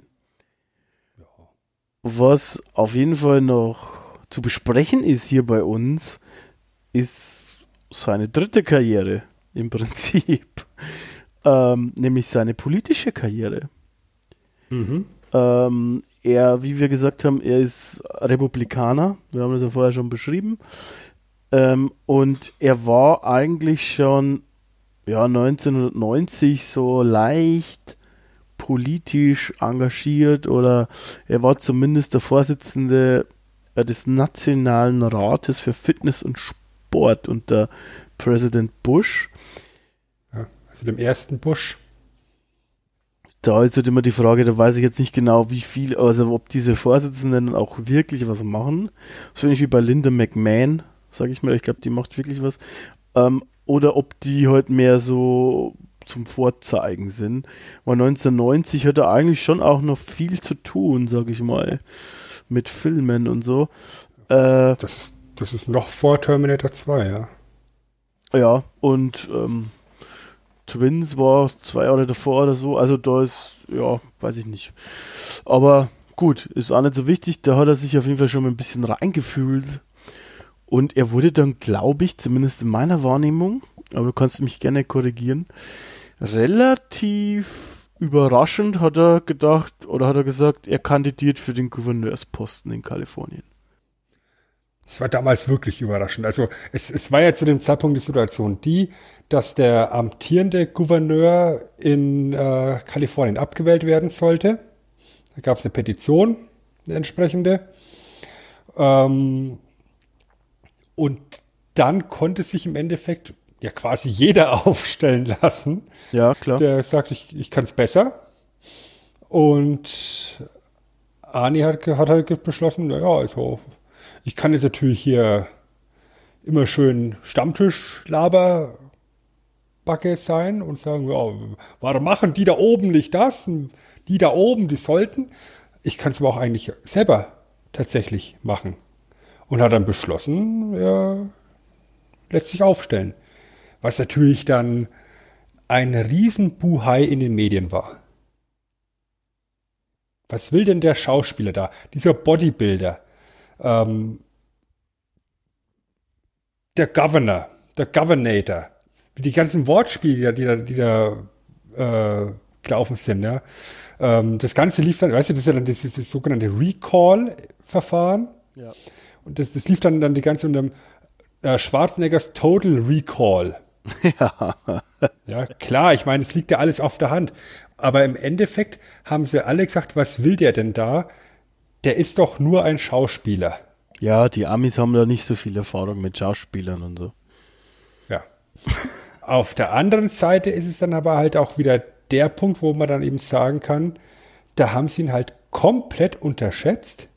Was auf jeden Fall noch zu besprechen ist hier bei uns, ist seine dritte Karriere im Prinzip. Ähm, nämlich seine politische Karriere. Mhm. Ähm, er, wie wir gesagt haben, er ist Republikaner. Wir haben das ja vorher schon beschrieben. Ähm, und er war eigentlich schon ja, neunzehnhundertneunzig so leicht politisch engagiert, oder er war zumindest der Vorsitzende äh, des Nationalen Rates für Fitness und Sport unter Präsident Bush. Ja. also dem ersten Bush. Da ist halt immer die Frage, da weiß ich jetzt nicht genau, wie viel, also ob diese Vorsitzenden auch wirklich was machen. So ähnlich wie bei Linda McMahon, sage ich mal, ich glaube, die macht wirklich was. Ähm, oder ob die halt mehr so zum Vorzeigen sind. Weil neunzehnhundertneunzig hat er eigentlich schon auch noch viel zu tun, sage ich mal, mit Filmen und so. Äh, das, das ist noch vor Terminator zwei, ja. Ja, und ähm, Twins war zwei Jahre davor oder so, also da ist, ja, weiß ich nicht. Aber gut, ist auch nicht so wichtig, da hat er sich auf jeden Fall schon mal ein bisschen reingefühlt. Und er wurde dann, glaube ich, zumindest in meiner Wahrnehmung, aber du kannst mich gerne korrigieren, relativ überraschend hat er gedacht, oder hat er gesagt, er kandidiert für den Gouverneursposten in Kalifornien. Es war damals wirklich überraschend. Also es, es war ja zu dem Zeitpunkt die Situation die, dass der amtierende Gouverneur in äh, Kalifornien abgewählt werden sollte. Da gab es eine Petition, eine entsprechende. Ähm, und dann konnte sich im Endeffekt ja quasi jeder aufstellen lassen. Ja, klar. Der sagt, ich, ich kann es besser. Und Arnie hat, hat halt beschlossen, naja, also ich kann jetzt natürlich hier immer schön Stammtisch-Laberbacke sein und sagen, ja, warum machen die da oben nicht das? Die da oben, die sollten. Ich kann es aber auch eigentlich selber tatsächlich machen. Und hat dann beschlossen, er lässt sich aufstellen. Was natürlich dann ein Riesenbuhai in den Medien war. Was will denn der Schauspieler da? Dieser Bodybuilder. Ähm, der Governor, der Governator, die ganzen Wortspiele, die da, die da äh, gelaufen sind, ja. Ähm, das Ganze lief dann, weißt du, das ist ja dann dieses, dieses sogenannte Recall-Verfahren. Ja. Und das, das lief dann, dann die ganze unter dem äh, Schwarzeneggers Total Recall. Ja. Ja, klar, ich meine, es liegt ja alles auf der Hand. Aber im Endeffekt haben sie alle gesagt, was will der denn da? Der ist doch nur ein Schauspieler. Ja, die Amis haben da nicht so viel Erfahrung mit Schauspielern und so. Ja. Auf der anderen Seite ist es dann aber halt auch wieder der Punkt, wo man dann eben sagen kann, da haben sie ihn halt komplett unterschätzt.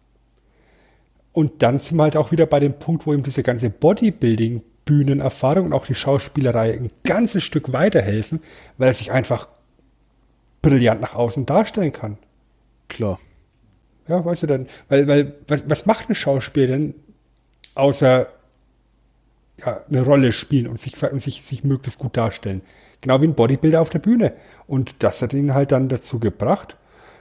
Und dann sind wir halt auch wieder bei dem Punkt, wo ihm diese ganze Bodybuilding-Bühnenerfahrung und auch die Schauspielerei ein ganzes Stück weiterhelfen, weil er sich einfach brillant nach außen darstellen kann. Klar. Ja, weißt du dann, weil, weil, was, was macht ein Schauspieler denn, außer ja, eine Rolle spielen und sich, und sich, sich möglichst gut darstellen? Genau wie ein Bodybuilder auf der Bühne. Und das hat ihn halt dann dazu gebracht,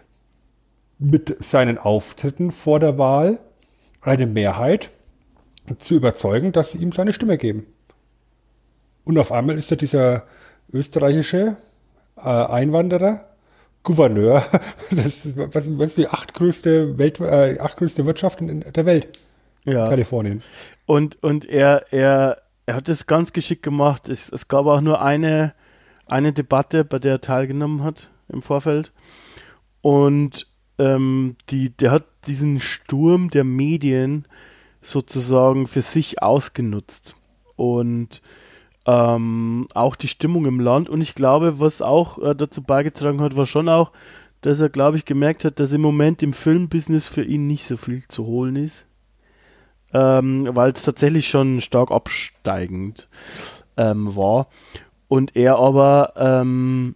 mit seinen Auftritten vor der Wahl eine Mehrheit zu überzeugen, dass sie ihm seine Stimme geben. Und auf einmal ist er dieser österreichische äh, Einwanderer, Gouverneur, das ist, was, was ist die achtgrößte, Welt, äh, achtgrößte Wirtschaft in, in der Welt, Ja. Kalifornien. Und, und er, er, er hat es ganz geschickt gemacht. Es, es gab auch nur eine, eine Debatte, bei der er teilgenommen hat im Vorfeld. Und ähm, die, der hat diesen Sturm der Medien sozusagen für sich ausgenutzt. Und ähm, auch die Stimmung im Land. Und ich glaube, was auch äh, dazu beigetragen hat, war schon auch, dass er, glaube ich, gemerkt hat, dass im Moment im Filmbusiness für ihn nicht so viel zu holen ist. Ähm, weil es tatsächlich schon stark absteigend ähm, war. Und er aber ähm,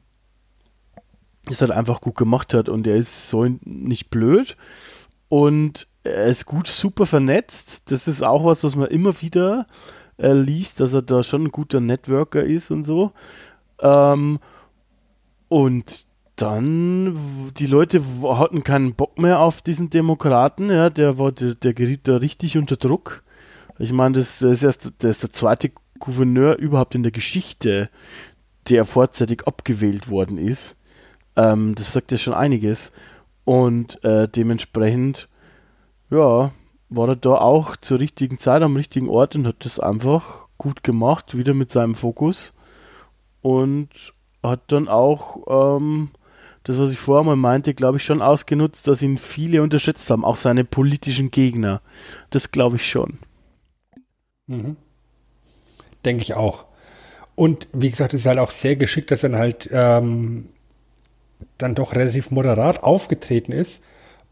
es halt einfach gut gemacht hat und er ist so nicht blöd und er ist gut, super vernetzt. Das ist auch was, was man immer wieder äh, liest, dass er da schon ein guter Networker ist und so. Ähm, und dann, die Leute hatten keinen Bock mehr auf diesen Demokraten, ja, der war, der, der geriet da richtig unter Druck. Ich meine, das, das ist erst, das ist der zweite Gouverneur überhaupt in der Geschichte, der vorzeitig abgewählt worden ist. Ähm, das sagt ja schon einiges. Und äh, dementsprechend, ja, war er da auch zur richtigen Zeit am richtigen Ort und hat das einfach gut gemacht, wieder mit seinem Fokus. Und hat dann auch ähm, das, was ich vorher mal meinte, glaube ich, schon ausgenutzt, dass ihn viele unterschätzt haben, auch seine politischen Gegner. Das glaube ich schon. Mhm. Denke ich auch. Und wie gesagt, es ist halt auch sehr geschickt, dass er dann halt ähm, dann doch relativ moderat aufgetreten ist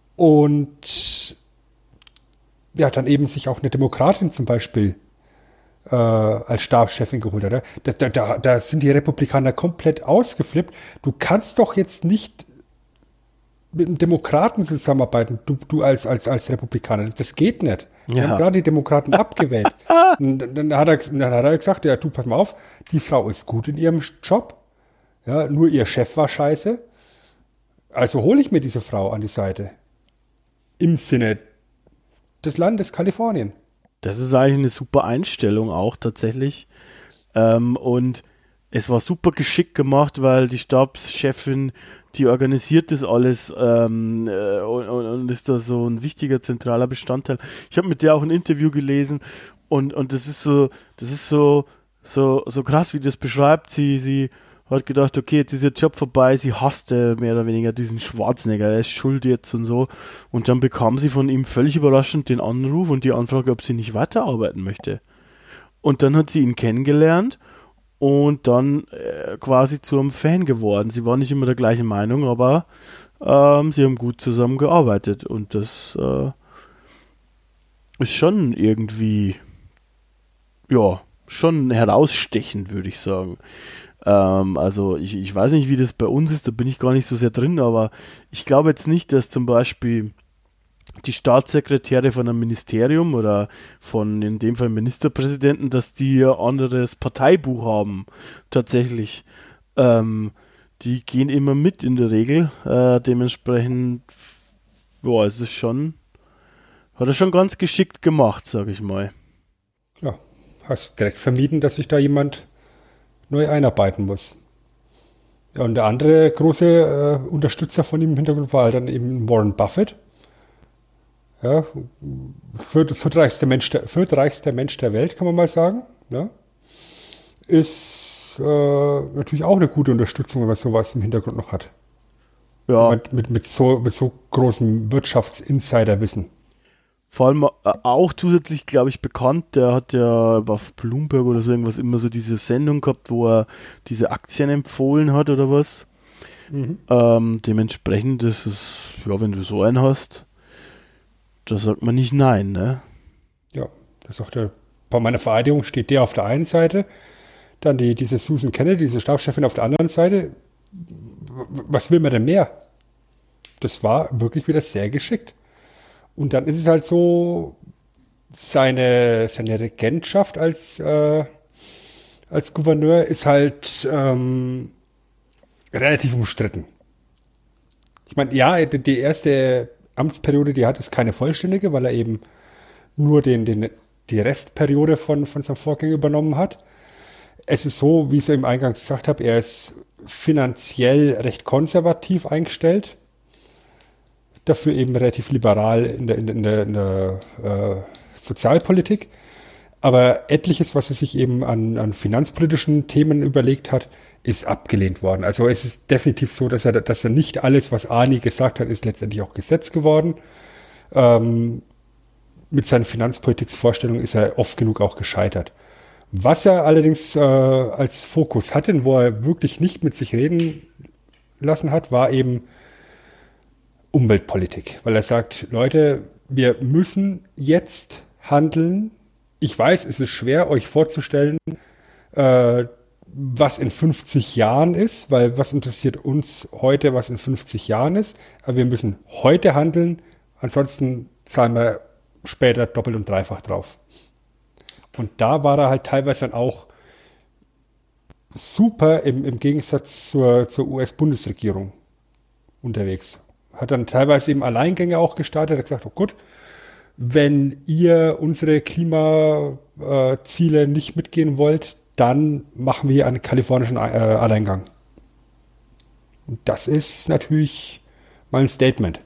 und ja, dann eben sich auch eine Demokratin zum Beispiel äh, als Stabschefin geholt hat. Da, da, da, da sind die Republikaner komplett ausgeflippt. Du kannst doch jetzt nicht mit einem Demokraten zusammenarbeiten, du, du als, als, als Republikaner. Das geht nicht. Wir Ja. haben gerade die Demokraten abgewählt. Und dann, dann, hat er, dann hat er gesagt, ja, du, pass mal auf, die Frau ist gut in ihrem Job, ja, nur ihr Chef war scheiße. Also hole ich mir diese Frau an die Seite. Im Sinne des Landes Kalifornien. Das ist eigentlich eine super Einstellung auch tatsächlich. Ähm, und es war super geschickt gemacht, weil die Stabschefin, die organisiert das alles ähm, äh, und, und, und ist da so ein wichtiger zentraler Bestandteil. Ich habe mit der auch ein Interview gelesen und, und das ist so, das ist so, so, so krass, wie das beschreibt. Sie, sie hat gedacht, okay, jetzt ist ihr Job vorbei, sie hasste mehr oder weniger diesen Schwarzenegger, er ist schuld jetzt und so. Und dann bekam sie von ihm völlig überraschend den Anruf und die Anfrage, ob sie nicht weiterarbeiten möchte. Und dann hat sie ihn kennengelernt und dann äh, quasi zu einem Fan geworden. Sie war nicht immer der gleichen Meinung, aber ähm, sie haben gut zusammengearbeitet und das äh, ist schon irgendwie, ja, schon herausstechend, würde ich sagen. Ähm, also ich, ich weiß nicht, wie das bei uns ist, da bin ich gar nicht so sehr drin, aber ich glaube jetzt nicht, dass zum Beispiel die Staatssekretäre von einem Ministerium oder von in dem Fall Ministerpräsidenten, dass die ein anderes Parteibuch haben, tatsächlich. Ähm, die gehen immer mit in der Regel, äh, dementsprechend, ja, es ist schon, hat er schon ganz geschickt gemacht, sage ich mal. Ja, hast direkt vermieden, dass sich da jemand neu einarbeiten muss. Ja, und der andere große äh, Unterstützer von ihm im Hintergrund war halt dann eben Warren Buffett. Ja, viert, viertreichster, Mensch der, viertreichster Mensch der Welt, kann man mal sagen. Ja. Ist äh, natürlich auch eine gute Unterstützung, wenn man sowas im Hintergrund noch hat. Ja. Mit, mit, mit, so, mit so großem Wirtschaftsinsiderwissen. Vor allem äh, auch zusätzlich, glaube ich, bekannt, der hat ja auf Bloomberg oder so irgendwas immer so diese Sendung gehabt, wo er diese Aktien empfohlen hat oder was. Mhm. Ähm, dementsprechend ist es, ja, wenn du so einen hast, da sagt man nicht nein, ne? Ja, das sagt er. Bei meiner Vereidigung steht der auf der einen Seite, dann die, diese Susan Kennedy, diese Stabschefin auf der anderen Seite. Was will man denn mehr? Das war wirklich wieder sehr geschickt. Und dann ist es halt so, seine, seine Regentschaft als, äh, als Gouverneur ist halt ähm, relativ umstritten. Ich meine, ja, die erste Amtsperiode, die hat, ist keine vollständige, weil er eben nur den, den, die Restperiode von, von seinem Vorgänger übernommen hat. Es ist so, wie ich es im Eingangs gesagt habe, er ist finanziell recht konservativ eingestellt. Dafür eben relativ liberal in der, in der, in der, in der äh, Sozialpolitik. Aber etliches, was er sich eben an, an finanzpolitischen Themen überlegt hat, ist abgelehnt worden. Also es ist definitiv so, dass er, dass er nicht alles, was Arnie gesagt hat, ist letztendlich auch Gesetz geworden. Ähm, mit seinen Finanzpolitiksvorstellungen ist er oft genug auch gescheitert. Was er allerdings äh, als Fokus hatte, wo er wirklich nicht mit sich reden lassen hat, war eben Umweltpolitik, weil er sagt, Leute, wir müssen jetzt handeln. Ich weiß, es ist schwer, euch vorzustellen, äh, was in fünfzig Jahren ist, weil was interessiert uns heute, was in fünfzig Jahren ist. Aber wir müssen heute handeln, ansonsten zahlen wir später doppelt und dreifach drauf. Und da war er halt teilweise dann auch super im, im Gegensatz zur, zur U S-Bundesregierung unterwegs. Hat dann teilweise eben Alleingänge auch gestartet, hat gesagt, oh gut, wenn ihr unsere Klimaziele nicht mitgehen wollt, dann machen wir einen kalifornischen äh, Alleingang. Und das ist natürlich mal ein Statement.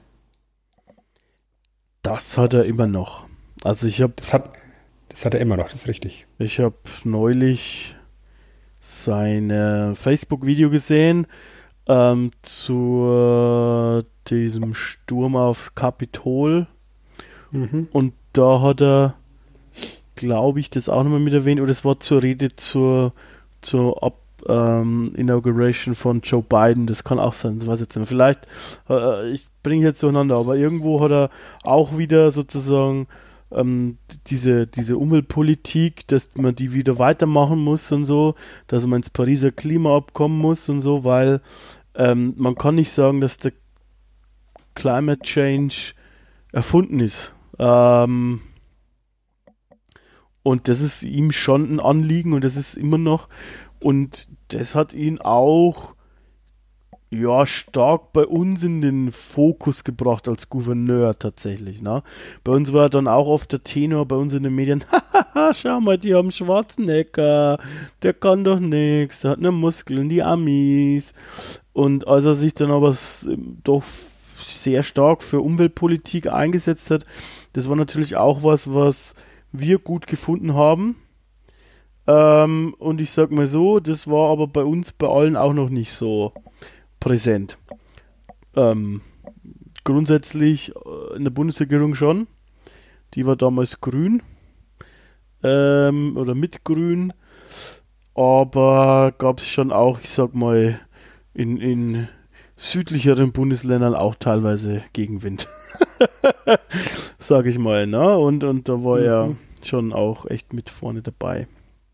Das hat er immer noch. Also ich habe... Das hat, das hat er immer noch, das ist richtig. Ich habe neulich sein Facebook-Video gesehen ähm, zu diesem Sturm aufs Kapitol. Mhm. Und da hat er, glaube ich, das auch nochmal mit erwähnt, oder es war zur Rede zur, zur Ab, ähm, Inauguration von Joe Biden, das kann auch sein, das weiß ich jetzt nicht. Vielleicht, äh, ich bringe jetzt zueinander, aber irgendwo hat er auch wieder sozusagen ähm, diese, diese Umweltpolitik, dass man die wieder weitermachen muss und so, dass man ins Pariser Klimaabkommen muss und so, weil ähm, man kann nicht sagen, dass der Climate Change erfunden ist. Ähm, und das ist ihm schon ein Anliegen und das ist immer noch, und das hat ihn auch ja stark bei uns in den Fokus gebracht als Gouverneur tatsächlich. Ne? Bei uns war dann auch oft der Tenor bei uns in den Medien, hahaha, schau mal, die haben Schwarzenegger, der kann doch nichts, der hat nur Muskeln, die Amis. Und als er sich dann aber s- doch sehr stark für Umweltpolitik eingesetzt hat, das war natürlich auch was, was wir gut gefunden haben. Ähm, und ich sag mal so, das war aber bei uns bei allen auch noch nicht so präsent. Ähm, grundsätzlich äh, in der Bundesregierung schon. Die war damals grün. Ähm, oder mit grün. Aber gab es schon auch, ich sag mal, in, in südlicheren Bundesländern auch teilweise Gegenwind. Sag ich mal, ne? Und, und da war Mhm. er schon auch echt mit vorne dabei.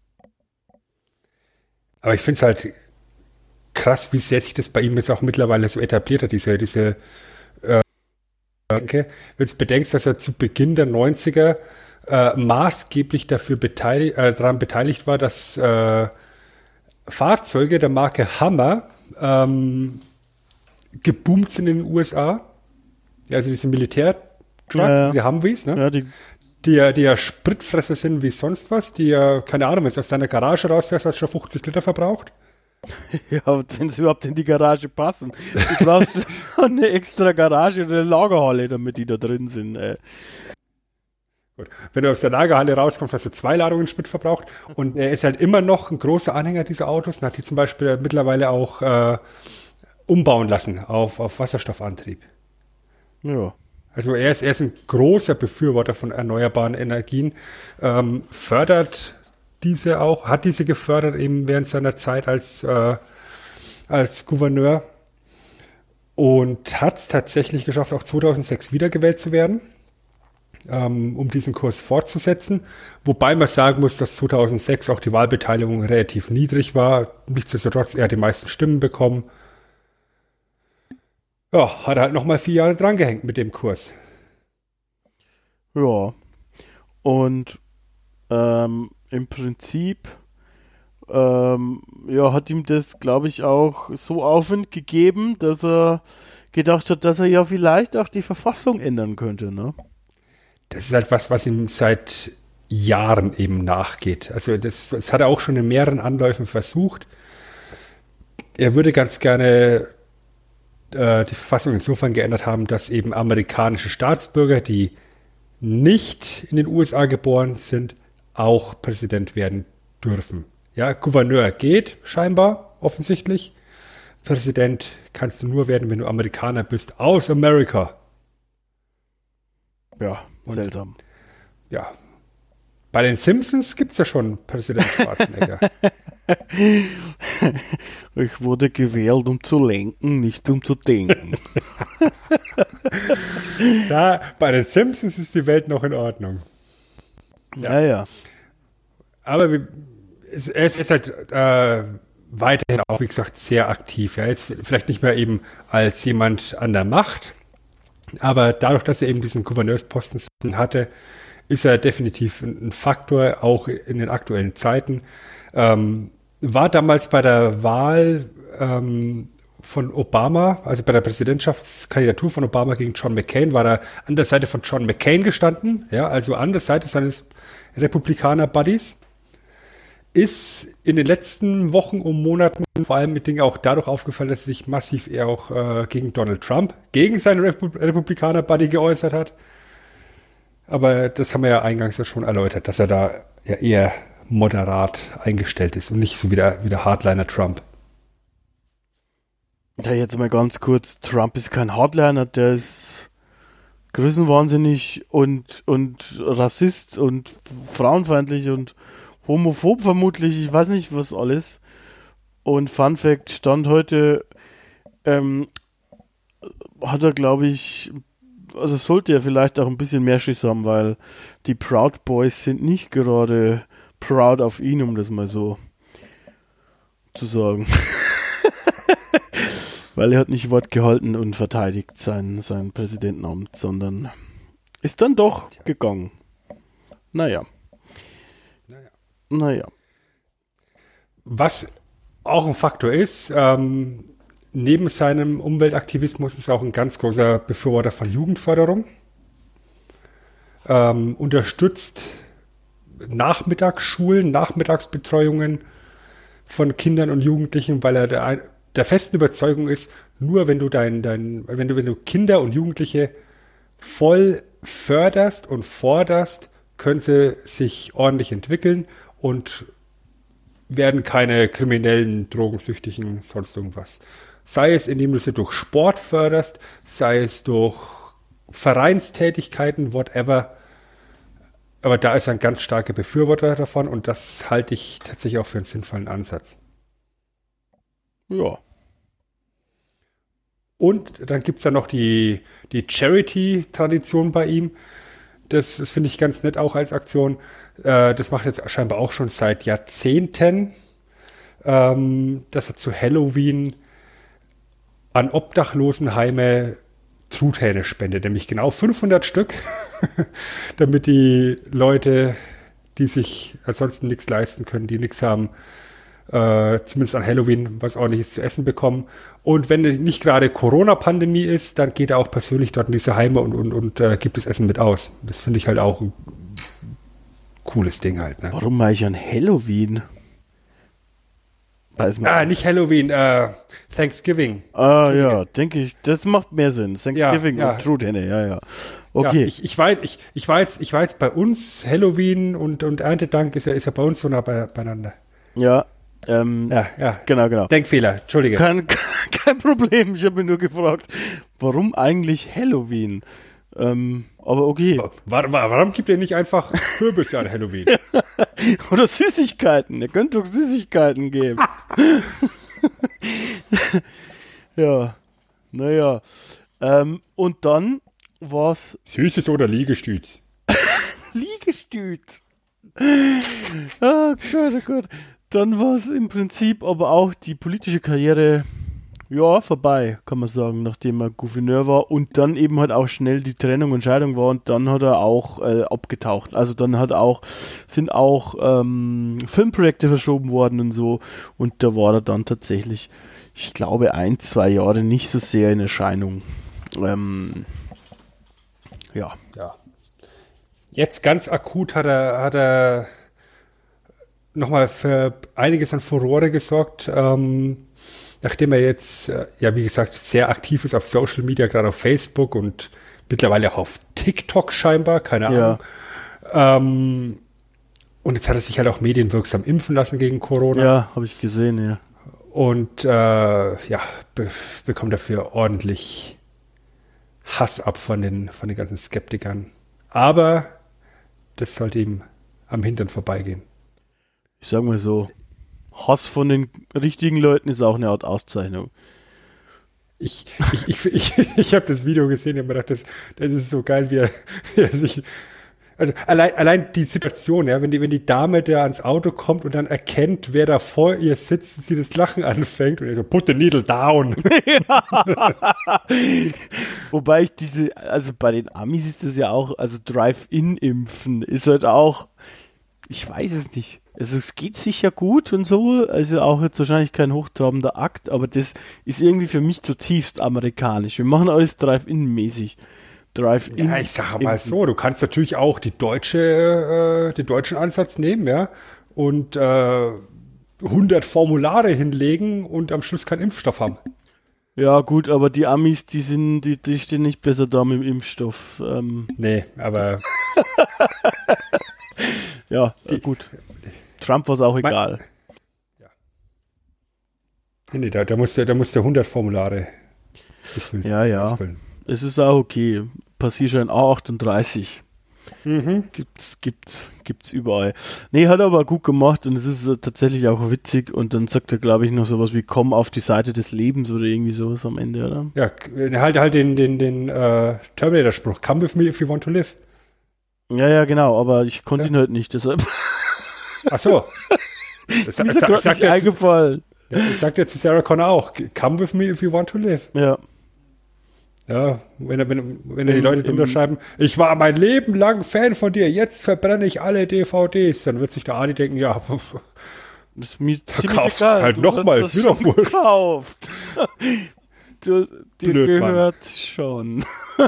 Aber ich finde es halt krass, wie sehr sich das bei ihm jetzt auch mittlerweile so etabliert hat, diese, diese äh, Denke. Wenn du bedenkst, dass er zu Beginn der neunziger äh, maßgeblich dafür beteiligt, äh, daran beteiligt war, dass äh, Fahrzeuge der Marke Hummer ähm, geboomt sind in den U S A. Also diese Militär-Trucks, Ja, ja. diese Humvees, ne? Ja, die, die ja, die ja Spritfresser sind wie sonst was, die ja, keine Ahnung, wenn du aus deiner Garage rausfährst, hast du schon fünfzig Liter verbraucht. ja, wenn sie überhaupt in die Garage passen. Du brauchst eine extra Garage oder eine Lagerhalle, damit die da drin sind. Ey. Gut. Wenn du aus der Lagerhalle rauskommst, hast du zwei Ladungen Sprit verbraucht und er ist halt immer noch ein großer Anhänger dieser Autos und hat die zum Beispiel mittlerweile auch äh, umbauen lassen auf, auf Wasserstoffantrieb. Ja. Also er ist, er ist ein großer Befürworter von erneuerbaren Energien, ähm, fördert diese auch, hat diese gefördert eben während seiner Zeit als, äh, als Gouverneur und hat es tatsächlich geschafft, auch zweitausendsechs wiedergewählt zu werden, ähm, um diesen Kurs fortzusetzen. Wobei man sagen muss, dass zweitausendsechs auch die Wahlbeteiligung relativ niedrig war. Nichtsdestotrotz, er hat die meisten Stimmen bekommen. Ja, hat er halt nochmal vier Jahre drangehängt mit dem Kurs. Ja. Und ähm, im Prinzip ähm, ja, hat ihm das, glaube ich, auch so Aufwind gegeben, dass er gedacht hat, dass er ja vielleicht auch die Verfassung ändern könnte, ne? Das ist halt was, was ihm seit Jahren eben nachgeht. Also das, das hat er auch schon in mehreren Anläufen versucht. Er würde ganz gerne äh, die Verfassung insofern geändert haben, dass eben amerikanische Staatsbürger, die nicht in den U S A geboren sind, auch Präsident werden dürfen. Ja, Gouverneur geht scheinbar, offensichtlich. Präsident kannst du nur werden, wenn du Amerikaner bist, aus Amerika. Ja, Und- seltsam. Ja. Bei den Simpsons gibt es ja schon Präsident Schwarzenegger. Ich wurde gewählt, um zu lenken, nicht um zu denken. Da, bei den Simpsons ist die Welt noch in Ordnung. Ja, ja. Aber wir, es, er ist halt äh, weiterhin auch, wie gesagt, sehr aktiv. Ja, jetzt vielleicht nicht mehr eben als jemand an der Macht, aber dadurch, dass er eben diesen Gouverneursposten hatte, ist er definitiv ein, ein Faktor, auch in den aktuellen Zeiten. Ähm, war damals bei der Wahl ähm, von Obama, also bei der Präsidentschaftskandidatur von Obama gegen John McCain, war er an der Seite von John McCain gestanden, ja, also an der Seite seines Republikaner-Buddies. Ist in den letzten Wochen und Monaten vor allem mit Dingen auch dadurch aufgefallen, dass er sich massiv eher auch äh, gegen Donald Trump, gegen seinen Repu- Republikaner-Buddy geäußert hat. Aber das haben wir ja eingangs ja schon erläutert, dass er da ja eher moderat eingestellt ist und nicht so wie der, wie der Hardliner Trump. Ja, jetzt mal ganz kurz, Trump ist kein Hardliner, der ist größenwahnsinnig und, und Rassist und frauenfeindlich und homophob vermutlich, ich weiß nicht was alles. Und Fun Fact, Stand heute ähm, hat er, glaube ich, also sollte er vielleicht auch ein bisschen mehr Schiss haben, weil die Proud Boys sind nicht gerade proud auf ihn, um das mal so zu sagen. Weil er hat nicht Wort gehalten und verteidigt sein, sein Präsidentenamt, sondern ist dann doch gegangen. Naja. Naja. Naja. Was auch ein Faktor ist, ähm, neben seinem Umweltaktivismus ist er auch ein ganz großer Befürworter von Jugendförderung. Ähm, unterstützt Nachmittagsschulen, Nachmittagsbetreuungen von Kindern und Jugendlichen, weil er der, der festen Überzeugung ist, nur wenn du dein, dein, wenn du, wenn du Kinder und Jugendliche voll förderst und forderst, können sie sich ordentlich entwickeln und werden keine kriminellen, drogensüchtigen, sonst irgendwas. Sei es, indem du sie durch Sport förderst, sei es durch Vereinstätigkeiten, whatever. Aber da ist er ein ganz starker Befürworter davon und das halte ich tatsächlich auch für einen sinnvollen Ansatz. Ja. Und dann gibt es ja noch die, die Charity-Tradition bei ihm. Das, das finde ich ganz nett auch als Aktion. Äh, das macht jetzt scheinbar auch schon seit Jahrzehnten, ähm, dass er zu Halloween an Obdachlosenheime Truthähne spendet, nämlich genau fünfhundert Stück, damit die Leute, die sich ansonsten nichts leisten können, die nichts haben, äh, zumindest an Halloween was Ordentliches zu essen bekommen. Und wenn nicht gerade Corona-Pandemie ist, dann geht er auch persönlich dort in diese Heime und, und, und äh, gibt das Essen mit aus. Das finde ich halt auch ein cooles Ding halt. Ne? Warum mache ich an Halloween? Weiß man ah, nicht Halloween, äh, Thanksgiving. Ah ja, denke ich, das macht mehr Sinn. Thanksgiving ja, ja. und Truthähne, ja, ja. Okay. Ja, ich, ich, war, ich, ich, war jetzt, ich war jetzt bei uns, Halloween und, und Erntedank ist ja, ist ja bei uns so nah bei, beieinander. Ja, ähm, ja, ja. Genau, genau. Denkfehler, Entschuldige. Kein, kein Problem, ich habe mich nur gefragt, warum eigentlich Halloween? Ähm, aber okay. Warum, warum gibt ihr nicht einfach Kürbisse an Halloween? Oder Süßigkeiten, ihr könnt doch Süßigkeiten geben. Ja, naja. Ähm, und dann war's Süßes oder Liegestütz? Liegestütz. Oh Gott, oh Gott. Dann war es im Prinzip aber auch die politische Karriere, ja, vorbei, kann man sagen, nachdem er Gouverneur war und dann eben halt auch schnell die Trennung und Scheidung war und dann hat er auch äh, abgetaucht. Also dann hat auch, sind auch ähm, Filmprojekte verschoben worden und so und da war er dann tatsächlich, ich glaube, ein, zwei Jahre nicht so sehr in Erscheinung. Ähm, ja. Ja. Jetzt ganz akut hat er, hat er nochmal für einiges an Furore gesorgt, ähm, nachdem er jetzt, äh, ja wie gesagt, sehr aktiv ist auf Social Media, gerade auf Facebook und mittlerweile auch auf TikTok scheinbar, keine Ahnung. Ja. Ähm, und jetzt hat er sich halt auch medienwirksam impfen lassen gegen Corona. Ja, habe ich gesehen, ja. Und äh, ja, be- bekommt dafür ordentlich Hass ab von den, von den ganzen Skeptikern. Aber das sollte ihm am Hintern vorbeigehen. Ich sag mal so, Hass von den richtigen Leuten ist auch eine Art Auszeichnung. Ich, ich, ich, ich, ich habe das Video gesehen und mir gedacht, das, das ist so geil, wie er, wie er sich. Also allein, allein die Situation, ja, wenn die, wenn die Dame da ans Auto kommt und dann erkennt, wer da vor ihr sitzt und sie das Lachen anfängt und er so, put the needle down. Wobei ich diese, also bei den Amis ist das ja auch, also Drive-In-Impfen ist halt auch, ich weiß es nicht. Also es geht sicher gut und so, also auch jetzt wahrscheinlich kein hochtrabender Akt, aber das ist irgendwie für mich zutiefst amerikanisch. Wir machen alles Drive-In-mäßig. Drive-In. Ja, ich sage mal so, du kannst natürlich auch die deutsche, äh, den deutschen Ansatz nehmen, ja, und äh, hundert Formulare hinlegen und am Schluss keinen Impfstoff haben. Ja gut, aber die Amis, die sind, die, die stehen nicht besser da mit dem Impfstoff. Ähm. Nee, aber ja, die, gut. Trump war es auch egal. Mein, ja. Nee, nee, da, da musst du, da musst du hundert Formulare ausfüllen. Ja, ja. Ausfüllen. Es ist auch okay. Passierschein A achtunddreißig. Mhm. Gibt's, gibt's, gibt's überall. Nee, hat er aber gut gemacht und es ist äh, tatsächlich auch witzig und dann sagt er, glaube ich, noch sowas wie komm auf die Seite des Lebens oder irgendwie sowas am Ende, oder? Ja, halt halt den, den, den äh, Terminator-Spruch. Come with me if you want to live. Ja, ja, genau, aber ich konnte Ja. ihn halt nicht, deshalb Ach so. Das, mir ist er gerade nicht eingefallen. Ja, das sagt ja zu Sarah Connor auch. Come with me if you want to live. Ja. Ja, wenn, er- wenn, wenn er die Im- Leute drunter im- schreiben, ich war mein Leben lang Fan von dir, jetzt verbrenne ich alle D V Ds, dann wird sich der Adi denken, ja, Ist mir ziemlich kauf's egal. halt Du noch hast mal, das ist mir doch schon wurscht. gekauft. Du, dir Blöd, Mann. gehört schon.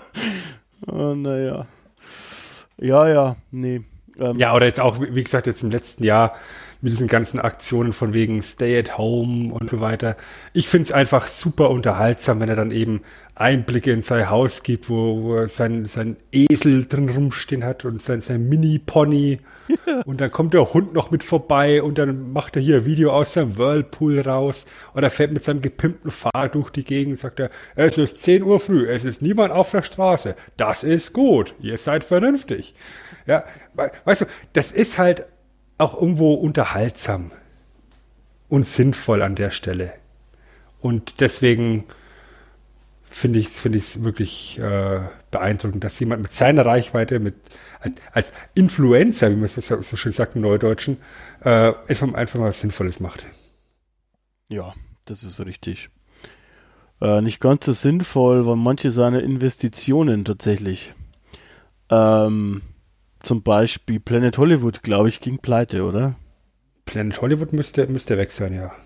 Oh, naja. Ja, ja, nee. Ähm, Ja, oder jetzt auch, wie wie gesagt, jetzt im letzten Jahr mit diesen ganzen Aktionen von wegen Stay at Home und so weiter. Ich finde es einfach super unterhaltsam, wenn er dann eben Einblicke in sein Haus gibt, wo, wo er sein, sein Esel drin rumstehen hat und sein, sein Mini-Pony. Und dann kommt der Hund noch mit vorbei und dann macht er hier ein Video aus seinem Whirlpool raus. Oder fährt mit seinem gepimpten Fahrrad durch die Gegend, sagt er, es ist zehn Uhr früh, es ist niemand auf der Straße. Das ist gut, ihr seid vernünftig. Ja, we- weißt du, das ist halt auch irgendwo unterhaltsam und sinnvoll an der Stelle. Und deswegen finde ich es finde ich es wirklich äh, beeindruckend, dass jemand mit seiner Reichweite, mit als, als Influencer, wie man es so, so schön sagt im Neudeutschen, äh, einfach, einfach mal was Sinnvolles macht. Ja, das ist richtig. Äh, nicht ganz so sinnvoll, weil manche seiner Investitionen tatsächlich. Ähm, zum Beispiel Planet Hollywood, glaube ich, ging pleite, oder? Planet Hollywood müsste, müsste weg sein, ja.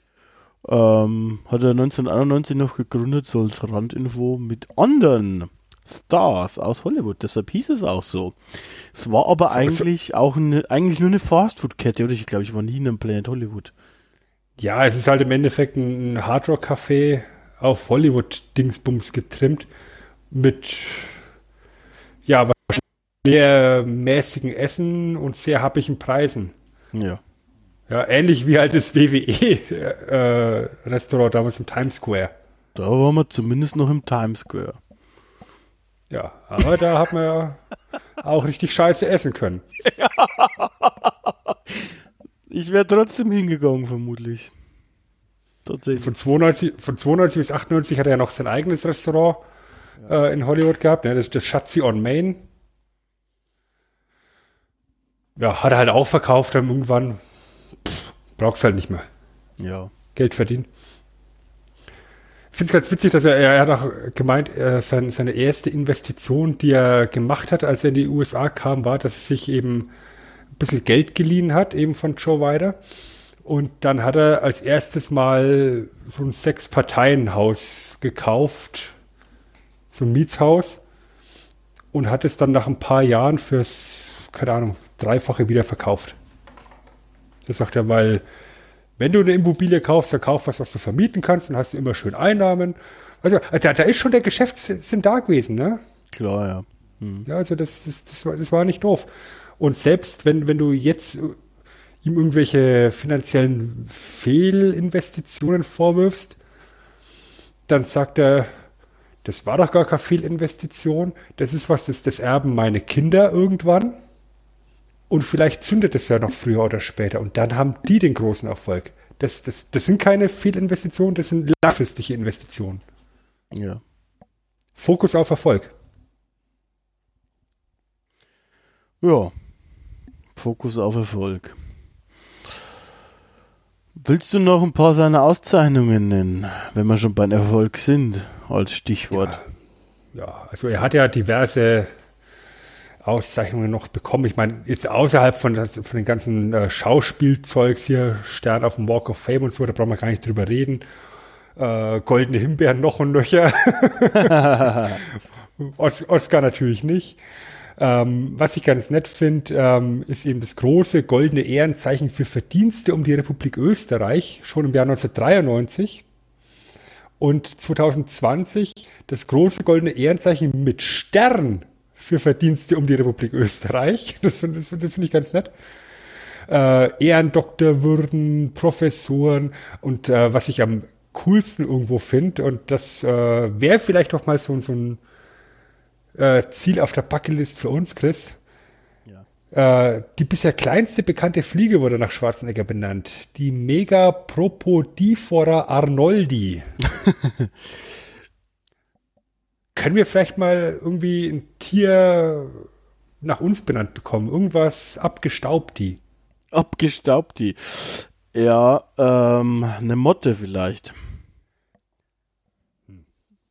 Ähm, hat er neunzehnhunderteinundneunzig noch gegründet, so als Randinfo, mit anderen Stars aus Hollywood. Deshalb hieß es auch so. Es war aber So- so- eigentlich auch eine, eigentlich nur eine Fastfood-Kette, oder? Ich glaube, ich war nie in einem Planet Hollywood. Ja, es ist halt im Endeffekt ein Hardrock-Café auf Hollywood-Dingsbums getrimmt mit, ja, wahrscheinlich sehr mäßigen Essen und sehr happigen Preisen. Ja. Ja, ähnlich wie halt das W W E-Restaurant damals im Times Square. Da waren wir zumindest noch im Times Square. Ja, aber da hat man ja auch richtig scheiße essen können. Ich wäre trotzdem hingegangen, vermutlich. Tatsächlich. Von zweiundneunzig, von zweiundneunzig bis achtundneunzig hat er ja noch sein eigenes Restaurant äh, in Hollywood gehabt, ne? das, das Schatzi on Main. Ja, hat er halt auch verkauft, dann irgendwann pff, brauchst halt nicht mehr. Ja. Geld verdienen. Ich finde es ganz witzig, dass er, er hat auch gemeint, äh, sein, seine erste Investition, die er gemacht hat, als er in die U S A kam, war, dass er sich eben ein bisschen Geld geliehen hat, eben von Joe Weider. Und dann hat er als erstes mal so ein Sechs-Parteien-Haus gekauft, so ein Mietshaus, und hat es dann nach ein paar Jahren fürs, keine Ahnung, Dreifache wieder verkauft. Das sagt er, weil wenn du eine Immobilie kaufst, dann kauf was, was du vermieten kannst, dann hast du immer schön Einnahmen. Also, also da, da ist schon der Geschäftssinn da gewesen, ne? Klar, ja. Hm. Ja, also das, das, das, war, das war nicht doof. Und selbst wenn, wenn du jetzt ihm irgendwelche finanziellen Fehlinvestitionen vorwirfst, dann sagt er, das war doch gar keine Fehlinvestition, das ist was, das, das erben meine Kinder irgendwann. Und vielleicht zündet es ja noch früher oder später. Und dann haben die den großen Erfolg. Das, das, das sind keine Fehlinvestitionen, das sind langfristige Investitionen. Ja. Fokus auf Erfolg. Ja. Fokus auf Erfolg. Willst du noch ein paar seiner Auszeichnungen nennen, wenn wir schon beim Erfolg sind, als Stichwort? Ja, ja, also er hat ja diverse Auszeichnungen noch bekommen. Ich meine, jetzt außerhalb von, von den ganzen äh, Schauspielzeugs hier, Stern auf dem Walk of Fame und so, da brauchen wir gar nicht drüber reden. Äh, goldene Himbeeren noch und nöcher. Os Oscar natürlich nicht. Ähm, was ich ganz nett finde, ähm, ist eben das große goldene Ehrenzeichen für Verdienste um die Republik Österreich, schon im Jahr neunzehnhundertdreiundneunzig. Und zwanzig zwanzig das große goldene Ehrenzeichen mit Stern für Verdienste um die Republik Österreich. Das finde das find ich ganz nett. Äh, Ehrendoktorwürden, Professoren und äh, was ich am coolsten irgendwo finde, und das äh, wäre vielleicht auch mal so, so ein äh, Ziel auf der Bucketlist für uns, Chris, Äh, die bisher kleinste bekannte Fliege wurde nach Schwarzenegger benannt. Die Megapropodifora arnoldi. Können wir vielleicht mal irgendwie ein Tier nach uns benannt bekommen? Irgendwas abgestaubti. Abgestaubti. Ja, ähm, eine Motte vielleicht. Hm.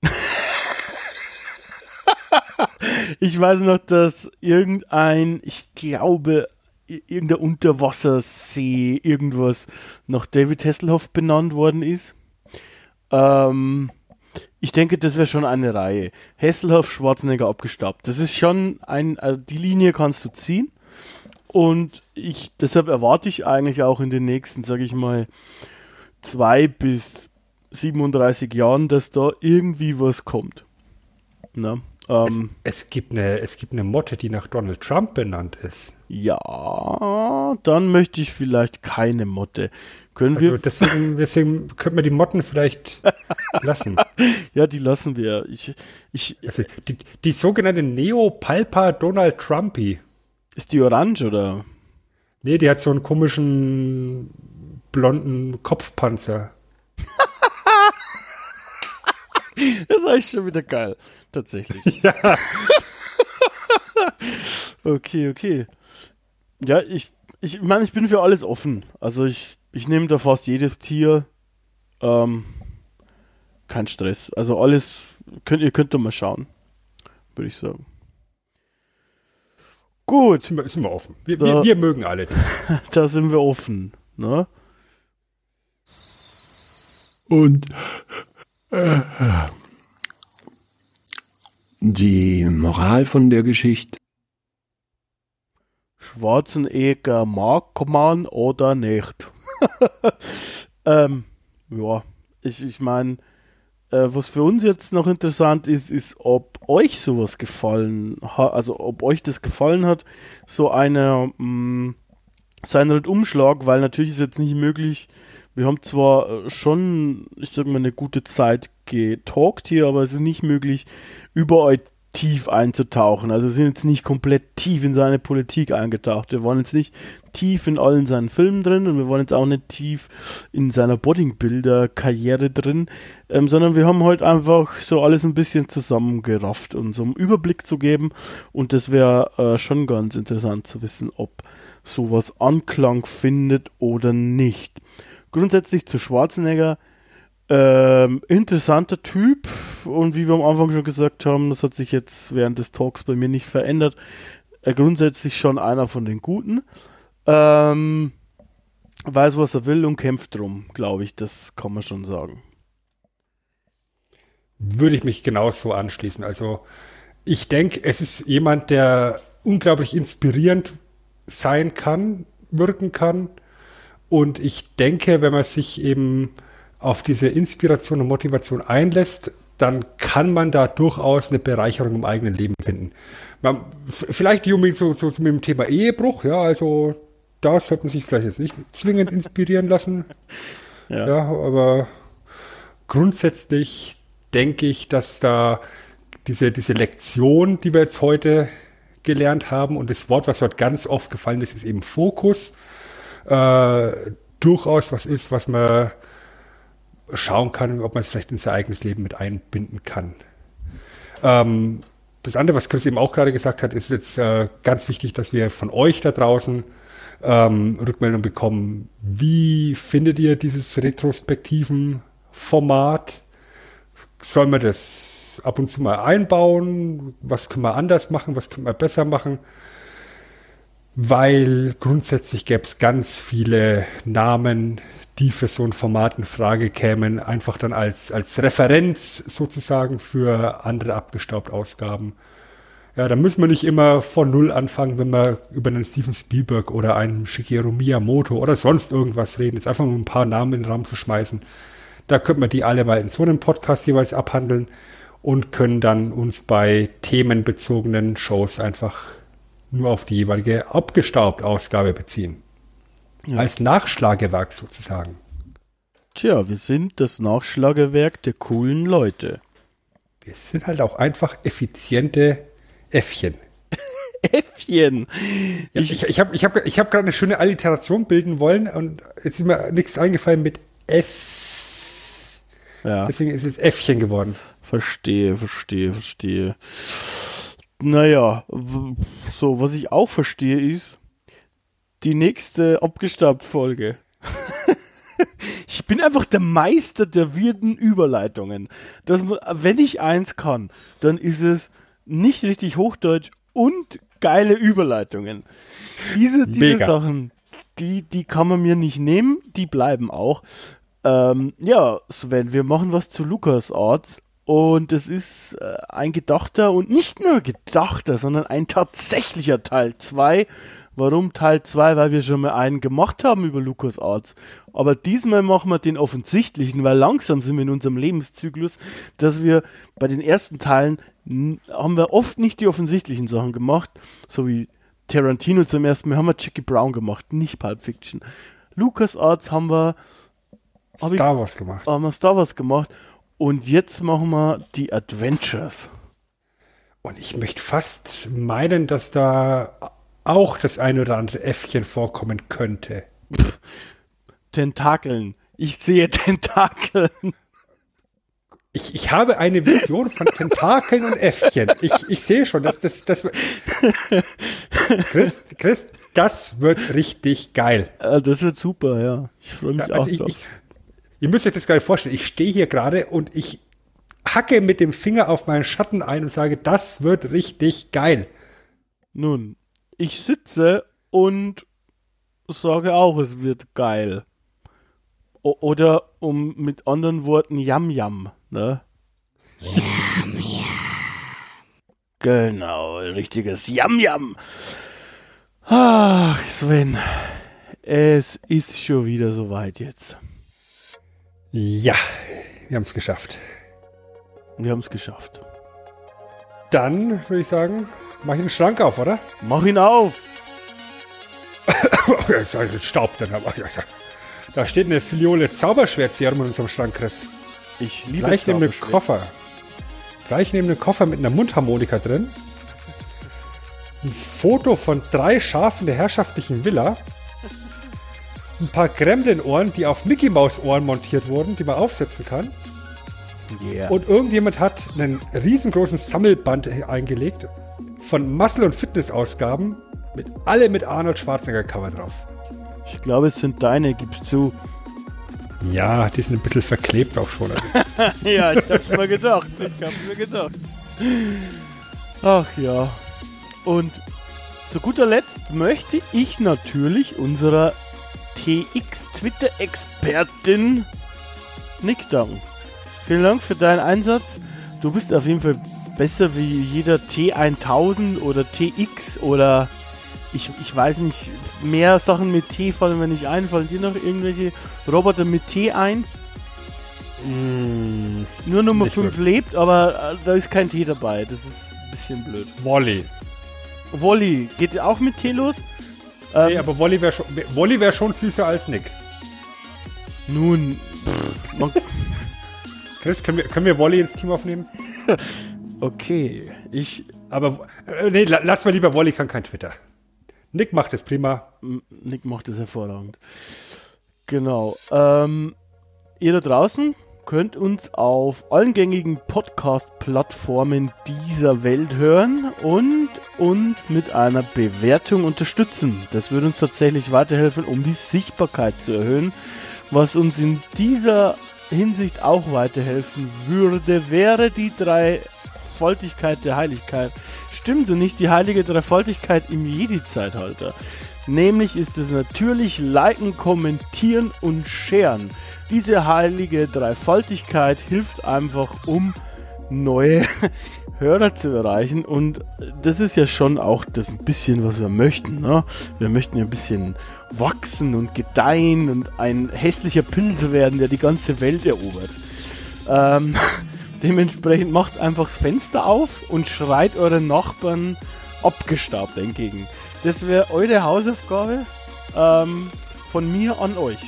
Ich weiß noch, dass irgendein, ich glaube, irgendein Unterwassersee, irgendwas nach David Hasselhoff benannt worden ist. Ähm, ich denke, das wäre schon eine Reihe. Hasselhoff, Schwarzenegger, abgestaubt. Das ist schon ein, also die Linie kannst du ziehen. Und ich, deshalb erwarte ich eigentlich auch in den nächsten, sage ich mal, zwei bis siebenunddreißig Jahren, dass da irgendwie was kommt. Na, ähm, es, es, gibt eine, es gibt eine Motte, die nach Donald Trump benannt ist. Ja, dann möchte ich vielleicht keine Motte. Können also wir? Deswegen, deswegen könnten wir die Motten vielleicht lassen. Ja, die lassen wir. Ich, ich, also die, die sogenannte Neopalpa Donald Trumpy. Ist die orange oder? Nee, die hat so einen komischen blonden Kopfpanzer. Das ist eigentlich schon wieder geil. Tatsächlich. Ja. Okay, okay. Ja, ich, ich meine, ich bin für alles offen. Also ich, ich nehme da fast jedes Tier. Ähm, kein Stress. Also alles, könnt, ihr könnt doch mal schauen. Würde ich sagen. Gut. Sind wir, sind wir offen. Wir, da, wir, wir mögen alle. Da sind wir offen. Ne? Und äh, die Moral von der Geschichte? Schwarzenegger mag man oder nicht? ähm, ja, ich, ich meine, äh, was für uns jetzt noch interessant ist, ist, ob euch sowas gefallen hat, also ob euch das gefallen hat, so eine, mh, so ein Rundumschlag, weil natürlich ist jetzt nicht möglich, wir haben zwar schon, ich sag mal, eine gute Zeit getalkt hier, aber es ist nicht möglich, überall tief einzutauchen. Also wir sind jetzt nicht komplett tief in seine Politik eingetaucht. Wir waren jetzt nicht tief in allen seinen Filmen drin und wir waren jetzt auch nicht tief in seiner Bodybuilder-Karriere drin, ähm, sondern wir haben halt einfach so alles ein bisschen zusammengerafft, um so einen Überblick zu geben, und das wäre äh, schon ganz interessant zu wissen, ob sowas Anklang findet oder nicht. Grundsätzlich zu Schwarzenegger, Ähm, interessanter Typ, und wie wir am Anfang schon gesagt haben, das hat sich jetzt während des Talks bei mir nicht verändert, äh, grundsätzlich schon einer von den Guten, ähm, weiß, was er will und kämpft drum, glaube ich, das kann man schon sagen. Würde ich mich genauso anschließen. Also ich denke, es ist jemand, der unglaublich inspirierend sein kann, wirken kann, und ich denke, wenn man sich eben auf diese Inspiration und Motivation einlässt, dann kann man da durchaus eine Bereicherung im eigenen Leben finden. Man, vielleicht nicht unbedingt so, so, so mit dem Thema Ehebruch, ja, also da sollte man sich vielleicht jetzt nicht zwingend inspirieren lassen. Ja. Ja, aber grundsätzlich denke ich, dass da diese, diese Lektion, die wir jetzt heute gelernt haben, und das Wort, was heute ganz oft gefallen ist, ist eben Fokus, äh, durchaus was ist, was man schauen kann, ob man es vielleicht in sein eigenes Leben mit einbinden kann. Ähm, das andere, was Chris eben auch gerade gesagt hat, ist jetzt äh, ganz wichtig, dass wir von euch da draußen ähm, Rückmeldung bekommen. Wie findet ihr dieses retrospektiven Format? Sollen wir das ab und zu mal einbauen? Was können wir anders machen? Was können wir besser machen? Weil grundsätzlich gäbe es ganz viele Namen, die für so ein Format in Frage kämen, einfach dann als, als Referenz sozusagen für andere abgestaubt Ausgaben. Ja, da müssen wir nicht immer von Null anfangen, wenn wir über einen Steven Spielberg oder einen Shigeru Miyamoto oder sonst irgendwas reden. Jetzt einfach mal ein paar Namen in den Raum zu schmeißen. Da könnten wir die alle mal in so einem Podcast jeweils abhandeln und können dann uns bei themenbezogenen Shows einfach nur auf die jeweilige abgestaubt Ausgabe beziehen. Ja. Als Nachschlagewerk sozusagen. Tja, wir sind das Nachschlagewerk der coolen Leute. Wir sind halt auch einfach effiziente Äffchen. Äffchen? Äffchen. Ja, ich ich habe ich hab, ich hab gerade eine schöne Alliteration bilden wollen und jetzt ist mir nichts eingefallen mit F. Ja. Deswegen ist es Äffchen geworden. Verstehe, verstehe, verstehe. Naja, w- so, was ich auch verstehe ist, die nächste Abgestaubt-Folge. Ich bin einfach der Meister der wirden Überleitungen. Das, mu- wenn ich eins kann, dann ist es nicht richtig Hochdeutsch und geile Überleitungen. Diese, diese Mega. Sachen, die, die kann man mir nicht nehmen, die bleiben auch. Ähm, ja, Sven, wir machen was zu LucasArts und es ist äh, ein gedachter und nicht nur gedachter, sondern ein tatsächlicher Teil zwei. Warum Teil zwei? Weil wir schon mal einen gemacht haben über LucasArts. Aber diesmal machen wir den offensichtlichen, weil langsam sind wir in unserem Lebenszyklus, dass wir bei den ersten Teilen n- haben wir oft nicht die offensichtlichen Sachen gemacht, so wie Tarantino zum ersten Mal haben wir Jackie Brown gemacht, nicht Pulp Fiction. LucasArts haben wir Hab ich- Star Wars gemacht. haben wir Star Wars gemacht und jetzt machen wir die Adventures. Und ich möchte fast meinen, dass da auch das ein oder andere Äffchen vorkommen könnte. Tentakeln. Ich sehe Tentakeln. Ich, ich habe eine Vision von Tentakeln und Äffchen. Ich, ich sehe schon, dass das, das Chris, Chris, das wird richtig geil. Äh, das wird super, ja. Ich freue mich Ja, auch also ich, drauf. ich, ihr müsst euch das gerade vorstellen. Ich stehe hier gerade und ich hacke mit dem Finger auf meinen Schatten ein und sage, das wird richtig geil. Nun, ich sitze und sage auch, es wird geil. O- oder um mit anderen Worten Yam Yam, ne? Yam Yam. Genau, richtiges Yam Yam. Ach, Sven, es ist schon wieder soweit jetzt. Ja, wir haben es geschafft. Wir haben es geschafft. Dann würde ich sagen, mach ich den Schrank auf, oder? Mach ihn auf! Jetzt habe ich den Staub drin. Aber da steht eine Filiole Zauberschwertserum in unserem Schrank, Chris. Ich liebe Gleich neben dem Zauberschwert. Koffer. Gleich neben dem Koffer mit einer Mundharmonika drin. Ein Foto von drei Schafen der herrschaftlichen Villa. Ein paar Gremlin-Ohren, die auf Mickey-Maus-Ohren montiert wurden, die man aufsetzen kann. Yeah. Und irgendjemand hat einen riesengroßen Sammelband eingelegt von Muscle- und Fitness-Ausgaben mit alle mit Arnold Schwarzenegger-Cover drauf. Ich glaube, es sind deine, gib's zu. Ja, die sind ein bisschen verklebt auch schon. Ja, ich hab's mir gedacht. Ich hab's mir gedacht. Ach ja. Und zu guter Letzt möchte ich natürlich unserer T X-Twitter-Expertin Nick danken. Vielen Dank für deinen Einsatz. Du bist auf jeden Fall besser wie jeder T tausend oder T X oder ich, ich weiß nicht, mehr Sachen mit T fallen mir nicht ein. Fallen dir noch irgendwelche Roboter mit T ein? Mm, Nur Nummer Nicht fünf lebt, aber äh, da ist kein T dabei. Das ist ein bisschen blöd. Wally. Wally, geht auch mit T los? Ähm, Nee, aber Wally wäre schon, Wally wär schon süßer als Nick. nun, pff, man, Chris, können wir, können wir Wally ins Team aufnehmen? okay, ich, Aber äh, nee, la- lass mal lieber, Wally kann kein Twitter. Nick macht es prima. m- Nick macht das hervorragend. Genau, ähm, ihr da draußen könnt uns auf allen gängigen Podcast-Plattformen dieser Welt hören und uns mit einer Bewertung unterstützen. Das würde uns tatsächlich weiterhelfen, um die Sichtbarkeit zu erhöhen. Was uns in dieser Hinsicht auch weiterhelfen würde, wäre die Dreifaltigkeit der Heiligkeit. Stimmt so nicht, die heilige Dreifaltigkeit im Jedi-Zeitalter. Nämlich ist es natürlich liken, kommentieren und sharen. Diese heilige Dreifaltigkeit hilft einfach, um neue Hörer zu erreichen, und das ist ja schon auch das ein bisschen, was wir möchten, ne? Wir möchten ja ein bisschen wachsen und gedeihen und ein hässlicher Pilz werden, der die ganze Welt erobert. Ähm, dementsprechend macht einfach das Fenster auf und schreit euren Nachbarn abgestaubt entgegen. Das wäre eure Hausaufgabe ähm, von mir an euch.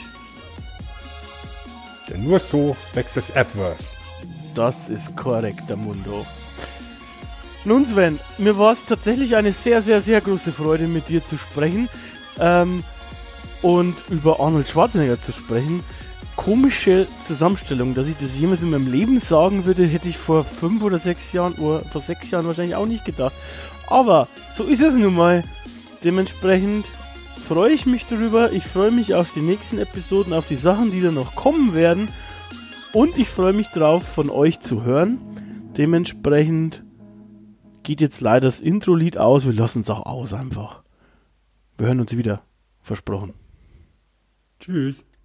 Denn nur so wächst das Appverse. Das ist korrekt, der Mundo. Nun Sven, mir war es tatsächlich eine sehr, sehr, sehr große Freude, mit dir zu sprechen ähm, und über Arnold Schwarzenegger zu sprechen. Komische Zusammenstellung, dass ich das jemals in meinem Leben sagen würde, hätte ich vor fünf oder sechs Jahren, oder vor sechs Jahren wahrscheinlich auch nicht gedacht. Aber so ist es nun mal. Dementsprechend freue ich mich darüber. Ich freue mich auf die nächsten Episoden, auf die Sachen, die da noch kommen werden. Und ich freue mich drauf, von euch zu hören. Dementsprechend geht jetzt leider das Intro-Lied aus. Wir lassen es auch aus einfach. Wir hören uns wieder. Versprochen. Tschüss.